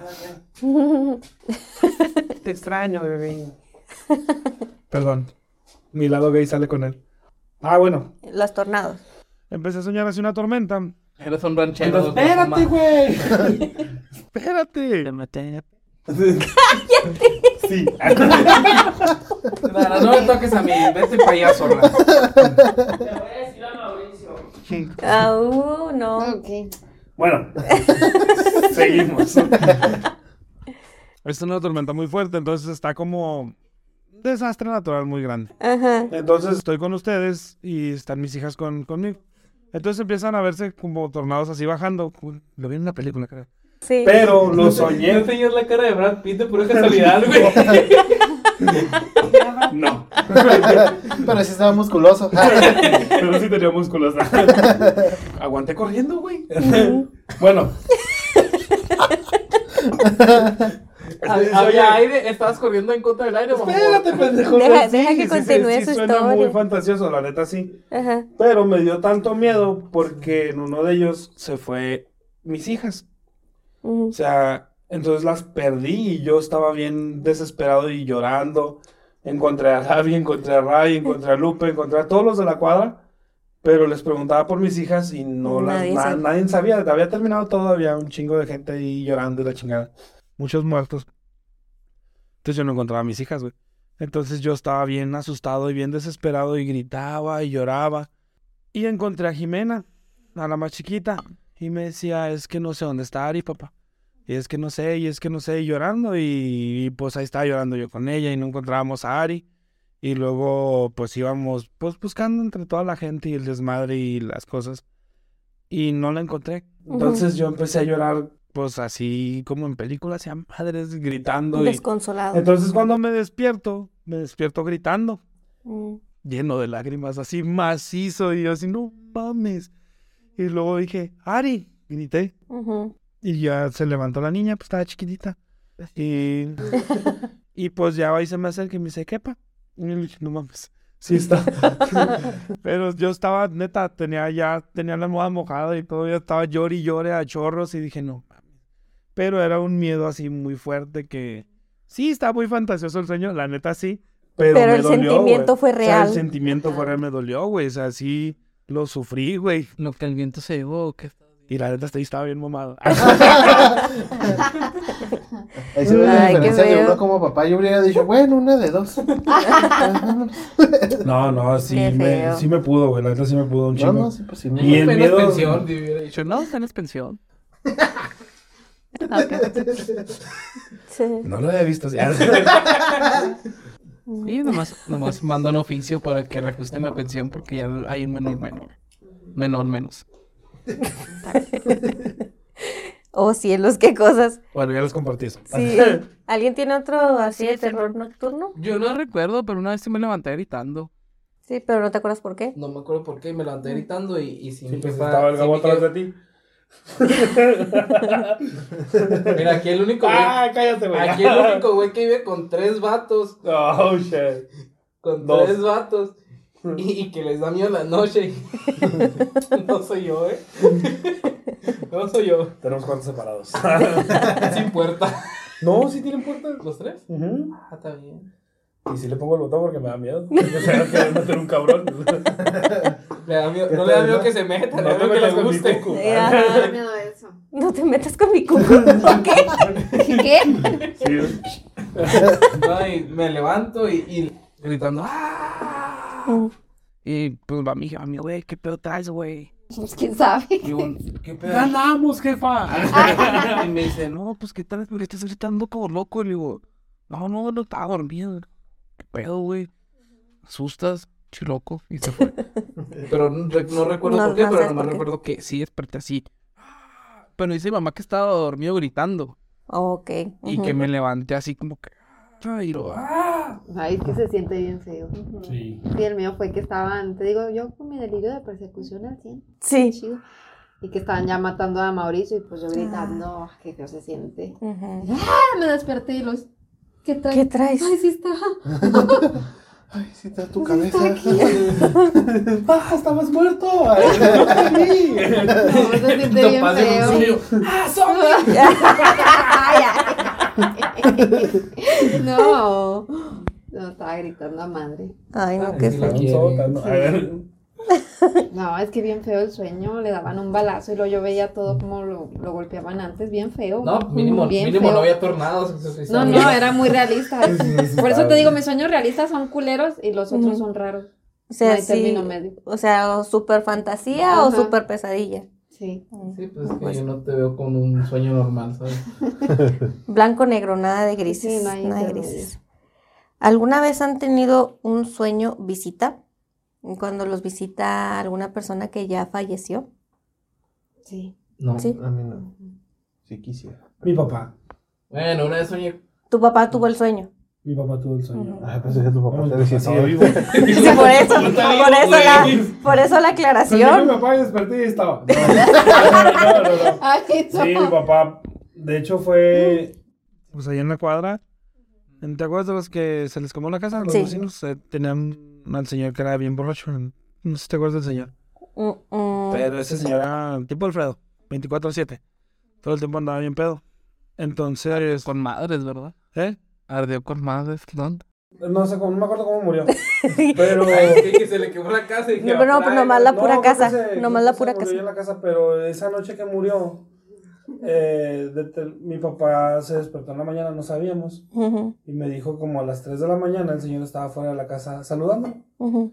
Te extraño, bebé. Perdón. Mi lado gay sale con él. Ah, bueno. Los tornados. Empecé a soñar hacia una tormenta. Eres un ranchero. Entonces, espérate, güey. espérate. Te maté. Sí. No, no me toques a mí, vete para allá sola. Ah, uh, no. Ok. Bueno, seguimos. Es una tormenta muy fuerte, entonces está como un desastre natural muy grande. Ajá. Entonces estoy con ustedes y están mis hijas con, conmigo. Entonces empiezan a verse como tornados así bajando. Lo vi en una película, creo. Sí. Pero lo No soñé. tenías la cara de Brad Pitt de pura casualidad, güey. No. Pero sí estaba musculoso. Pero sí tenía músculos. Aguanté corriendo, güey. Bueno. Había aire, estabas corriendo en contra del aire, mamón. Espérate, pendejo. Deja- Sí, deja que sí, continúe sí, su sí, suena historia. muy fantasioso, la neta sí. Ajá. Pero me dio tanto miedo porque en uno de ellos se fue mis hijas. O Ujú. sea, entonces las perdí y yo estaba bien desesperado y llorando. encontré a Gaby, encontré a Ray, encontré a Lupe, encontré a todos los de la cuadra, pero les preguntaba por mis hijas y no las, Nadie na- sabe. nadie sabía, había terminado todo, había un chingo de gente ahí llorando y la chingada, muchos muertos. Entonces yo no encontraba a mis hijas, güey. Entonces yo estaba bien asustado y bien desesperado y gritaba y lloraba. Y encontré a Jimena, a la más chiquita, y me decía, es que no sé dónde está Ari, papá. Y es que no sé, y es que no sé, y llorando, y, y pues ahí estaba llorando yo con ella, y no encontrábamos a Ari. Y luego pues íbamos pues buscando entre toda la gente y el desmadre y las cosas. Y no la encontré. Entonces yo empecé a llorar pues así como en películas, ya madres, gritando. Y... Desconsolado. Entonces cuando me despierto, me despierto gritando, Mm. lleno de lágrimas, así macizo, y yo así, no mames. Y luego dije, Ari, grité. Ujú. Y ya se levantó la niña, pues estaba chiquitita. Y, y pues ya ahí se me acerca y me dice, ¿qué pa? Y yo le dije, no mames, sí está. Pero yo estaba, neta, tenía ya, tenía la almohada mojada y todo, ya estaba llore y llore a chorros y dije, no mames. Pero era un miedo así muy fuerte que, sí, estaba muy fantasioso el sueño, la neta sí. Pero, Pero me el dolió, sentimiento güey. fue O sea, real. el sentimiento fue real, me dolió, güey. O sea, sí lo sufrí, güey. Lo que el viento se llevó, ¿qué? Y la neta, ahí estaba bien mamado. Ahí se ve la Ay, qué diferencia de feo. uno como papá. Yo hubiera dicho, bueno, una de dos. No, no, sí Qué me, feo. sí me pudo, güey. La neta sí me pudo un No, chingo. no, sí, pues sí. Y el Menos miedo- pensión, te hubiera dicho. Dicho, no, tenés pensión. Sí. No lo había visto. Sí. Y nomás, nomás mandan oficio para que reajusten la pensión porque ya hay un menor menor. Menor menos. Oh, cielos, qué cosas. Bueno, ya les compartí eso. Sí. ¿Alguien tiene otro así de terror nocturno? Yo no recuerdo, pero una vez sí me levanté gritando. Sí, pero no te acuerdas por qué. No me acuerdo por qué, me levanté gritando y, y sí, Sí, mi pues jefa- estaba el sí, Gabo mi atrás jefa- de ti. Mira, aquí el único güey, Ah, cállate, güey. aquí el único güey que vive con tres vatos, Oh, shit. con Dos. tres vatos, y, y que les da miedo la noche. No soy yo, eh. No soy yo. Tenemos cuartos separados. Sin puerta. No, sí tienen puertas. ¿Los tres? Ujú. Ah, está bien. Y sí le pongo el botón porque me da miedo. Yo sé que meter un cabrón. Le da miedo- no le da miedo que se meta, le No da te miedo que metas les con mi guste. cucu. Sí, Ah, ajá. me da miedo eso. No te metas con mi cuco. ¿Por qué? ¿Qué? Sí. No, y me levanto y, y gritando, ¡ah! Y pues va mi jefa, mi güey, ¿qué pedo traes, güey? Pues quién sabe. Y yo, ¿Qué pedo? ¡Ganamos, jefa! y me dice, no, pues ¿qué tal? ¿Por qué estás gritando como loco? Y le digo, no, no, no estaba dormido. ¿Qué pedo, güey? ¿Asustas? Chiloco. Y se fue. Pero no, re- no recuerdo No, por qué, no pero sabes nomás por qué. recuerdo que Que sí desperté así. Pero dice mi mamá que estaba dormido gritando. Ok. Y ujú. que me levanté así como que. Y lo, ¡ah! Ay, es que se siente bien feo. Sí. Sí, el mío fue que estaban, te digo, yo con mi delirio de persecución al cien. Sí. Chido. Y que estaban ya matando a Mauricio y pues yo gritando, ah, qué feo se siente. Ujú. Ah, me desperté y los, ¿qué traes? ¿Qué traes? Ay, sí está. Ay, sí, está tu Sí cabeza. está aquí. ¡Ah, estabas muerto! Ay, no te vi. No, se siente bien Papá de feo. Rosario, ¡ah, zombie! Ay, ay. No. No, estaba gritando a madre. Ay, no, Ah, qué sí la feo. Un quiere. sótano. A ver. No, es que bien feo el sueño. Le daban un balazo y luego yo veía todo como lo, lo golpeaban antes. Bien feo. No, mínimo, Bien mínimo feo. no había tornados. eso sí No, estaba no, bien. era muy realista. Por eso te digo, mis sueños realistas son culeros y los otros Ujú. son raros. O sea, No hay sí. término medio. O sea, o super fantasía o Ajá. super pesadilla. Sí. Sí, pues es que Pues, yo no te veo con un sueño normal, ¿sabes? blanco, negro, nada de grises. Sí, no hay nada de intermedio. grises. ¿Alguna vez han tenido un sueño visita? Cuando los visita alguna persona que ya falleció. Sí. No. Sí. A mí no. Sí quisiera. Mi papá. Bueno, una vez soñé. Tu papá tuvo el sueño. Mi papá tuvo el sueño. Ay, pensé que tu papá Bueno, te mi papá visitó. sigue vivo. Sí, por eso, por eso la, por eso la Soñé con mi aclaración. papá y desperté y estaba. No, no, no, no, no. Ay, no. Sí, mi papá. De hecho fue. Pues ahí en la cuadra. ¿Te acuerdas de los que se les quemó la casa? Los Sí. vecinos eh, tenían al señor que era bien borracho. No sé si te acuerdas del señor. Mm, mm. Pero ese señor era tipo Alfredo, veinticuatro siete. Todo el tiempo andaba bien pedo. Entonces, Con madres, ¿verdad? ¿eh? Ardió con madres, ¿dónde? No sé, cómo, no me acuerdo cómo murió. Pero. Ay, que se le quemó la casa y que. No, no, pero nomás la pura no, casa. Se, nomás la se pura murió casa. En la casa, pero esa noche que murió, eh, de, de, mi papá se despertó en la mañana, no sabíamos. Uh-huh. Y me dijo como a las tres de la mañana el señor estaba fuera de la casa saludando. Uh-huh.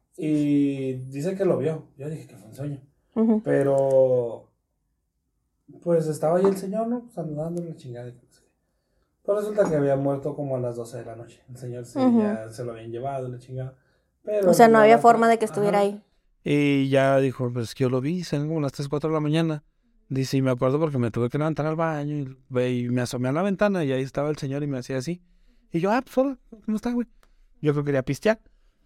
Y dice que lo vio. Yo dije que fue un sueño. Uh-huh. Pero. Pues estaba ahí el señor, ¿no? Saludando la chingada. Pero resulta que había muerto como a las doce de la noche. El señor se, uh-huh. ya se lo habían llevado, la chingada. Pero o sea, no había la... forma de que estuviera Ajá. ahí. Y ya dijo, pues que yo lo vi, eran como las tres, cuatro de la mañana. Dice, y me acuerdo porque me tuve que levantar al baño y, y me asomé a la ventana y ahí estaba el señor y me hacía así. Y yo, ah, pues hola, ¿cómo está, güey? Yo creo que quería pistear.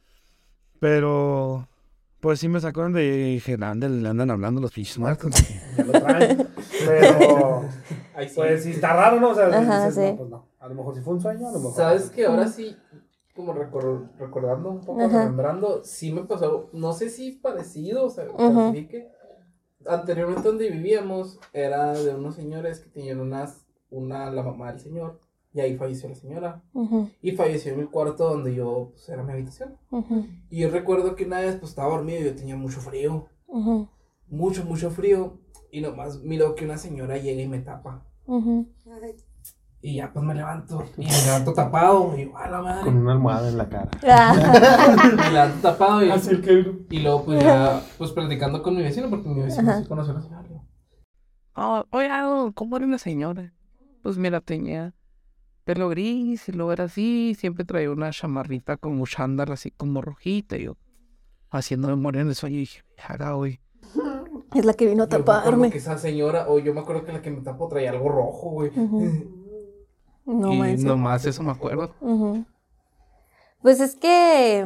Pero... Pues sí me sacó donde dije, ande, le andan hablando los pinches muertos. Ya lo traen. Pero, pues sí está raro, ¿no? O sea, Ajá, dices, sí. no, pues no. A lo mejor sí fue un sueño, a lo mejor. ¿Sabes que ahora sí, como recor- recordando un poco, Ajá. remembrando, sí me pasó, no sé si parecido, o sea, uh-huh. que anteriormente donde vivíamos era de unos señores que tenían unas, una, la mamá del señor. Y ahí falleció la señora. Uh-huh. Y falleció en el cuarto donde yo, pues, era mi habitación. Uh-huh. Y yo recuerdo que una vez, pues, estaba dormido y yo tenía mucho frío. Uh-huh. Mucho, mucho frío. Y nomás miro que una señora llega y me tapa. Uh-huh. Y ya, pues, me levanto. Y me levanto tapado. Y yo, a la madre. Con una almohada en la cara. Me levanto tapado. Y, y luego, pues, ya, pues, platicando con mi vecino. Porque mi vecino uh-huh. sí conoció a la señora. Oh, oye, ¿cómo era una señora? Pues, mira, tenía... pelo gris, y luego era así, siempre traía una chamarrita como chándal, así como rojita, y yo, haciendo memoria en el sueño, y dije, haga hoy. Es la que vino a taparme. Que esa señora, o yo me acuerdo que la que me tapó traía algo rojo, güey. Uh-huh. No y más. nomás eso me acuerdo. Uh-huh. Pues es que,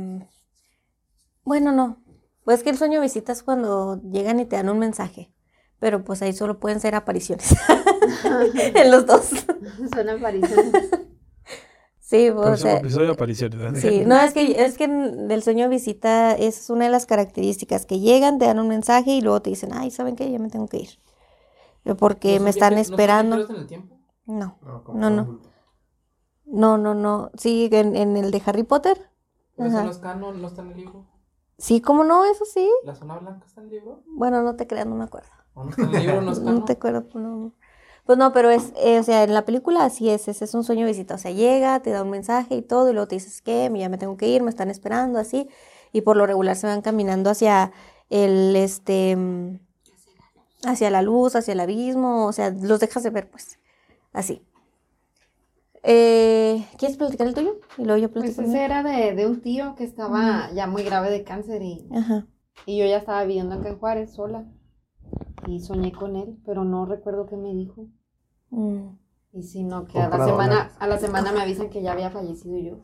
bueno, no, pues es que el sueño visita es cuando llegan y te dan un mensaje. Pero pues ahí solo pueden ser apariciones. En los dos. Son apariciones. Sí, pues, o sea, episodio de apariciones, ¿verdad? Sí, no, es que, es que el sueño visita es una de las características, que llegan, te dan un mensaje y luego te dicen, ay, ¿saben qué? Ya me tengo que ir. Porque ¿No me están que, esperando. ¿No son en el tiempo? No, no, no. No, no, no. Sí, en, en el de Harry Potter. ¿Pero eso no está, no, no está en el libro? Sí, ¿cómo no? Eso sí. ¿La zona blanca está en el libro? Bueno, no te creas, no me acuerdo. ¿No está en el libro? No está, no te acuerdo, no. Pues no, pero es, eh, o sea, en la película así es, ese es un sueño visita, o sea, llega, te da un mensaje y todo, y luego te dices que ya me tengo que ir, me están esperando, así, y por lo regular se van caminando hacia el, este, hacia la luz, hacia el abismo, o sea, los dejas de ver, pues, así. Eh, ¿Quieres platicar el tuyo? Y luego yo platico. Pues ese era de, de un tío que estaba uh-huh. ya muy grave de cáncer y, Ajá. y yo ya estaba viviendo acá en Juárez sola. Y soñé con él, pero no recuerdo qué me dijo. Mm. Y si no, que a la, semana, a la semana me avisan que ya había fallecido y yo.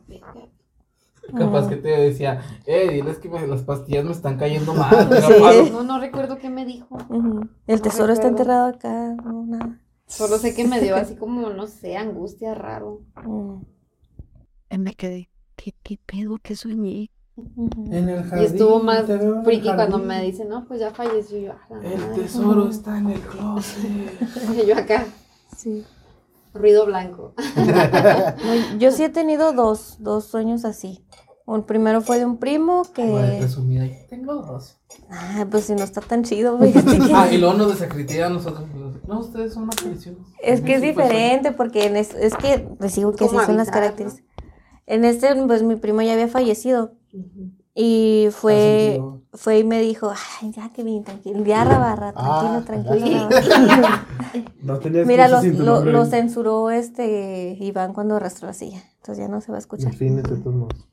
Capaz que te decía, eh, diles que me, las pastillas me están cayendo mal. Sí. No, no recuerdo qué me dijo. Uh-huh. El no tesoro recuerdo. Está enterrado acá, no, nada. Solo sé que me dio así como, no sé, angustia, raro. Mm. Me quedé, ¿qué, qué pedo que soñé? Uh-huh. En el jardín, y estuvo más friki cuando me dice, no, pues ya falleció. Yo, ah, el madre. Tesoro uh-huh. está en el closet. Y yo acá. Sí. Ruido blanco. No, yo sí he tenido dos, dos sueños así. El primero fue de un primo que... Bueno, resumida, yo tengo dos. Ah, pues si no está tan chido, fíjate que... Ah, y luego nos desacreditan a nosotros. No, ustedes son apariciones. Es que es diferente, porque en es, es que, les digo que así son las características. En este, pues mi primo ya había fallecido. Uh-huh. Y fue, fue y me dijo, ay, ya que bien, tranquilo, ya Rabarra, tranquilo, ah, tranquilo. No tenías Mira, lo, lo, lo censuró este Iván cuando arrastró la silla, entonces ya no se va a escuchar. En fin, de todos modos.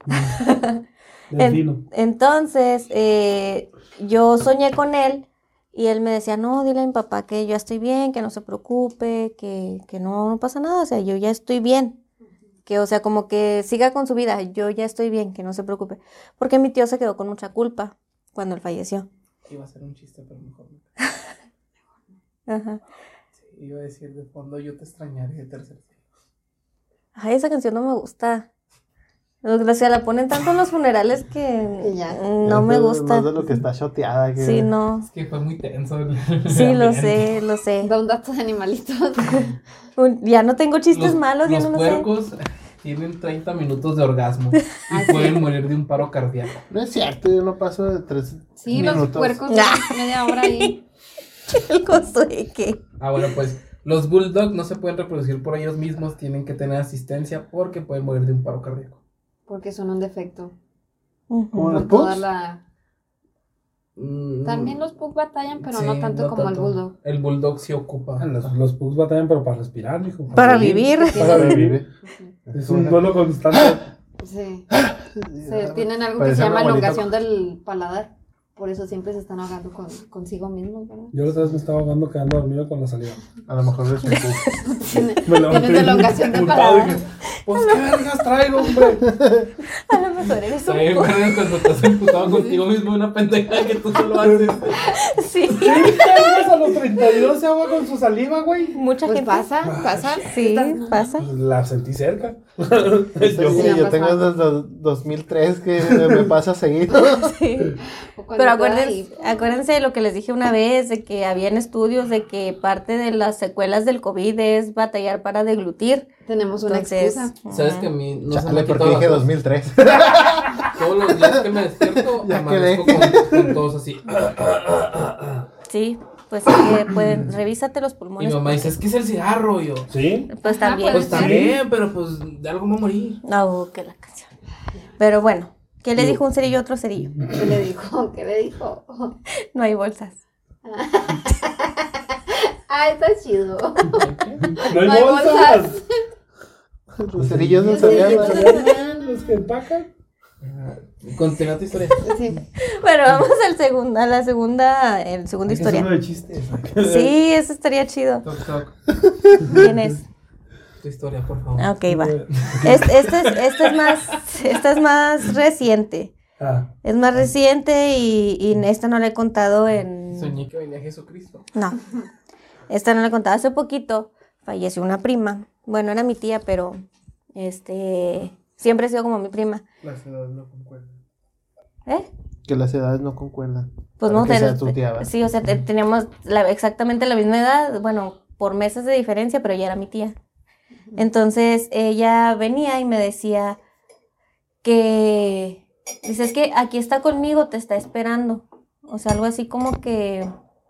en, entonces, eh, yo soñé con él y él me decía, no, dile a mi papá que yo estoy bien, que no se preocupe, que, que no, no pasa nada, o sea, yo ya estoy bien. Que, o sea, como que siga con su vida, yo ya estoy bien, que no se preocupe. Porque mi tío se quedó con mucha culpa cuando él falleció. Iba a ser un chiste, pero mejor no. Ajá. Sí, iba a decir de fondo, yo te extrañaré de tercer cielo. Ay, esa canción no me gusta. O sea, la ponen tanto en los funerales que ya. no me gusta. No es de lo que está shoteada. Que... Sí, no. Es que fue muy tenso. Sí, lo sé, lo sé. Da un dato de animalitos. Ya no tengo chistes los, malos, los ya no puercos. lo sé. tienen treinta minutos de orgasmo y pueden morir de un paro cardíaco. No es cierto, yo no paso de tres Sí, minutos. los puercos de media hora ahí. El costo de qué. Ah, bueno, pues los bulldogs no se pueden reproducir por ellos mismos, tienen que tener asistencia porque pueden morir de un paro cardíaco. Porque son un defecto. ¿Como los Por toda pugs? la... Mm, También los pugs batallan, pero sí, no tanto no como tanto. el bulldog. El bulldog sí ocupa. Ah, Los, los pugs batallan, pero para respirar, mijo. Para vivir. Para vivir. Es un duelo constante. Sí. Se tienen algo que Parece se llama abuelito. elongación del paladar. Por eso siempre se están ahogando con, consigo mismos, ¿verdad? Yo la otra vez me estaba ahogando quedando dormido con la saliva. A lo mejor es un pug. Tiene- Me levanté Tienes elongación del emputado y paladar. dije, pues qué vergas traigo, hombre. A lo mejor eres Está bien, un verga, cuando estás emputado contigo mismo, una pendejada que tú solo haces. Sí. ¿Qué vergas a los treinta y dos se ahoga con su saliva, güey? Mucha Pues gente. pasa, pasa. Sí, pasa. Pues la sentí cerca. Yo, Sí, yo ha tengo pasado. desde el dos mil tres que me pasa seguido. Sí. O cuando Pero te da acuérdense, ahí, acuérdense de lo que les dije una vez, de que habían estudios de que parte de las secuelas del COVID es batallar para deglutir. tenemos una Entonces, excusa. ¿Sabes que a mí no se me Chale, ha porque quitado dije la tos? dos mil tres. Todos los días que me despierto, Ya amanezco quedé. con, con tos así. sí, pues sí que pueden, revísate los Y pulmones. mi mamá dice, es que es el cigarro, y yo. ¿Sí? Pues Ajá, también. Pues ser. también, pero pues de algo me morí. No, que la canción. Pero bueno, ¿qué le dijo un cerillo a otro cerillo? ¿Qué le dijo? ¿Qué le dijo? No hay bolsas. Ah, está chido. No hay No hay bolsas. Los cerillos no Los sabían. cerillos no sabían. Los que empacan. Continúa tu historia. Sí. Bueno, vamos al segundo, a la segunda, el segunda Es que es uno historia. de chistes. Sí, eso estaría chido. Toc, toc. ¿Quién es? Tu historia, por favor. Ah, ok, va. Este, este, es, este es más, esta es más reciente. Ah, Es más reciente y, y esta no la he contado en... Soñé que venía Jesucristo. No, esta no la he contado hace poquito. Falleció una prima. Bueno, era mi tía, pero este siempre ha sido como mi prima. Las edades no concuerdan. ¿Eh? Que las edades no concuerdan. Pues Para no, que ten- sea tu tía, ¿va? sí, o sea, te- teníamos la- exactamente la misma edad, bueno, por meses de diferencia, pero ella era mi tía. Entonces ella venía y me decía que, dice, es que aquí está conmigo, te está esperando. O sea, algo así como que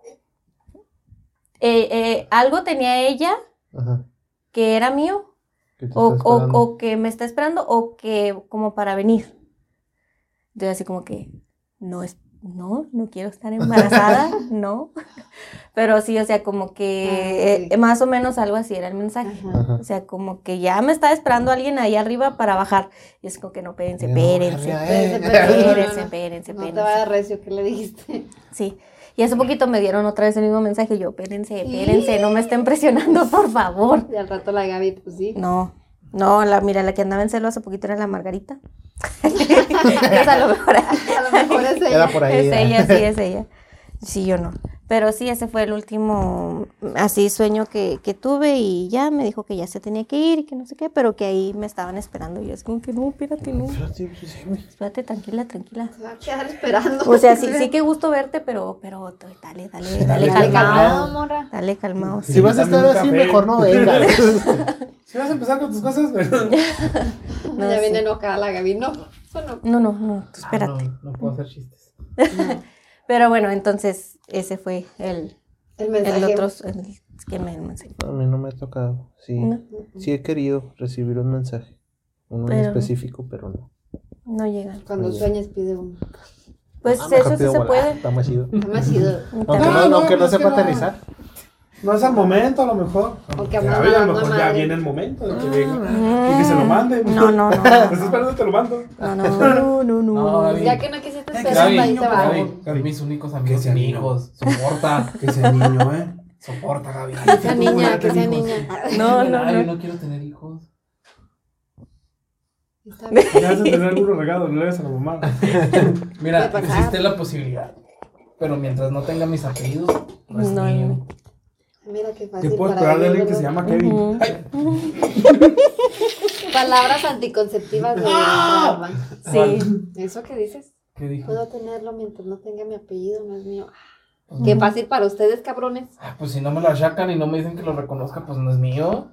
eh, eh, algo tenía ella Ajá. que era mío, Que te o, está o, esperando. o que me está esperando, o que como para venir. Entonces así como que, no es, no, no quiero estar embarazada, no. Pero sí, o sea, como que Ah, sí. eh, más o menos algo así era el mensaje. Ajá. Ajá. O sea, como que ya me estaba esperando alguien ahí arriba para bajar. Y es como que no, espérense, Eh, no, espérense, ya, Espérense, eh. espérense, no, espérense, no. espérense, No te espérense. va a dar recio, ¿qué le dijiste? Sí. Y hace poquito me dieron otra vez el mismo mensaje. Yo, espérense, espérense, no me estén presionando, por favor. Y al rato la Gaby, pues sí. No, no, la, mira, la que andaba en celo hace poquito era la Margarita. Entonces, a lo mejor A lo mejor es ella. Era por ahí. es ¿eh? ella, sí, es ella. Sí, yo no. Pero sí, ese fue el último, así, sueño que, que tuve y ya me dijo que ya se tenía que ir y que no sé qué, pero que ahí me estaban esperando. Y yo es como que no, espérate, no. Espérate, pues, sí, güey. Espérate, tranquila, tranquila. Se va a quedar esperando. O sea, sí, sí que gusto verte, pero, pero, dale, dale, dale, Dale calmado. calmado, morra. Dale, calmado. Si vas a estar Dame un así, café. mejor no vengas. si vas a empezar con tus cosas, pero... ya sí. viene enojada la Gaby. No, eso no. No, no, no, tú Ah, espérate. no, no puedo hacer chistes. Pero bueno, entonces ese fue el, El mensaje. el otro, el, que me mensaje. A mí no me ha tocado. Sí, No. sí he querido recibir un mensaje. Uno en Pero- específico, pero no. No llega. Cuando Oye. sueñas pide uno. Pues Ah, mejor eso sí pido se volar, puede. Está más chido. Está más chido. Aunque También. no, no, aunque no es que sepa no. aterrizar. No es al momento, a lo mejor. O que a a ver, a lo mamá, mejor mamá, ya madre. viene el momento de que Ah. venga. Y que se lo manden. No, no, no. Estás esperando, te lo mando. No, no, no, no, No, no. Gaby. Ya que no quisiste Gaby, esperar, ahí Gaby, te va. Gaby, Gaby, mis únicos amigos sea son niño. hijos. Soporta, Que sea niño, ¿eh? soporta, Gaby. Que sea Tú niña, muérete, que sea hijos. niña. No, no, Ay, no. no quiero tener hijos. Está bien. Ya vas a tener algunos regalos, no le des a la mamá. Mira, Puede pasar. existe la posibilidad. Pero mientras no tenga mis apellidos, no es No, mío. Mira qué ¿Qué fácil puedo para esperar de ellos, alguien que se ¿verdad? llama Kevin? Ujú. Ay, Palabras anticonceptivas de ¡Ah! Alma. Sí. ¿Eso qué dices? ¿Qué dijo? Puedo tenerlo mientras no tenga mi apellido, no es mío. Pues Qué no. fácil para ustedes, cabrones. Ah, pues si no me lo achacan y no me dicen que lo reconozca, pues no es mío.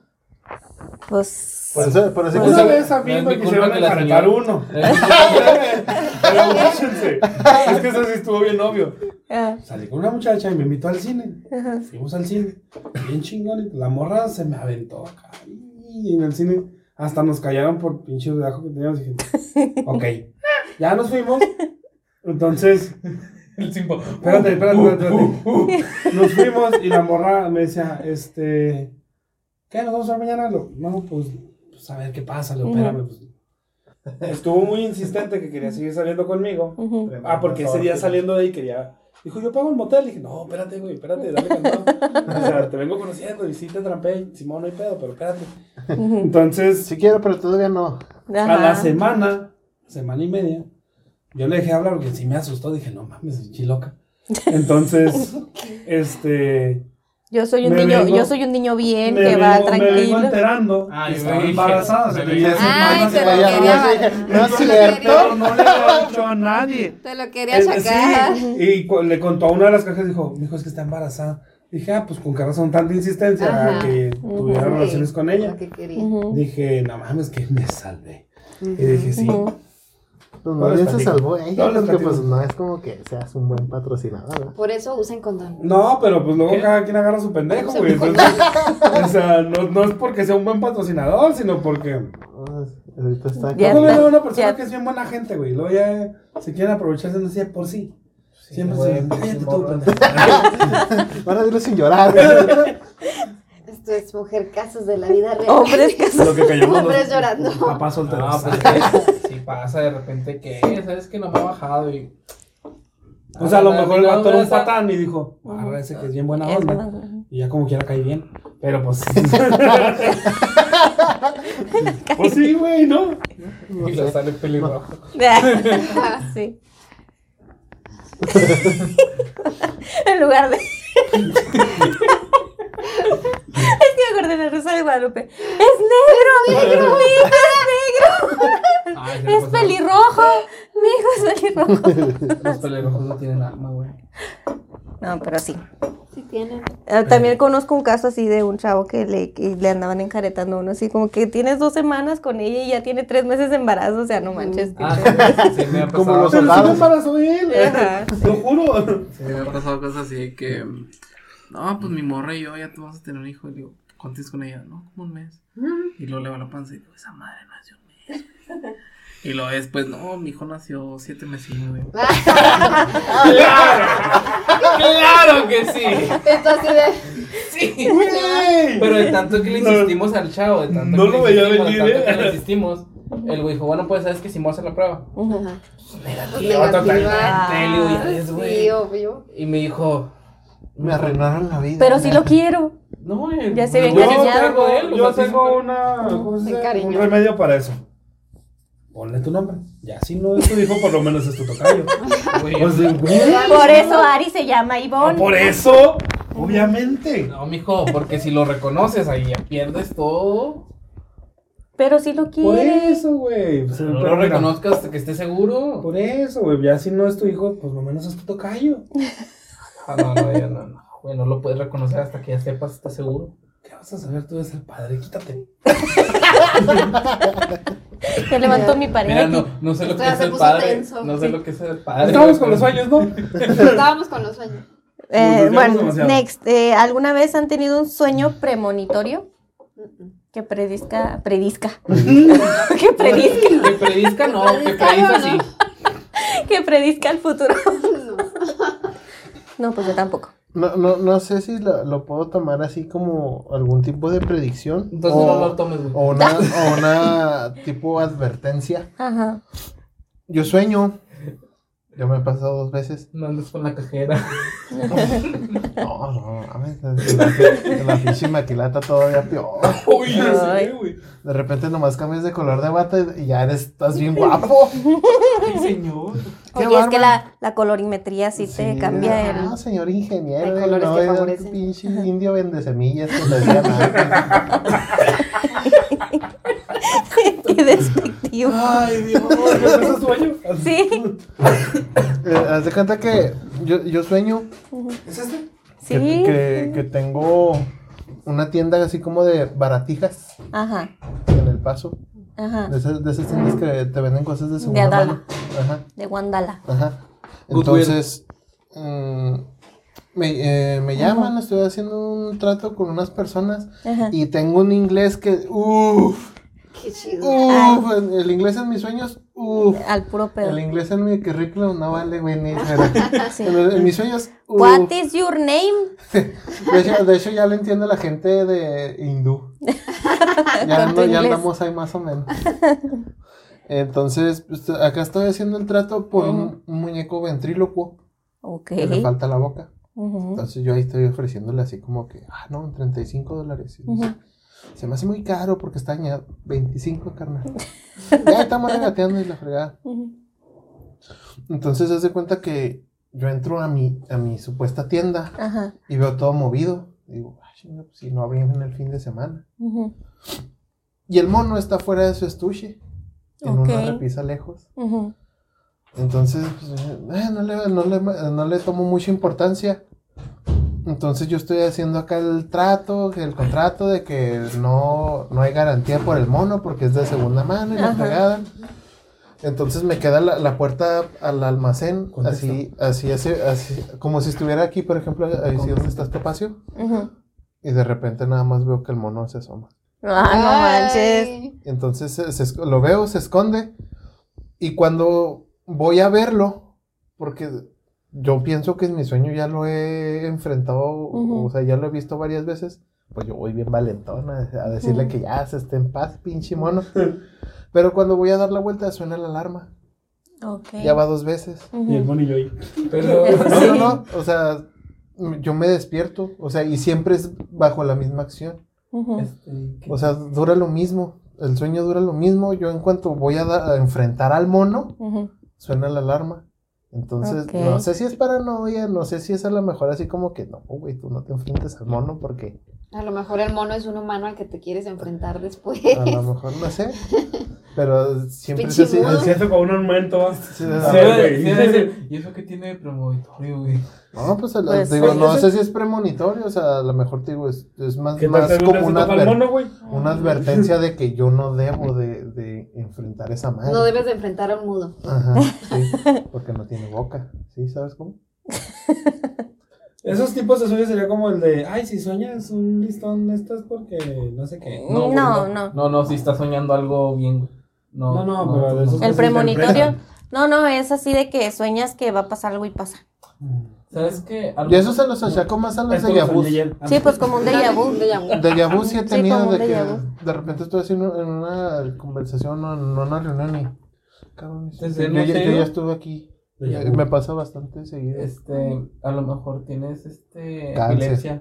Pues... Por eso, por eso Una que- vez a mí no es me mi quisieron culpa que la enjaretar señora- uno. No es mi culpa. Pero escúchense, es que eso sí estuvo bien obvio. Ah, Salí con una muchacha y me invitó al cine. ajá. Fuimos al cine, bien chingón. Y la morra se me aventó acá. Y en el cine hasta nos callaron por pinche ruidajo que teníamos. Y dije, ok, ya nos fuimos. Entonces, El simpo. espérate, espérate, espérate. espérate. Nos fuimos y la morra me decía, este, ¿qué? ¿Nos vamos a ver mañana? Lo- No, pues, pues a ver qué pasa, lo espérame. Pues. Estuvo muy insistente que quería seguir saliendo conmigo. Ujú. Ah, porque ese día saliendo de ahí quería. Dijo, yo pago el motel. Le dije, no, espérate, güey, espérate, dale cantado. O sea, te vengo conociendo y sí te trampé. Simón, no hay pedo, pero espérate. Entonces, Sí quiero, pero todavía no. a la Ajá. semana, semana y media, yo le dejé hablar porque sí me asustó. Dije, no mames, soy chiloca. Entonces, este. Yo soy un Me niño, vengo- yo soy un niño bien me que vengo, va me vengo tranquilo. enterando. Ah, que yo estaba dije, embarazada. se Se veía veía Ay, semanas te lo embarazadas. quería. No es te lo cierto. Pero no le había dicho a nadie. Te lo quería Eh, sacar. sí, y cu- le contó a una de las cajas, dijo, mi hijo es que está embarazada. Dije, ah, pues con qué razón tanta insistencia a Ajá. que tuviera Sí, relaciones con ella. Lo que quería. Ujú. Dije, no mames, que me salvé. Y dije, sí. Ujú. Pues No más les bien se platico. salvó ella, No les porque platico. pues no es como que seas un buen patrocinador, ¿no? Por eso usen condón. No, pero pues luego ¿Qué? cada quien agarra su pendejo, Se güey. me Entonces, o sea, no, no es porque sea un buen patrocinador, sino porque... Pues, ahorita está Ya Luego está, veo una persona ya. que es bien buena gente, güey. Luego ya se quieren aprovecharse, no sé, por sí. Siempre güey, se... pues, Cállate tú, morra. pendejo. Van a dilo sin llorar. Esto es mujer casos de la vida real. Hombres que Lo que callamos Hombres los llorando. papás solteros. No, pues que si pasa de repente que, ¿sabes que no me ha bajado? Y... O sea, a lo mejor el vato era un esa- patán y dijo, ah, ese que es bien buena Es onda. buena- Y ya como quiera cae bien. Pero pues. Pues sí, güey, ¿no? No Y le sé. sale pelirrojo. Sí. En lugar de. Es que me acordé de la Rosa de Guadalupe. ¡Es negro! ¡Negro! ¡Mi hijo es negro! Ay, se le ¡Es pasó. pelirrojo! ¡Mi hijo es pelirrojo! Los pelirrojos no tienen alma, güey. No, pero sí. Sí tienen. Eh, También conozco un caso así de un chavo que le, que le andaban encaretando a uno así como que tienes dos semanas con ella y ya tiene tres meses de embarazo, o sea, no manches. qué Ah, pedo. sí, me ha pasado. Como los Pero sí me soldados. embarazó él. Ajá. Lo juro. Sí, me han pasado cosas así que. No, pues mi morra y yo ya te vamos a tener un hijo. Y le digo, ¿cuánto con ella? No, como un mes. Y luego le va la panza y digo, esa madre nació un mes. Y luego después, no, mi hijo nació siete meses. Güey. ¡Claro que sí! Esto así de. Sí. Güey. Pero de tanto que le insistimos al chavo, de tanto No que lo le veía insistimos, de venir, tanto ¿eh? que le insistimos, el güey dijo, bueno, pues, ¿sabes que si me voy a hacer la prueba? Ujú. Ajá. Negativa, totalmente. Le digo, ya ves, Sí, güey. obvio. Y me dijo, Me arruinaron la vida. Pero sí lo quiero. no, eh, Ya se yo ve Yo encariñado. tengo de él, o tengo, yo sea, sí, tengo súper- una, ¿cómo se Se dice? encariñó. Un remedio para eso. Ponle tu nombre. Ya si no es tu hijo, por lo menos es tu tocayo. güey. Pues, güey. Por eso Ari se llama Ah, Ivonne. por eso, obviamente. No, mijo, porque si lo reconoces ahí ya pierdes todo. Pero sí lo Por quiere. eso, güey. Pues, No pero lo mira, reconozcas hasta que estés seguro. Por eso, güey. Ya si no es tu hijo, pues lo menos es tu tocayo. Ah, no, no, ya no, no. Güey, no lo puedes reconocer hasta que ya sepas, estás seguro. ¿Qué vas a saber tú de ser padre? Quítate. Se levantó mi pareja. Mira, no, no sé lo Esto que ya es se el puso padre. tenso. No sé Sí. lo que es el padre. Estábamos con los sueños, ¿no? Estábamos con los sueños. Eh, Nos desviamos bueno, demasiado. next. eh, ¿Alguna vez han tenido un sueño premonitorio Mm-mm. que predizca, predizca, que predizca, Que predizca, no, que Predizca, prediza no. sí. que predizca el futuro? No. No, pues yo tampoco. No, no, no sé si lo, lo puedo tomar así como algún tipo de predicción. Entonces o, no lo tomes, güey. o una, o una tipo advertencia. Ajá. Yo sueño. Ya me he pasado dos veces. No andes con la cajera. No, no, mames. En la, en la pinche maquilata todavía peor. Uy, no Ay. sé, güey. De repente nomás cambias de color de bata y ya eres, estás bien guapo. Ay, señor. Qué Oye, es que bárbaro. la, la colorimetría sí te Sí, cambia el... Ah, señor ingeniero. Hay colores no que era un favorecen. pinche indio vende semillas que te decían antes. Qué despectivo. Ay, Dios. ¿Qué es ese sueño? Sí, Eh, haz de cuenta que yo, yo sueño ¿Es este? que, sí. que, que tengo una tienda así como de baratijas. Ajá. En El Paso. Ajá. De esas, de esas tiendas que te venden cosas de segunda De Adala. mano. Ajá. De Guandala. Ajá. Entonces, mmm, me, eh, me llaman, uh-huh. Estoy haciendo un trato con unas personas. Uh-huh. Y tengo un inglés que, uff. Qué chido. Uff, el, el inglés en mis sueños, uff. Al puro pedo. El inglés en mi currículum no vale, güey, ni sí. en, en mis sueños, uff. What is your name? De hecho, de hecho ya lo entiende la gente de hindú. Ya, no, ya andamos ahí más o menos. Entonces, pues, acá estoy haciendo el trato por uh-huh. un, un muñeco ventrílocuo. Ok. Que le falta la boca. Uh-huh. Entonces yo ahí estoy ofreciéndole así como que, ah, no, treinta y cinco dólares. Uh-huh. Se me hace muy caro porque está añadido veinticinco, carnal. Ya estamos regateando y la fregada. Uh-huh. Entonces, haz de cuenta que yo entro a mi, a mi supuesta tienda uh-huh. y veo todo movido. Digo, ay, no, pues si no abrimos en el fin de semana. Uh-huh. Y el mono está fuera de su estuche, en okay. una repisa lejos. Uh-huh. Entonces, pues, eh, no, le, no, le, no le tomo mucha importancia. Entonces yo estoy haciendo acá el trato, el contrato de que no, no hay garantía por el mono porque es de segunda mano y la fregada. Entonces me queda la, la puerta al almacén, así, así, así, así, como si estuviera aquí, por ejemplo, ahí sí donde está este espacio. Uh-huh. Y de repente nada más veo que el mono se asoma. Ah, no manches. Entonces se, se, lo veo, se esconde. Y cuando voy a verlo, porque yo pienso que en mi sueño ya lo he enfrentado, uh-huh. o sea, ya lo he visto varias veces, pues yo voy bien valentona a decirle uh-huh. que ya se esté en paz, pinche mono. Pero cuando voy a dar la vuelta suena la alarma. Okay. Ya va dos veces. Uh-huh. Y el monillo ahí. Pero no, no, no, o sea, yo me despierto, o sea, y siempre es bajo la misma acción. Uh-huh. Este, o sea, dura lo mismo, el sueño dura lo mismo. Yo en cuanto voy a, da- a enfrentar al mono, uh-huh. suena la alarma. Entonces, okay. no sé si es paranoia, no sé si es a lo mejor así como que no, güey, tú no te enfrentes al mono porque... A lo mejor el mono es un humano al que te quieres enfrentar después. A lo mejor no sé, pero siempre es así. El jefe con un aumento. Sí, sí, sí, ¿y eso qué tiene de premonitorio, güey? No, pues, pues digo, no sé si es premonitorio, o sea, a lo mejor te digo, es, es más, más como una, adver- mono, una advertencia de que yo no debo de, de enfrentar esa madre. No debes de enfrentar a un mudo. Ajá, sí, porque no tiene boca, ¿sí? ¿Sabes cómo? Esos tipos de sueños sería como el de, ay, si sueñas un listón, esto es porque no sé qué. No, no, no. No, no, si estás soñando algo bien. No, no, no, no pero de esos el premonitorio. No, no, es así de que sueñas que va a pasar algo y pasa. ¿Sabes qué? Y eso se los achaco más a los déjà vu. Sí, pues como un déjà vu. Déjà vu sí he tenido sí, de que de repente estoy haciendo en una conversación o en una reunión y... Cabrón, yo, yo, yo ya estuve aquí. Me pasa bastante seguido. Este, a lo mejor tienes este epilepsia.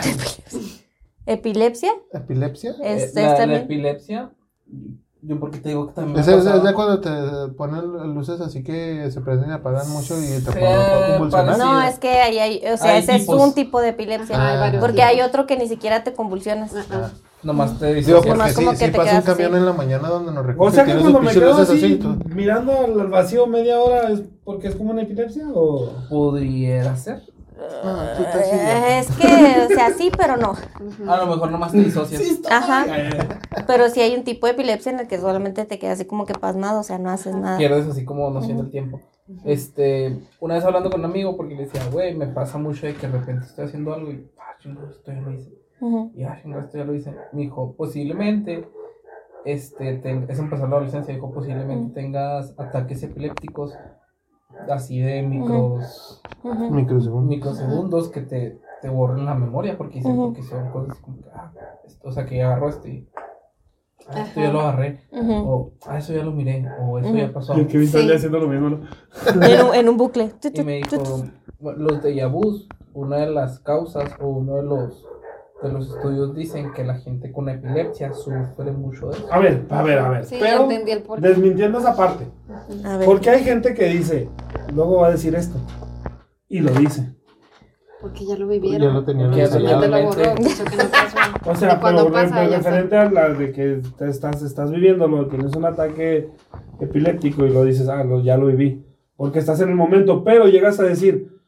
¿Epilepsia? ¿Epilepsia? Este, la, es la epilepsia, yo porque te digo que también. Es, es, es de cuando te ponen luces así que se prenden y apagan mucho y te ponen convulsionar. No, es que ahí hay, o sea, hay ese tipos. Es un tipo de epilepsia. Ah, hay varios porque tipos. Hay otro que ni siquiera te convulsionas. Ah. Nomás te dice. Digo, porque sí, sí pasa un camión así en la mañana donde nos recoge. O sea que cuando me quedo así, así mirando al vacío media hora, ¿es porque es como una epilepsia o...? Pudiera ser. Uh, es que, o sea, sí, pero no. A lo mejor nomás te disocias. Sí, ajá. Pero sí hay un tipo de epilepsia en el que solamente te quedas así como que pasmado, o sea, no haces nada. Pierdes así como noción uh-huh. del tiempo. Uh-huh. Este, una vez hablando con un amigo, porque le decía, güey, me pasa mucho de que de repente estoy haciendo algo y, ah, chingo, esto ya lo hice. Uh-huh. Y, ah, chingo, esto ya lo hice. Me dijo, posiblemente, este, te, eso empezó la adolescencia, dijo, posiblemente uh-huh. tengas ataques epilépticos. Así de micros uh-huh. microsegundos, microsegundos que te, te borren la memoria porque, hice, uh-huh. porque son cosas como que, ah, esto, o sea, que agarró esto y ah, esto ya lo agarré, uh-huh. o ah, eso ya lo miré, o eso uh-huh. ya pasó. Y que vi sí. haciendo lo mismo, ¿no? en, un, en un bucle. Y me dijo, los déjà vus, una de las causas o uno de los de los estudios dicen que la gente con epilepsia sufre mucho de eso. A ver, a ver, a ver. Sí, pero entendí el porqué. Desmintiendo esa parte. A ver. Porque hay gente que dice, luego va a decir esto. Y lo dice. Porque ya lo vivieron. Ya lo tenían. Ya te lo borró. Dicho que no pasó. O sea, pero pasa, re- referente a la de que te estás, estás viviéndolo, tienes un ataque epiléptico y lo dices, ah, lo, ya lo viví. Porque estás en el momento, pero llegas a decir,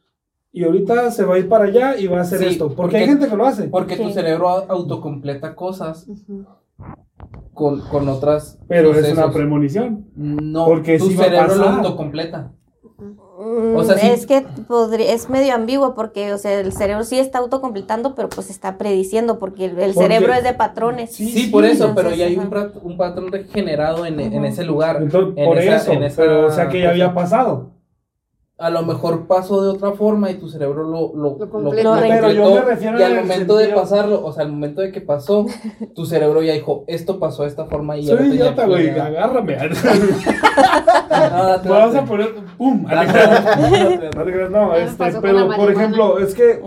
y ahorita se va a ir para allá y va a hacer Sí, esto. Porque, porque- hay gente que lo hace. Porque tu Sí. cerebro a- autocompleta cosas Ujú. con, con otras. Pero es sucesos. una premonición. No, Porque tu sí va a cerebro lo pasar. autocompleta. Mm, O sea, sí. es que podría, es medio ambiguo porque, o sea, el cerebro sí está autocompletando, pero pues está prediciendo porque el, el Porque- cerebro es de patrones. Sí, Sí, sí, por eso, entonces, pero ya hay un, ajá. prat- un patrón de- generado en, en Ujú. ese lugar. Entonces, en por esa- eso, en esa pero o sea que ya cosa. había pasado. A lo mejor pasó de otra forma y tu cerebro lo, lo, Lo lo, completó. lo Pero yo completó, me refiero y al en el momento de sentido- pasarlo, o sea, al momento de que pasó, tu cerebro ya dijo, esto pasó de esta forma y ya Soy lo tenía idiota, güey, planeado. agárrame. Ah, date, Me vas a date. poner, pum. Date, date, date. No te creas, no, Me este, pasó con pero la por marihuana. ejemplo, es que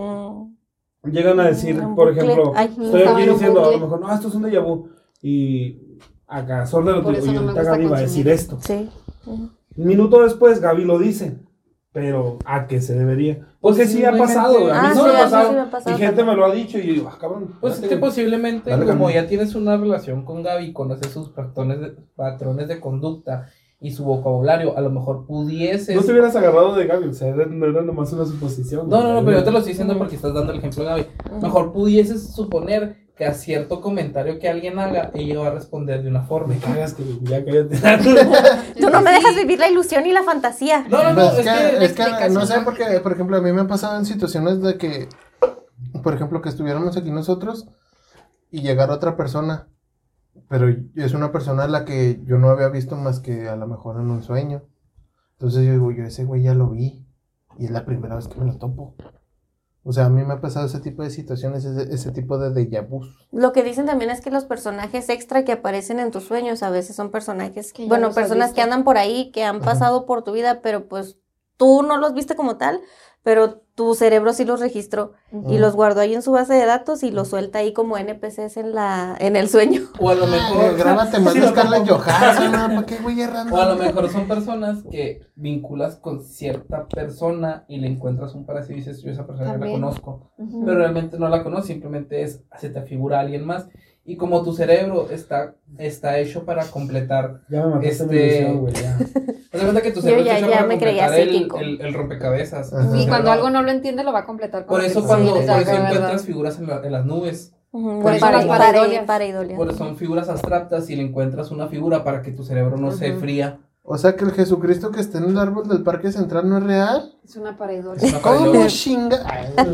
Mm, llegan a decir, Un por bucle. ejemplo, Ay, estoy estaba aquí en un diciendo, a lo bucle. mejor, no, esto es un déjà vu. Y acá, sorda lo Por digo, eso y no me ahorita gusta Gaby va a consumir. decir esto. sí. Ujú. Un minuto después, Gaby lo dice. Pero, ¿a qué se debería? Porque Pues sí, sí, ha hay pasado. gente- A mí Ah, no sí, me ha a mí pasado. sí me ha pasado Y gente también. me lo ha dicho y digo, ah, cabrón. Pues es date, que güey. posiblemente, Dale, como Gaby. ya tienes una relación con Gaby, conoces sus patrones de, patrones de conducta y su vocabulario, a lo mejor pudieses... No te hubieras agarrado de Gaby, o sea, era- no era nomás una suposición. No, no, no, pero yo te lo estoy diciendo Ujú. porque estás dando el ejemplo de Gaby. Ujú. Mejor pudieses suponer que a cierto comentario que alguien haga, ella va a responder de una forma. Me cagas que ya cállate. Tú no me dejas vivir la ilusión y la fantasía. No, no, no, Pues es, que, es que, explicación, no sé, ¿no? porque, por ejemplo, a mí me ha pasado en situaciones de que, por ejemplo, que estuviéramos aquí nosotros y llegara otra persona, pero es una persona a la que yo no había visto más que a lo mejor en un sueño. Entonces yo digo, yo ese güey ya lo vi y es la primera vez que me lo topo. O sea, a mí me ha pasado ese tipo de situaciones, ese, ese tipo de déjà vus. Lo que dicen también es que los personajes extra que aparecen en tus sueños a veces son personajes, Que ya bueno, los has personas visto. que andan por ahí, que han pasado por tu vida, pero pues tú no los viste como tal, pero tu cerebro sí los registró y Mm. los guardó ahí en su base de datos y los suelta ahí como N P Cs en la en el sueño. o a lo Eh, mejor... grábate más Sí, de lo Scarlett topo. Johansson, ¿no? ¿Para qué güey errando? O a lo mejor son personas que vinculas con cierta persona y le encuentras un parecido y dices, yo esa persona ya la También. conozco. Ujú. Pero realmente no la conoces, simplemente es, se te figura a alguien más. Y como tu cerebro está, está hecho para completar, Ya me mataste Este- mi ilusión, güey, ya. haz de cuenta que tu Yo cerebro ya- está hecho ya para me creía completar el, psíquico. el, el rompecabezas. Ajá. Tu Y cerebro- cuando algo no lo entiende, lo va a completar. con Por lo eso que cuando sí, por o sea, eso de verdad. encuentras figuras en, la- en las nubes. Ujú, Por eso para- las para- pareidolias. pareidolias. Por son figuras abstractas y le encuentras una figura para que tu cerebro no se Ujú. fría. O sea, que el Jesucristo que está en el árbol del Parque Central no es real. Es una pareidolia. Es una ¿Cómo pareidolia. chinga?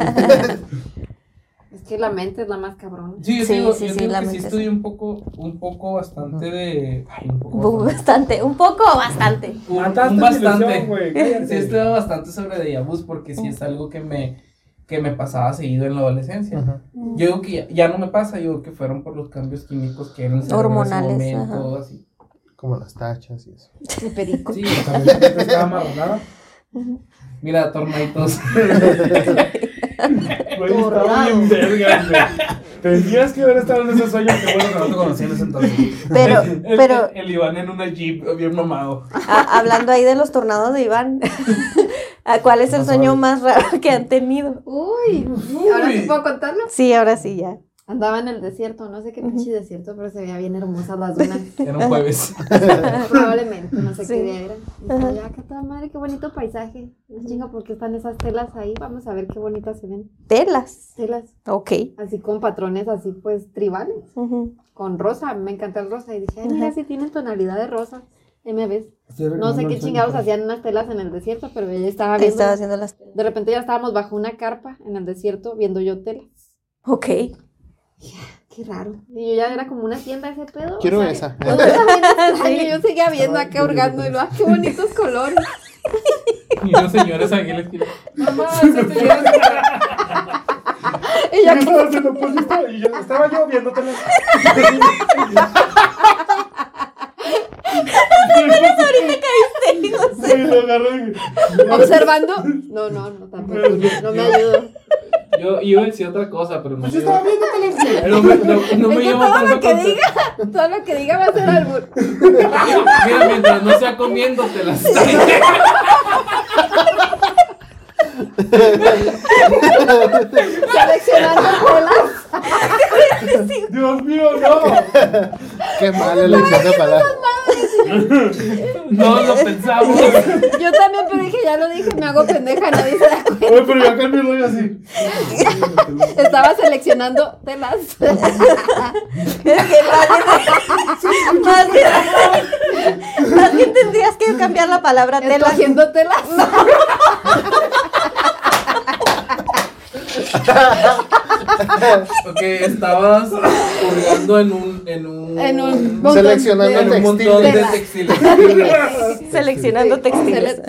Es que la mente es la más cabrona. Sí, yo Sí, digo, sí, yo sí, digo la que sí mente estudié sí. un poco, un poco bastante de... Ay, un poco Bu- bastante. Bastante, un poco o bastante. Un, Mataste un mi bastante. ilusión, güey, cállate. Sí, he estudiado bastante sobre déjà vus porque sí es algo que me, que me pasaba seguido en la adolescencia. Ajá. Yo digo que ya, ya no me pasa, yo creo que fueron por los cambios químicos que en el cerebro Hormonales, en ese momento, ajá. así. Como las tachas y eso. De perico. Sí, También te estaba amarronada. mira, tornaditos. Güey, estaba bien verga, güey. Tendrías que haber estado en ese sueño, que bueno que no te conocí en ese entonces. Pero, El, pero el, el Iván en una Jeep bien mamado. a- hablando ahí de los tornados de Iván, ¿a ¿cuál es el sueño más raro que han tenido? Uy, ahora sí puedo contarlo. Sí, ahora sí, ya. Andaba en el desierto, no sé qué pinche desierto, pero se veía bien hermosas las dunas. Era un jueves. Probablemente, no sé Sí. qué día era. Y estaba ya, qué tal madre, qué bonito paisaje. No chinga, ¿por qué están esas telas ahí? Vamos a ver qué bonitas se ven. Telas. Telas, Ok. así con patrones así pues tribales, Ujú. con rosa, me encanta el rosa. Y dije, ay, mira, Ajá. si tienen tonalidad de rosa, M Bs. Estoy No sé recordando qué el sueño, chingados pero- hacían unas telas en el desierto, pero ella estaba viendo. Estaba haciendo las telas. De repente ya estábamos bajo una carpa en el desierto viendo yo telas. Ok. Qué raro. Y yo ya era como una tienda ese pedo. Quiero o sea, esa. todo estaba bien extraño, Sí. yo seguía viendo Estaba acá hurgando y lo, ah, qué bonitos colores. Y los señores aquí les quieren. Mamá, ese señor es- Y Yo yo, estaba haciendo pues esto y yo estaba yo viéndote las... Sí, lo agarré. observando. No, no, no, tampoco. No me ayudo. Yo iba a decir otra cosa, pero no Pues me yo estaba viéndote las... no me, no, no me Es que llama todo tanto lo que conte- diga, todo lo que diga va a ser albur. Mira, mientras no sea comiéndotelas. Seleccionando telas. Dios mío, no. Qué mala elección de palabras. No lo pensamos. Yo también, pero dije, ya lo dije, me hago pendeja, nadie se da cuenta. Oye, pero yo acá me doy así. Estaba seleccionando telas. Es que más bien, más bien, más bien tendrías que cambiar la palabra tela. Escogiendo telas. Ok, estabas hurgando en un, en un, En un montón seleccionando de- en un montón de textiles. textiles. Seleccionando textiles.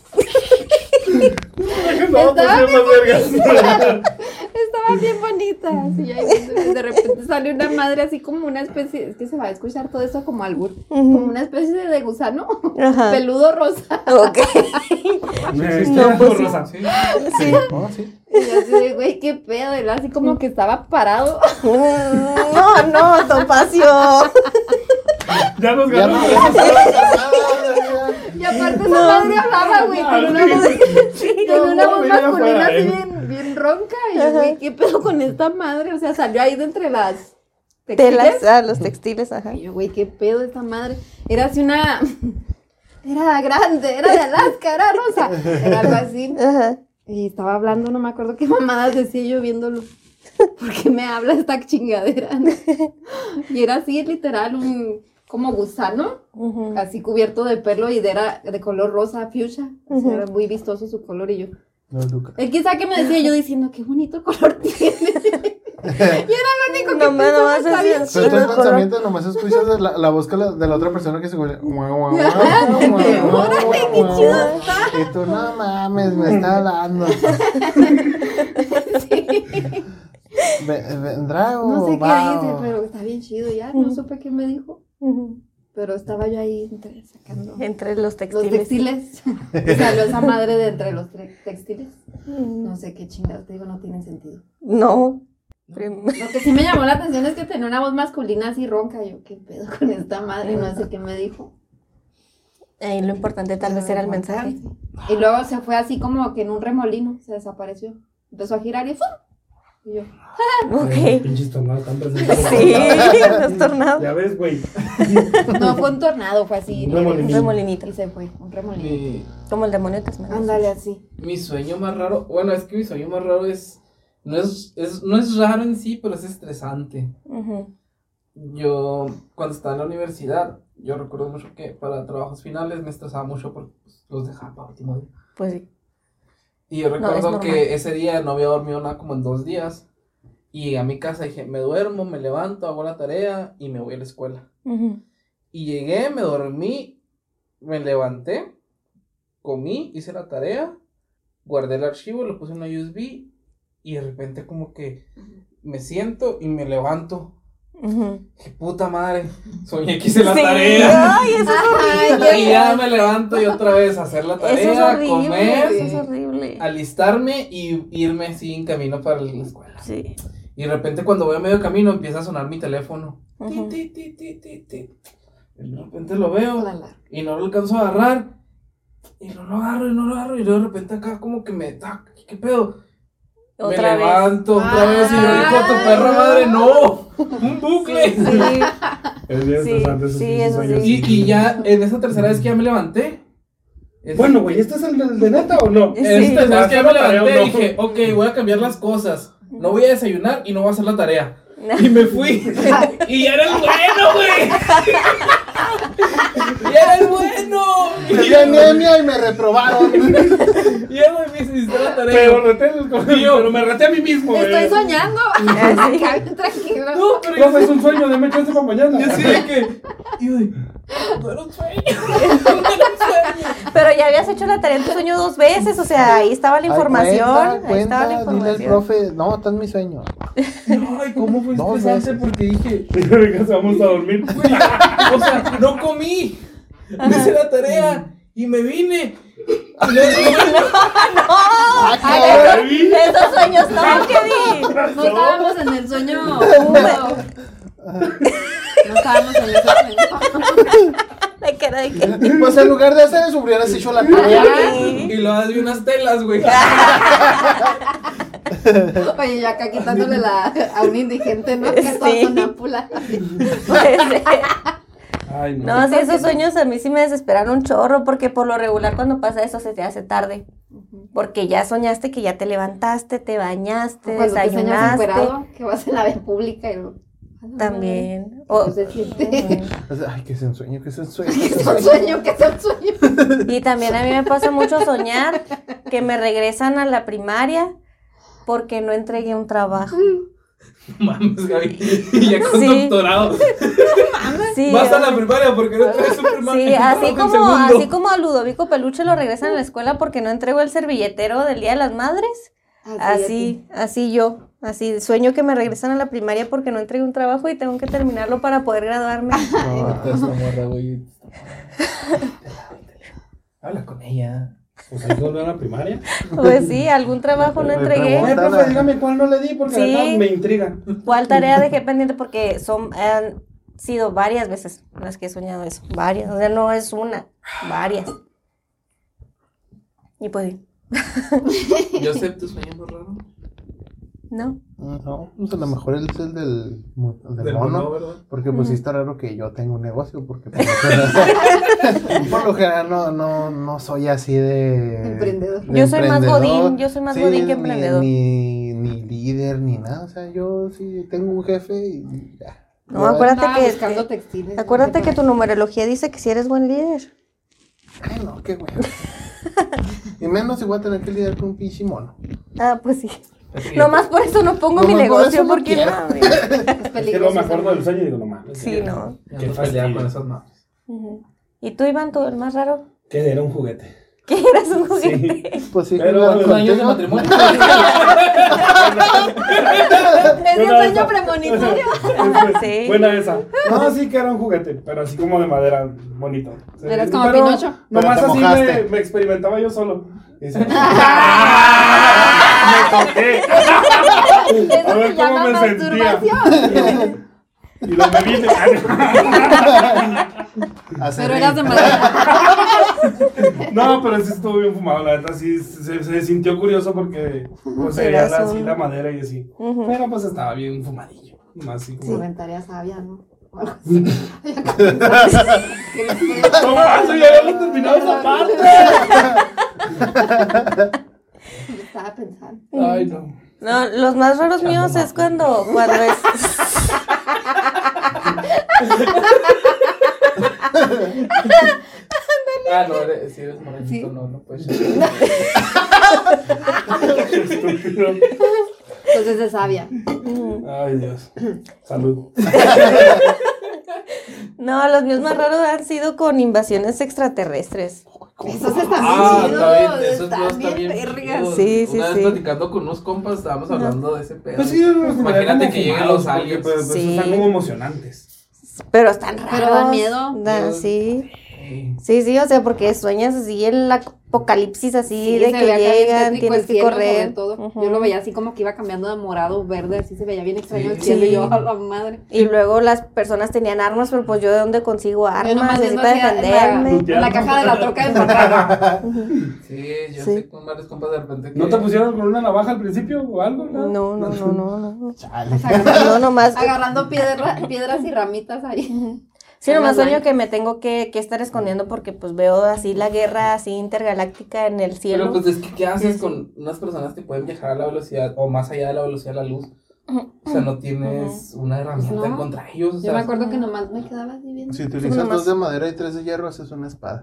No, Estaba pues, bien más vergas. Estaban bien bonitas. Y ahí de, de repente sale una madre así como una especie, es que se va a escuchar todo eso como albur, como una especie de gusano Ajá. peludo rosa. Ok. No, pues rosa. Sí. Sí. No, sí. Y yo así de, güey, qué pedo, y así como que estaba parado. No, no, Topacio. Ya nos Ya ganó. no, ya no. Y aparte esa madre hablaba, güey, con una voz, con una voz mira, masculina fuera, así eh. bien, bien ronca. Y yo, Ajá. güey, qué pedo con esta madre. O sea, salió ahí de entre las Telas, textiles. ah, los textiles, ajá. Y yo, güey, qué pedo esta madre. Era así una. Era grande, era de Alaska, era rosa. Era algo así. Ajá. Y estaba hablando, no me acuerdo qué mamadas decía yo viéndolo. ¿Por qué me habla esta chingadera? Y era así, literal, un como gusano, Ujú. así cubierto de pelo y de, era de color rosa, fuchsia. O sea, era muy vistoso su color y yo. No, Luca. Él quizá que me decía yo diciendo, qué bonito color tiene. Y era lo único que No me pensaba, nomás está así bien así. Pero chido. estos el color. pensamientos nomás escuchas de la, la voz que la- de la otra persona que se huele. Guau, guau, guau, guau, guau, Órale, guau, qué guau. chido está. Y tú, no mames, me está hablando. Ve- ¿Vendrá o No sé qué va dice, o- pero está bien chido ya. No supe qué me dijo. Ujú. Pero estaba yo ahí entre, sacando Entre los los textiles. textiles. Y salió esa madre de entre los tre- textiles. Mm. No sé qué chingados, te digo, no tienen sentido. No. Prim- Lo que sí me llamó la atención es que tenía una voz masculina así ronca. Yo, ¿qué pedo con esta madre? No sé qué me dijo. Ahí lo importante tal vez era el mensaje. Y luego se fue así como que en un remolino, se desapareció. Empezó a girar y ¡fum! Y yo, Ok. Pinches tornados tan presentes. Sí, los tornados. Ya ves, güey. no fue un tornado, fue así. Un Un remolinito. remolinito. Y se fue, un remolino. Mi, Como el demonio de Tasmania. Ándale así. mi sueño más raro, bueno, es que mi sueño más raro es, no es, es, no es raro en sí, pero es estresante. Ujú. Yo, cuando estaba en la universidad, yo recuerdo mucho que para trabajos finales me estresaba mucho porque pues, los dejaba para último día. Pues sí. Y yo No, es recuerdo normal. que ese día no había dormido nada como en dos días. Y llegué a mi casa y dije, me duermo, me levanto, hago la tarea y me voy a la escuela. Ujú. Y llegué, me dormí, me levanté, comí, hice la tarea, guardé el archivo, lo puse en una U S B y de repente como que me siento y me levanto. Ujú. ¡Qué puta madre! Soñé que hice la Sí. tarea. Ay, eso es Ay, horrible. Y ya me levanto y otra vez a hacer la Eso es tarea, horrible. comer, Eso es horrible. alistarme y irme así en camino para la escuela. Sí. Y de repente cuando voy a medio camino empieza a sonar mi teléfono. Ujú. Ti, ti, ti, ti, ti. Y de repente lo veo La, la. y no lo alcanzo a agarrar. Y no lo agarro y no lo agarro. Y luego de repente acá como que me... ah, ¿qué pedo? Otra me vez. levanto otra vez y yo Ah. digo, tu perra madre, no. Un bucle. Sí, sí. Es bien Sí, estresante esos sí, pinches eso sueños. sí. Y, y ya en esa tercera vez que ya me levanté. es- Bueno, güey, ¿este es el del de neta o no? Sí. Esta tercera vez que ya me ¿Hacer la tarea o levanté no? dije, ok, voy a cambiar las cosas. No voy a desayunar y no voy a hacer la tarea. Y me fui. Y ya era el bueno, güey. Ya era el bueno. Tenía anemia y me reprobaron. Y ya no me hiciste la tarea. Pero, reté el- pero me reté a mí mismo, güey. Estoy soñando. Sí. Cállate, tranquilo. No, pero Profe, es un sueño, deme chance para mañana. yo sí de que. Y yo de, no era un sueño. No era un sueño. Pero ya habías hecho la tarea en tu sueño dos veces, o sea, ahí estaba la Ay, información. cuenta, ahí estaba la cuenta, dile al información. profe, no, está en mi sueño. Ay, ¿cómo fue Dos estresante? veces. Porque dije, Y ahorita vamos a dormir. güey, o sea, no comí. Me hice la tarea y me vine. Y luego- Ah, Ay, cabrón. esos, esos sueños no, Kevin. No estábamos en el sueño húmedo. No estábamos en ese sueño. De que era de que. Pues en lugar de hacer eso, hubieras hecho la tarea. Y luego vi unas telas, güey. Oye, yo acá quitándole la, a un indigente, ¿no? Que Sí. toda sonámpula. Pues, eh, Ay, no. No, sí, esos sueños a mí sí me desesperan un chorro, porque por lo regular cuando pasa eso se te hace tarde. Porque ya soñaste que ya te levantaste, te bañaste, Cuando te sueñas desayunaste. encuerado, que vas en la vía pública y no. También. O- Se siente. Ay, que es un sueño, que es un sueño. Que es un sueño, que es un sueño. y también a mí me pasa mucho soñar que me regresan a la primaria porque no entregué un trabajo. Mames, Gaby. Y ya con Sí. doctorado. Sí, Vas a yo- la primaria porque no traes un primaria. Sí, así como, así como a Ludovico Peluche lo regresan a la escuela porque no entregó el servilletero del Día de las Madres. Así, así yo, así sueño que me regresan a la primaria porque no entregué un trabajo y tengo que terminarlo para poder graduarme. No, te esa morra, güey. Habla con ella. Pues ahí volvió a la primaria. Pues sí, algún trabajo no Me entregué. pregunta- Oye, profe, dígame cuál no le di porque Sí. la verdad me intriga. ¿Cuál tarea dejé pendiente? Porque son, han sido varias veces las que he soñado eso, varias, o sea, no es una, varias. Y pues sí, Yo sé tu sueño más raro. ¿no? No, pues a lo mejor él es el del, el del Del mono. mono, ¿verdad? Porque pues sí está raro que yo tenga un negocio, porque por lo general, por lo general no, no, no soy así de... Emprendedor. de Yo soy más emprendedor. godín, yo soy más godín que ni- emprendedor. Ni, ni líder, ni nada, o sea, yo sí tengo un jefe y ya. No, Yo- acuérdate Estaba que, buscando textiles. acuérdate que tu numerología dice que si eres buen líder. Ay, no, qué güey. Y menos si voy a tener que lidiar con un pinche mono. Ah, pues sí. Es que Nomás por eso no pongo Nomás mi por negocio, eso no porque quiero. no, güey. Es Es que luego peligroso. me acuerdo del sueño y digo, no mames. Sí, no. Ya Qué no pelea fastidio. con esas manos. Ujú. ¿Y tú, Iván, tú, el más raro? Que era un juguete. ¿Qué eras un juguete? Sí. Pues sí, Pero igual los Los años de contigo. matrimonio. Es un Buena sueño esa. premonitorio. Sí. Buena esa. No, sí que era un juguete, pero así como de madera, bonito. O sea, Eras como pero Pinocho. Nomás Pero te así mojaste. me, me experimentaba yo solo. Y dice, ¡ah! Me toqué. Eso A ver se cómo llama me sentía. masturbación. Y lo me vine. Hacer Pero eras de reír. madera. No, pero sí estuvo bien fumado, la neta, sí se, se sintió curioso porque pues se veía Eras la, así un- la madera y así. Ujú. Pero pues estaba bien fumadillo. Más así como. Inventaría sabia, ¿no? O algo así. No paso, ya habíamos terminado esa parte. Estaba pensando. Ay, no. No, los más raros míos es cuando, cuando es... Ah, no, eres, si eres morenito, Sí. no, no puedes. Estúpido. Entonces es sabia. Ay, Dios. Salud. No, los míos más raros han sido con invasiones extraterrestres. Esos están Ah, bien está bien, chidos. esos Están dos bien también. vergas. chidos. Sí, sí, Una vez sí. platicando con unos compas, estábamos hablando de ese pedo. Pues sí, los Imagínate como que lleguen fumados, los porque, aliens. pues, pues, Sí. están como emocionantes. Pero están raros. Pero dan miedo. Dan- Dios. sí. Sí. Sí, sí, o sea, porque sueñas así el apocalipsis así Sí, de se que veía acá bien llegan, tétrico tienes el que cielo, correr. sobre todo. Ujú. Yo lo veía así como que iba cambiando de morado, verde, así se veía bien extraño el Sí. cielo y yo Sí. a la madre. Y luego las personas tenían armas, pero pues yo de dónde consigo Yo armas, nomás así viendo para así en defenderme. la, en la caja de la troca de mi papá. Sí, yo Sí. sé con varios compas de repente que... ¿No te pusieron con una navaja al principio o algo? No, no, no, no, no. Chale. No, nomás. Agarrando piedra, piedras y ramitas ahí. Sí, nomás Las sueño blancas. que me tengo que, que estar escondiendo porque pues veo así la guerra así intergaláctica en el Pero cielo. pues es que, ¿qué haces Sí. con unas personas que pueden viajar a la velocidad o más allá de la velocidad de la luz? O sea, no tienes una herramienta No. contra ellos. O Yo sea, me acuerdo que nomás me quedaba así viendo. Si utilizas nomás- dos de madera y tres de hierro, haces una espada.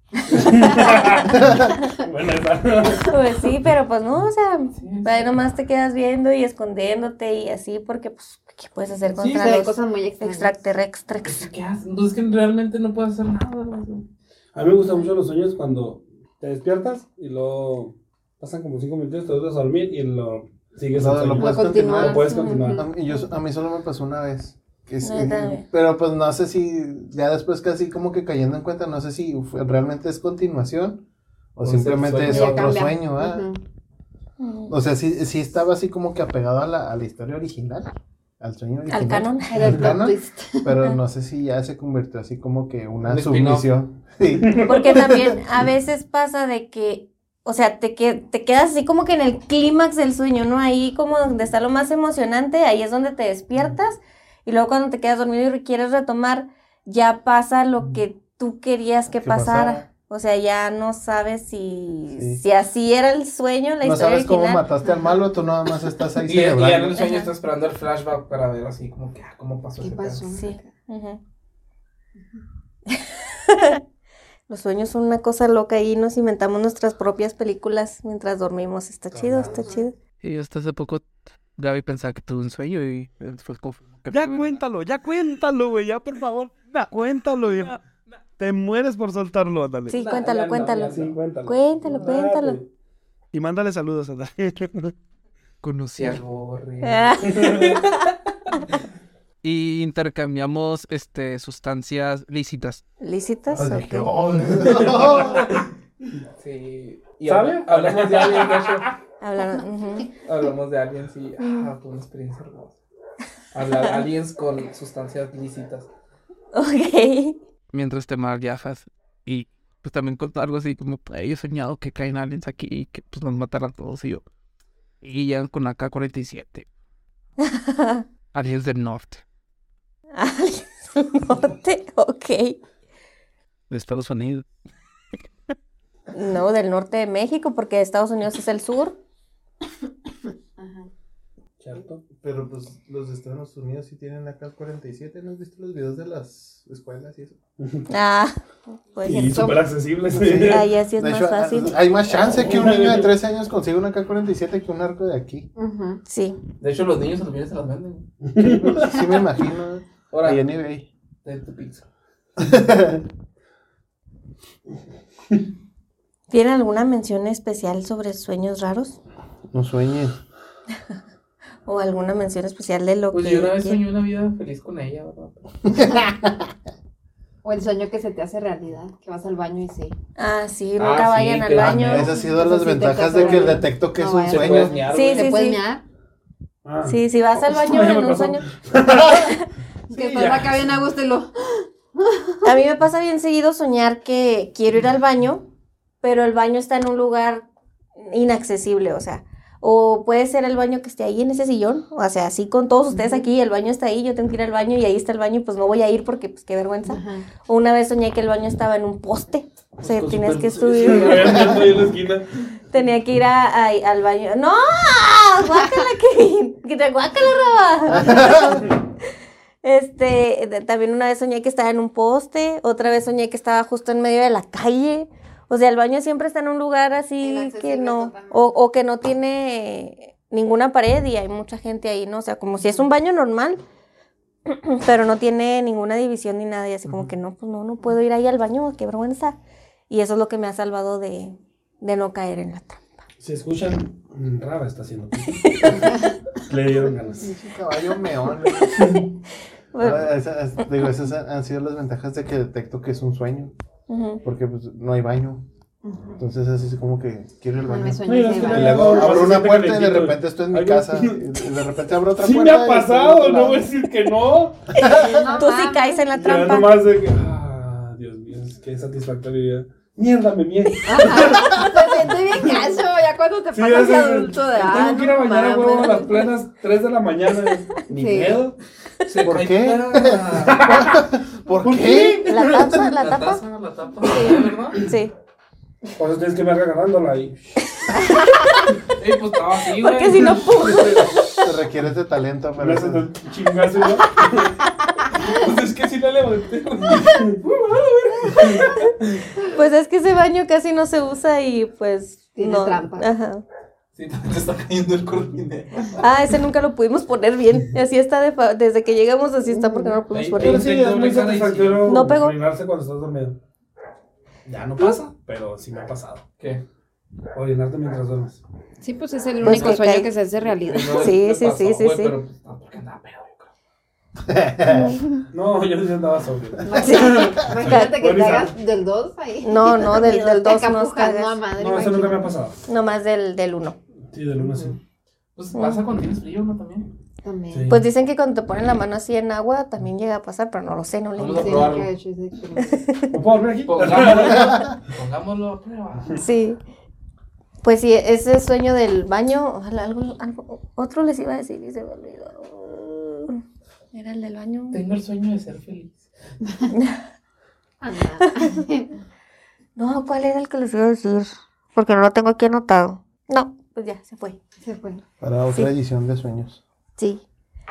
Bueno, esa. Pues sí, pero pues no, o sea, Sí, ahí sí. nomás te quedas viendo y escondiéndote y así porque pues, ¿qué puedes hacer Sí, contra Se ve los cosas muy extrañas. extraterrestres? ¿Qué haces? Entonces es que realmente no puedes hacer nada. güey. A mí me gustan mucho los sueños cuando te despiertas y luego pasan como cinco minutos, te vuelves a dormir y lo sigues No, el sueño. lo puedes Lo continuar. continúas. Lo puedes Ujú. continuar. A mí, yo- a mí solo me pasó una vez. Que es- No, también. pero pues no sé si, ya después casi como que cayendo en cuenta, no sé si fue- realmente es continuación o O es simplemente el es sueño. Ya otro cambia. sueño. ¿Ah? Ujú. O sea, sí, sí estaba así como que apegado a la, a la historia original, al sueño original. Al canon. Era el Al plot canon, twist. pero no sé si ya se convirtió así como que una Un spin-off. sumisión. Sí. Porque también a veces pasa de que, o sea, te, que, te quedas así como que en el clímax del sueño, ¿no? Ahí como donde está lo más emocionante, ahí es donde te despiertas y luego cuando te quedas dormido y quieres retomar, ya pasa lo que tú querías que ¿Qué pasara. pasara? O sea, ya no sabes si, Sí. si así era el sueño, la No historia sabes cómo original. mataste al malo, tú nada más estás ahí Y, y ya en celebrando. el sueño Ajá. está esperando el flashback para ver así como que, ah, cómo pasó ¿Qué ese pasó? pedo. Sí. Ujú. Los sueños son una cosa loca y nos inventamos nuestras propias películas mientras dormimos. Está chido, está chido. Y hasta hace poco Gaby pensaba que tuve un sueño y después confirmó que Ya cuéntalo, ya cuéntalo, güey, ya por favor. Ya, cuéntalo, ya. Te mueres por soltarlo, ándale. Sí, Nah, cuéntalo, ya no, cuéntalo. ya sí, cuéntalo. Cuéntalo, cuéntalo. Y mándale saludos, ándale. conocí Sí, a- algo horrible. Ah. y intercambiamos este sustancias lícitas. ¿Lícitas? Ay, Ok. dije, oh. Sí. Y ¿Sabe? habla- hablamos de alguien, de hecho. Hablaron. Ujú. Hablamos de aliens y ah, fue una experiencia hermosa. Hablar aliens con sustancias lícitas. Ok. Mientras Temar Jafas. Y pues también contó algo así como, "Ay, he soñado que caen aliens aquí y que pues nos matarán todos y yo. Y llegan con A K cuarenta y siete. Aliens del norte, Aliens del norte, ok. de Estados Unidos. No, del norte de México, porque Estados Unidos es el sur. Ajá. ¿Cierto? Pero pues los de Estados Unidos sí tienen acá el cuarenta y siete, ¿no has visto los videos de las escuelas y eso? Ah, pues Y súper accesible. ahí así es De más hecho, fácil. hay más chance que un niño de trece años consiga una K cuarenta y siete que un arco de aquí. Ujú. Sí. De hecho, los niños a los niños se las venden. Sí me imagino. Ahora, Ahí en eBay. de tu pizza. ¿Tienen alguna mención especial sobre sueños raros? No sueñen. ¿O alguna mención especial de lo Pues que yo una vez quieren? soñé una vida feliz con ella, ¿verdad? O el sueño que se te hace realidad, que vas al baño y sí. Ah, sí, Ah, nunca sí, vayan al que- baño. Esas han sido Eso las sí te ventajas pasa de que la vida. detecto que es No, un vaya. Se sueño. puede mear, Sí, güey. ¿Te sí, puedes sí. mear? Ah. Sí, si vas al baño Ya me en un pasó. sueño. Que Sí, estás ya. acá bien a gusto y lo... A mí me pasa bien seguido soñar que quiero ir al baño, pero el baño está en un lugar inaccesible, o sea, o puede ser el baño que esté ahí en ese sillón, o sea, así con todos ustedes aquí, el baño está ahí, yo tengo que ir al baño y ahí está el baño y pues no voy a ir porque pues qué vergüenza. Ajá. O una vez soñé que el baño estaba en un poste, o sea, Con tenías super- que sí, subir, Ahí en la esquina. tenía que ir a, a- al baño. ¡No! ¡Guácala, Kevin! ¡Que te guácala, Raba! Este, de- también una vez soñé que estaba en un poste, otra vez soñé que estaba justo en medio de la calle. O sea, el baño siempre está en un lugar así que Inaccesible no, totalmente. o, o que no tiene ninguna pared y hay mucha gente ahí, ¿no? O sea, como si es un baño normal, pero no tiene ninguna división ni nada y así como que no, pues no, no puedo ir ahí al baño, qué vergüenza. Y eso es lo que me ha salvado de, de no caer en la trampa. Si escuchan, mm, Raba está haciendo pipí. Le dieron ganas. Caballo meón. Bueno, Ah, esas- digo, esas han han sido las ventajas de que detecto que es un sueño. ujú. Porque pues no hay baño. Entonces así es como que quiero ir al No me baño. sueño Mira, ese es que Y baño. luego No, abro se una siente puerta y de calentito. repente estoy en mi Ay, casa. no. Y de repente abro otra Sí me puerta. ha y estoy en pasado, otro no lado. voy a decir que no. Tú sí caes en la Ya trampa. nomás de que, ah, Dios mío, es que es satisfactorio. Mierda, me miento. Ajá. Se siente bien gacho ya cuando te Sí, pasas así de es. adulto de ah, Tengo que ir a no bañar a huevo a mames. las plenas tres de la mañana. Ni Sí. pedo. Se ¿Por cae qué? la- ¿Por ¿Por qué? La tapa, la La tapa. taza, la tapa, ¿verdad? Sí. Por eso tienes que ver agarrándola ahí. Ey, pues estaba así, güey. Porque si no, ¡pum! Se requiere ese talento, Me pero haces eso- un chingazo, ¿no? Pues es que si la levanté. Pues es que ese baño casi no se usa y pues Tiene no. trampa. Ajá. Sí, te está cayendo el cortinero. Ah, ese nunca lo pudimos poner bien. Así está de fa- desde que llegamos así está porque no lo pudimos Ahí- poner Pero bien. sí, es muy satisfactorio No pegó. orinarse cuando estás dormido. Ya no pasa, pero sí me ha pasado. ¿Qué? Orinarte mientras duermes. Sí, pues es el Pues único que sueño cae. que se hace realidad. No, Sí, me sí, pasó, sí, sí, güey, sí. Pero pues, no, porque andaba pedo, yo creo. No, yo sí andaba sobrio. Sí. Imagínate que te Bueno, hagas del dos ahí. No, no, del, del Te dos no acapujando a cagas. madre. No, eso nunca me ha imagínate. pasado. Nomás del, del uno. Sí, de lunes sí. Pues pasa cuando tienes frío, ¿no? También. También. Sí. Pues dicen que cuando te ponen la mano así en agua también llega a pasar, pero no lo sé, no le Vamos a Sí, probarlo. nunca he hecho ese experimento. ¿Me puedo dormir aquí? Pongámoslo, pongámoslo a prueba. Sí. Pues sí, ese sueño del baño, ojalá algo, algo, otro les iba a decir y se me olvidó. Era el del baño. Tengo el sueño de ser feliz. No, ¿cuál era el que les iba a decir? Porque no lo tengo aquí anotado. No, pues ya, se fue. Se fue. Para otra Sí. edición de sueños. Sí.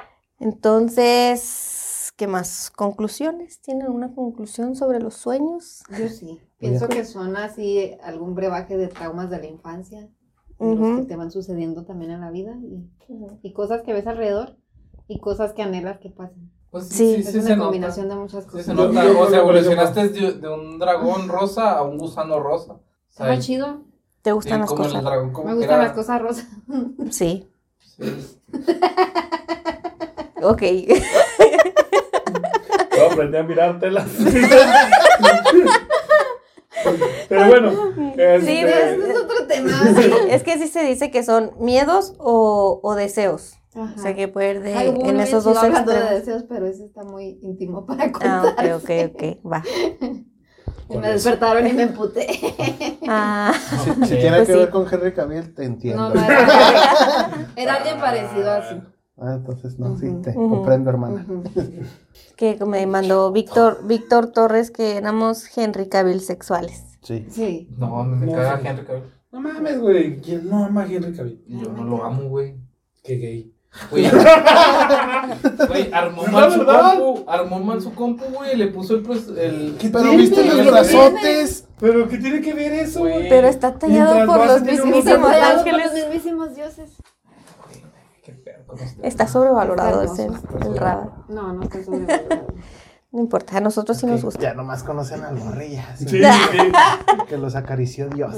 Entonces, ¿qué más? ¿Conclusiones? ¿Tienen una conclusión sobre los sueños? Yo sí. Pienso que son así algún brebaje de traumas de la infancia, de Ujú. los que te van sucediendo también en la vida y, y cosas que ves alrededor y cosas que anhelas que pasen. Pues Sí, Es sí una se combinación nota. de muchas Sí cosas. se Yo- nota. yo- O sea, yo- evolucionaste de, de un dragón rosa a un gusano rosa. O sea, Está chido. ¿Te y gustan las como el cosas? dragón, como Me que gustan era- las cosas rosas. Sí. Sí. Ok. Yo aprendí a mirártelas. Pero bueno, este, Sí, Ese es otro tema. Sí, es que sí se dice que son miedos o, o deseos. Ajá. O sea, que puede ir de, Ay, hubo en uno esos bien dos chido hablando de extremos. deseos, pero ese está muy íntimo para Ah, contar. ok, ok, ok, va. Y me despertaron y me emputé. Ah, Si, si Pues tiene que sí. ver con Henry Cavill, te entiendo. No, no era. Era alguien parecido así. Ah, entonces no, sí, Ujú. te Ujú. comprendo, hermana. Ujú. que me mandó Víctor, Víctor Torres que éramos Henry Cavill sexuales. Sí. Sí. No, me, me No, caga sí. Henry Cavill. no mames, güey. ¿Quién no ama a Henry Cavill? Yo no lo amo, güey. Qué gay. Güey, güey, armó Es mal la su verdad. compu, armó mal su compu, güey, le puso el, pues, el... ¿Qué pero tiene? viste los ¿Qué brazotes? ¿Pero qué tiene que ver eso, Güey. güey? Pero está tallado Mientras por más los tiene unos mismísimos detalles, Por los ángeles. mismísimos dioses. Qué pedo con usted. Está sobrevalorado Está ese, hermoso. el radar. No, no está sobrevalorado. No importa, a nosotros sí nos Ok, gusta. ya nomás conocen al morrilla. Sí, Sí. sí. Que los acarició Dios.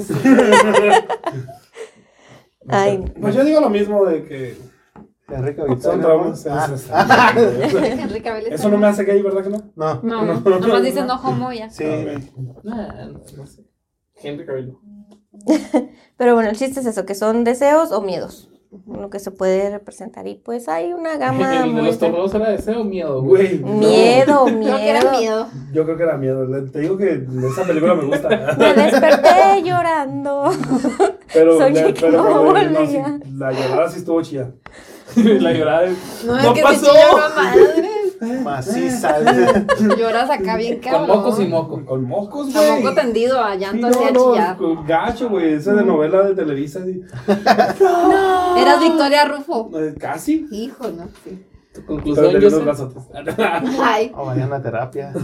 Ay, Pues yo digo lo mismo de que Henry Cavill. son ¿no? traumas. Ah, es- es- Henry Cavill está Eso no me hace gay, ¿verdad que no? no. No, no, nomás dices no homo ya. Sí. Nah, no sé. Henry Cavill. pero bueno, el chiste es eso, que son deseos o miedos. Lo que se puede representar. Y pues hay una gama. ¿El de muy los grande. tornados era deseo o miedo, güey? Güey. no. Miedo, Creo que era miedo. miedo. Yo creo que era miedo. Le- Te digo que esa película me gusta. Me desperté llorando. Pero, Soñé le- que pero no cuando- no, sí, volvía. la llorada sí estuvo chida. La llorada de... No, es ¡No que pasó! se chilla una madre. Maciza. Lloras acá bien Con cabrón. mocos y moco. Con mocos, A güey. moco tendido, a Sí, llanto no, así a no, chillar. con gacho, güey. Esa de novela de Televisa. sí. Eras Victoria Rufo. Eh, Casi. Hijo, no, sí. Tu Pero conclusión, tenía yo unos sé... brazotes. Ay, O vayan a terapia.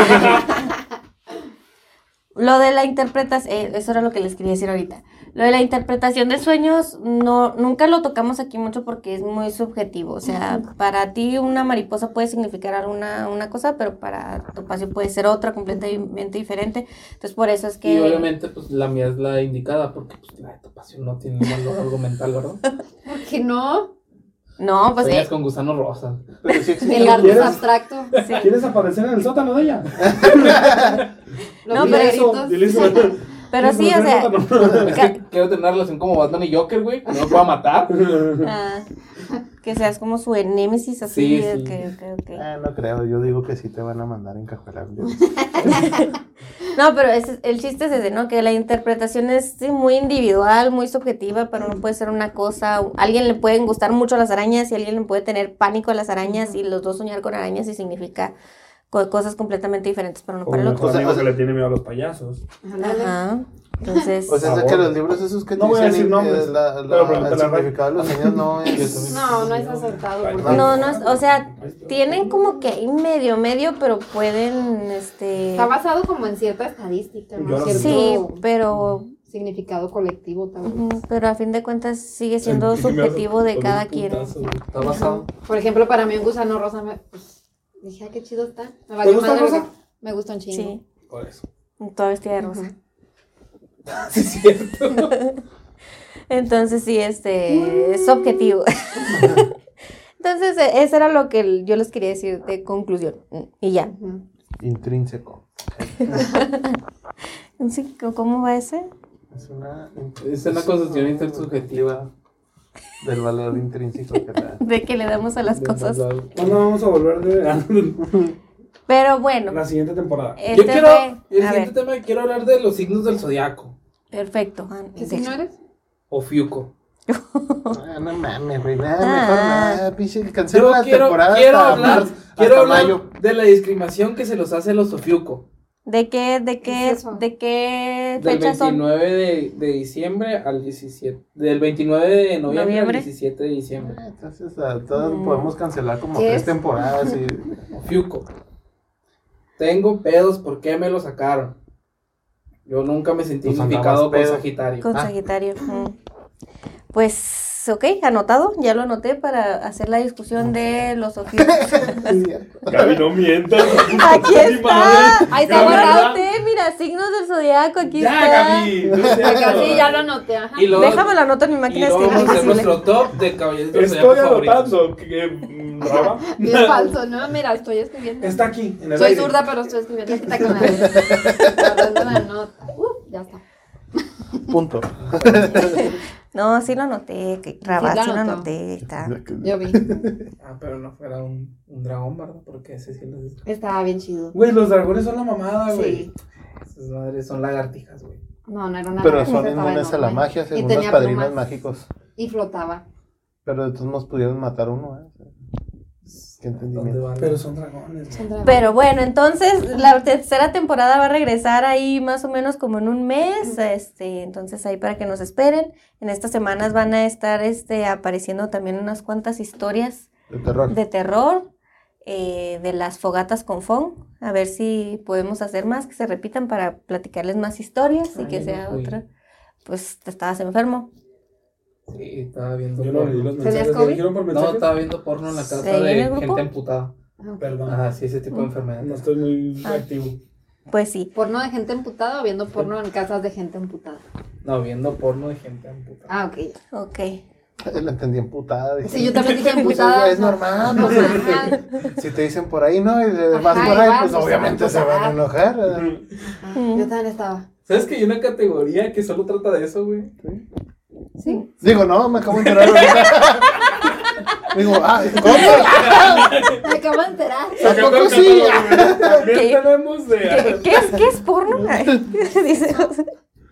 Lo de la interpretación, eh, eso era lo que les quería decir ahorita. Lo de la interpretación de sueños, no, nunca lo tocamos aquí mucho porque es muy subjetivo. O sea, para ti una mariposa puede significar alguna una cosa, pero para Topacio puede ser otra completamente diferente. Entonces, por eso es que... Y obviamente, pues, la mía es la indicada, porque, pues, la de Topacio no tiene valor algo mental, ¿verdad? ¿por qué no? No, pues... Sueñas eh, con gusano rosa. Pero sí existe. El arte es ¿Quieres? abstracto. sí. ¿Quieres aparecer en el sótano de ella? Los No, Dile pero eso, negritos. dile eso. Pero sí, o sea... Es que quiero tener una relación como Batman y Joker, güey, que no me pueda matar. ah, que seas como su némesis así. Sí, de sí. que- que- que- Ah, no creo, yo digo que sí te van a mandar encajuelar. No, pero es, el chiste es ese, ¿no? Que la interpretación es sí, muy individual, muy subjetiva, pero no puede ser una cosa. A alguien le pueden gustar mucho las arañas y a alguien le puede tener pánico a las arañas y los dos soñar con arañas y significa co- cosas completamente diferentes, pero no Como para el mi otro. mejor O sea, amigo o sea- que le tiene miedo a los payasos. Ándale. Ajá. Entonces, O sea, es que los libros esos que te No voy a dicen decir nombres, eh, la, pero la, pregúntale el a Ray. significado de los sueños no es... No, no es acertado. porque- no, no, es- o sea, tienen como que ahí medio, medio, pero pueden, este... Está basado como en cierta estadística, Yo ¿no? lo- Cierto Sí, pero... significado colectivo también. ujú, pero a fin de cuentas sigue siendo Sentí que me subjetivo vas a- de con cada un quien. putazo, güey. Está basado. Por ejemplo, para mí un gusano rosa me... Pues, dije, ay, qué chido está. Me ¿Te valió gusta madre rosa? porque Me gusta un chingo. Sí, Por eso. toda vestida de rosa. Ujú. Sí, es cierto. Entonces sí, este, es objetivo. Entonces, e- eso era lo que el- yo les quería decir de conclusión. Y ya. Ujú. Intrínseco. Sí, ¿cómo va ese? Es una... Es una concepción intersubjetiva. Del valor intrínseco que da. De que le damos a las cosas. ¿Cuándo vamos a volver de Pero bueno, la siguiente temporada? este Yo quiero, fue- el a siguiente ver, tema, quiero hablar de los signos del zodiaco. perfecto. Ah, ¿Qué ok. signo eres? O Fiuco. Ah, no mames, güey, nada, Ah. mejor nada, pinche, cancela Yo la quiero, temporada quiero hasta hablar, marzo, quiero hasta hablar mayo. de la discriminación que se los hace a los Sofiuco. ¿De qué, de qué, ¿Qué es eso? de qué Del fechas son? veintinueve de, de diciembre al diecisiete. Del veintinueve de noviembre, ¿Noviembre? al diecisiete de diciembre. Ah, Entonces, a todos Mm. podemos cancelar como ¿Qué tres es? temporadas y... Sofiuco. Tengo pedos, ¿por qué me lo sacaron? Yo nunca me sentí Pues identificado andabas con pedo. Sagitario. Con Ah, Sagitario. Mm. Pues, ok, anotado, ya lo anoté para hacer la discusión de los ofiucos. Gaby, no mientas. Aquí está. Ahí está Ya lo guardado. anoté, mira, signos del zodiaco, aquí Ya, está. Gaby. no seas Acá sí, cabrón. ya lo anoté, ajá. Y luego, Déjame lo anoto en mi y máquina de luego vamos a hacer escribir. nuestro top de caballeros del Estoy Zodiaco favoritos. anotando. que mm, Raba. Es falso, ¿no? Mira, estoy escribiendo. Está aquí, en el Soy aire. zurda, pero estoy escribiendo. Aquí está con la agarrando la nota. Uh, ya está. Punto. No, sí lo anoté, que Rabat, Sí lo sí lo anotó. anoté, está. Yo vi. Ah, pero no fuera un, un dragón, ¿verdad? Porque ese sí les... Estaba bien chido. Güey, los dragones son la mamada, güey. Sí. Esas madres son lagartijas, güey. No, no era una Pero lagartija, son estaba inmunes a la enorme. magia, Y según los tenía padrinos plumas. mágicos. Y flotaba. Pero de todos modos pudieron matar uno, ¿eh? Qué ¿Dónde entendimiento. van? Pero son dragones. Son dragones. Pero bueno, entonces la tercera temporada va a regresar ahí más o menos como en un mes, este, entonces ahí para que nos esperen. En estas semanas van a estar este, apareciendo también unas cuantas historias De terror. de terror, eh, de las fogatas con Fon, a ver si podemos hacer más, que se repitan para platicarles más historias y Ay, que no sea fui. otra. Pues te estabas enfermo. Sí, estaba viendo Yo no leí porno. los ¿Tenías mensajes. COVID? ¿Me dijeron por No, mensajes? estaba viendo porno en la casa ¿Sí, en de el grupo? gente amputada. Ah, ok. Perdón. Ah, sí, ese tipo de enfermedad. No estoy muy Ah. activo. Pues sí. ¿Porno de gente emputada o viendo porno en casas de gente emputada? No, viendo porno de gente amputada. Ah, ok. Ok. La entendí emputada. dije, Sí, yo también dije pues, emputada. es normal. pues, Normal. si te dicen por ahí, ¿no? Y le vas Ajá, por ahí, igual, pues pues, obviamente se se van a van a enojar. ¿verdad? Ah, yo también estaba. ¿Sabes que hay una categoría que solo trata de eso, güey? Sí. Digo, no, me acabo de enterar ahorita. Digo, ah, ¿cómo? Me acabo de enterar. ¿A poco sí? También ¿Qué? tenemos de... ¿Qué, qué es, qué es porno? Ay, dice José.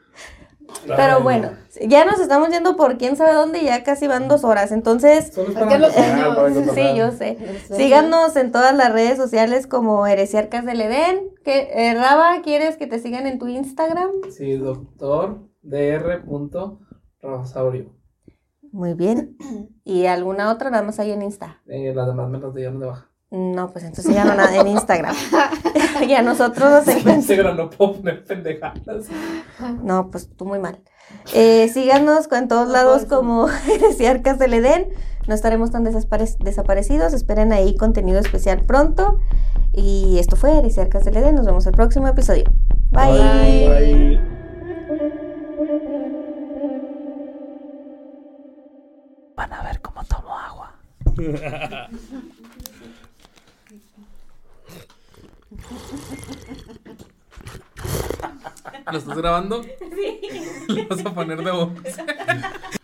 Pero bueno, ya nos estamos yendo por quién sabe dónde y ya casi van dos horas. Entonces, Solo es Es para que los empezar, para sueños. empezar. sí, yo sé. Sí. Síganos en todas las redes sociales como Heresiarcas del Edén. Que, eh, Raba, ¿quieres que te sigan en tu Instagram? Sí, doctor dr. Rabasaurio. Muy bien. ¿Y alguna otra? Nada más ahí en Insta. Eh, las demás me las dieron de baja. No, pues entonces ya no nada en Instagram. Y a nosotros nos En encuentran. Instagram no puedo poner pendejadas. No, pues tú muy mal. Eh, síganos en todos No lados puedo como Heresiarcas del Edén. No estaremos tan desapare- desaparecidos. Esperen ahí contenido especial pronto. Y esto fue Heresiarcas del Edén. Nos vemos el próximo episodio. Bye. Bye. Van a ver cómo tomo agua. ¿Lo estás grabando? Sí. Lo vas a poner de voz.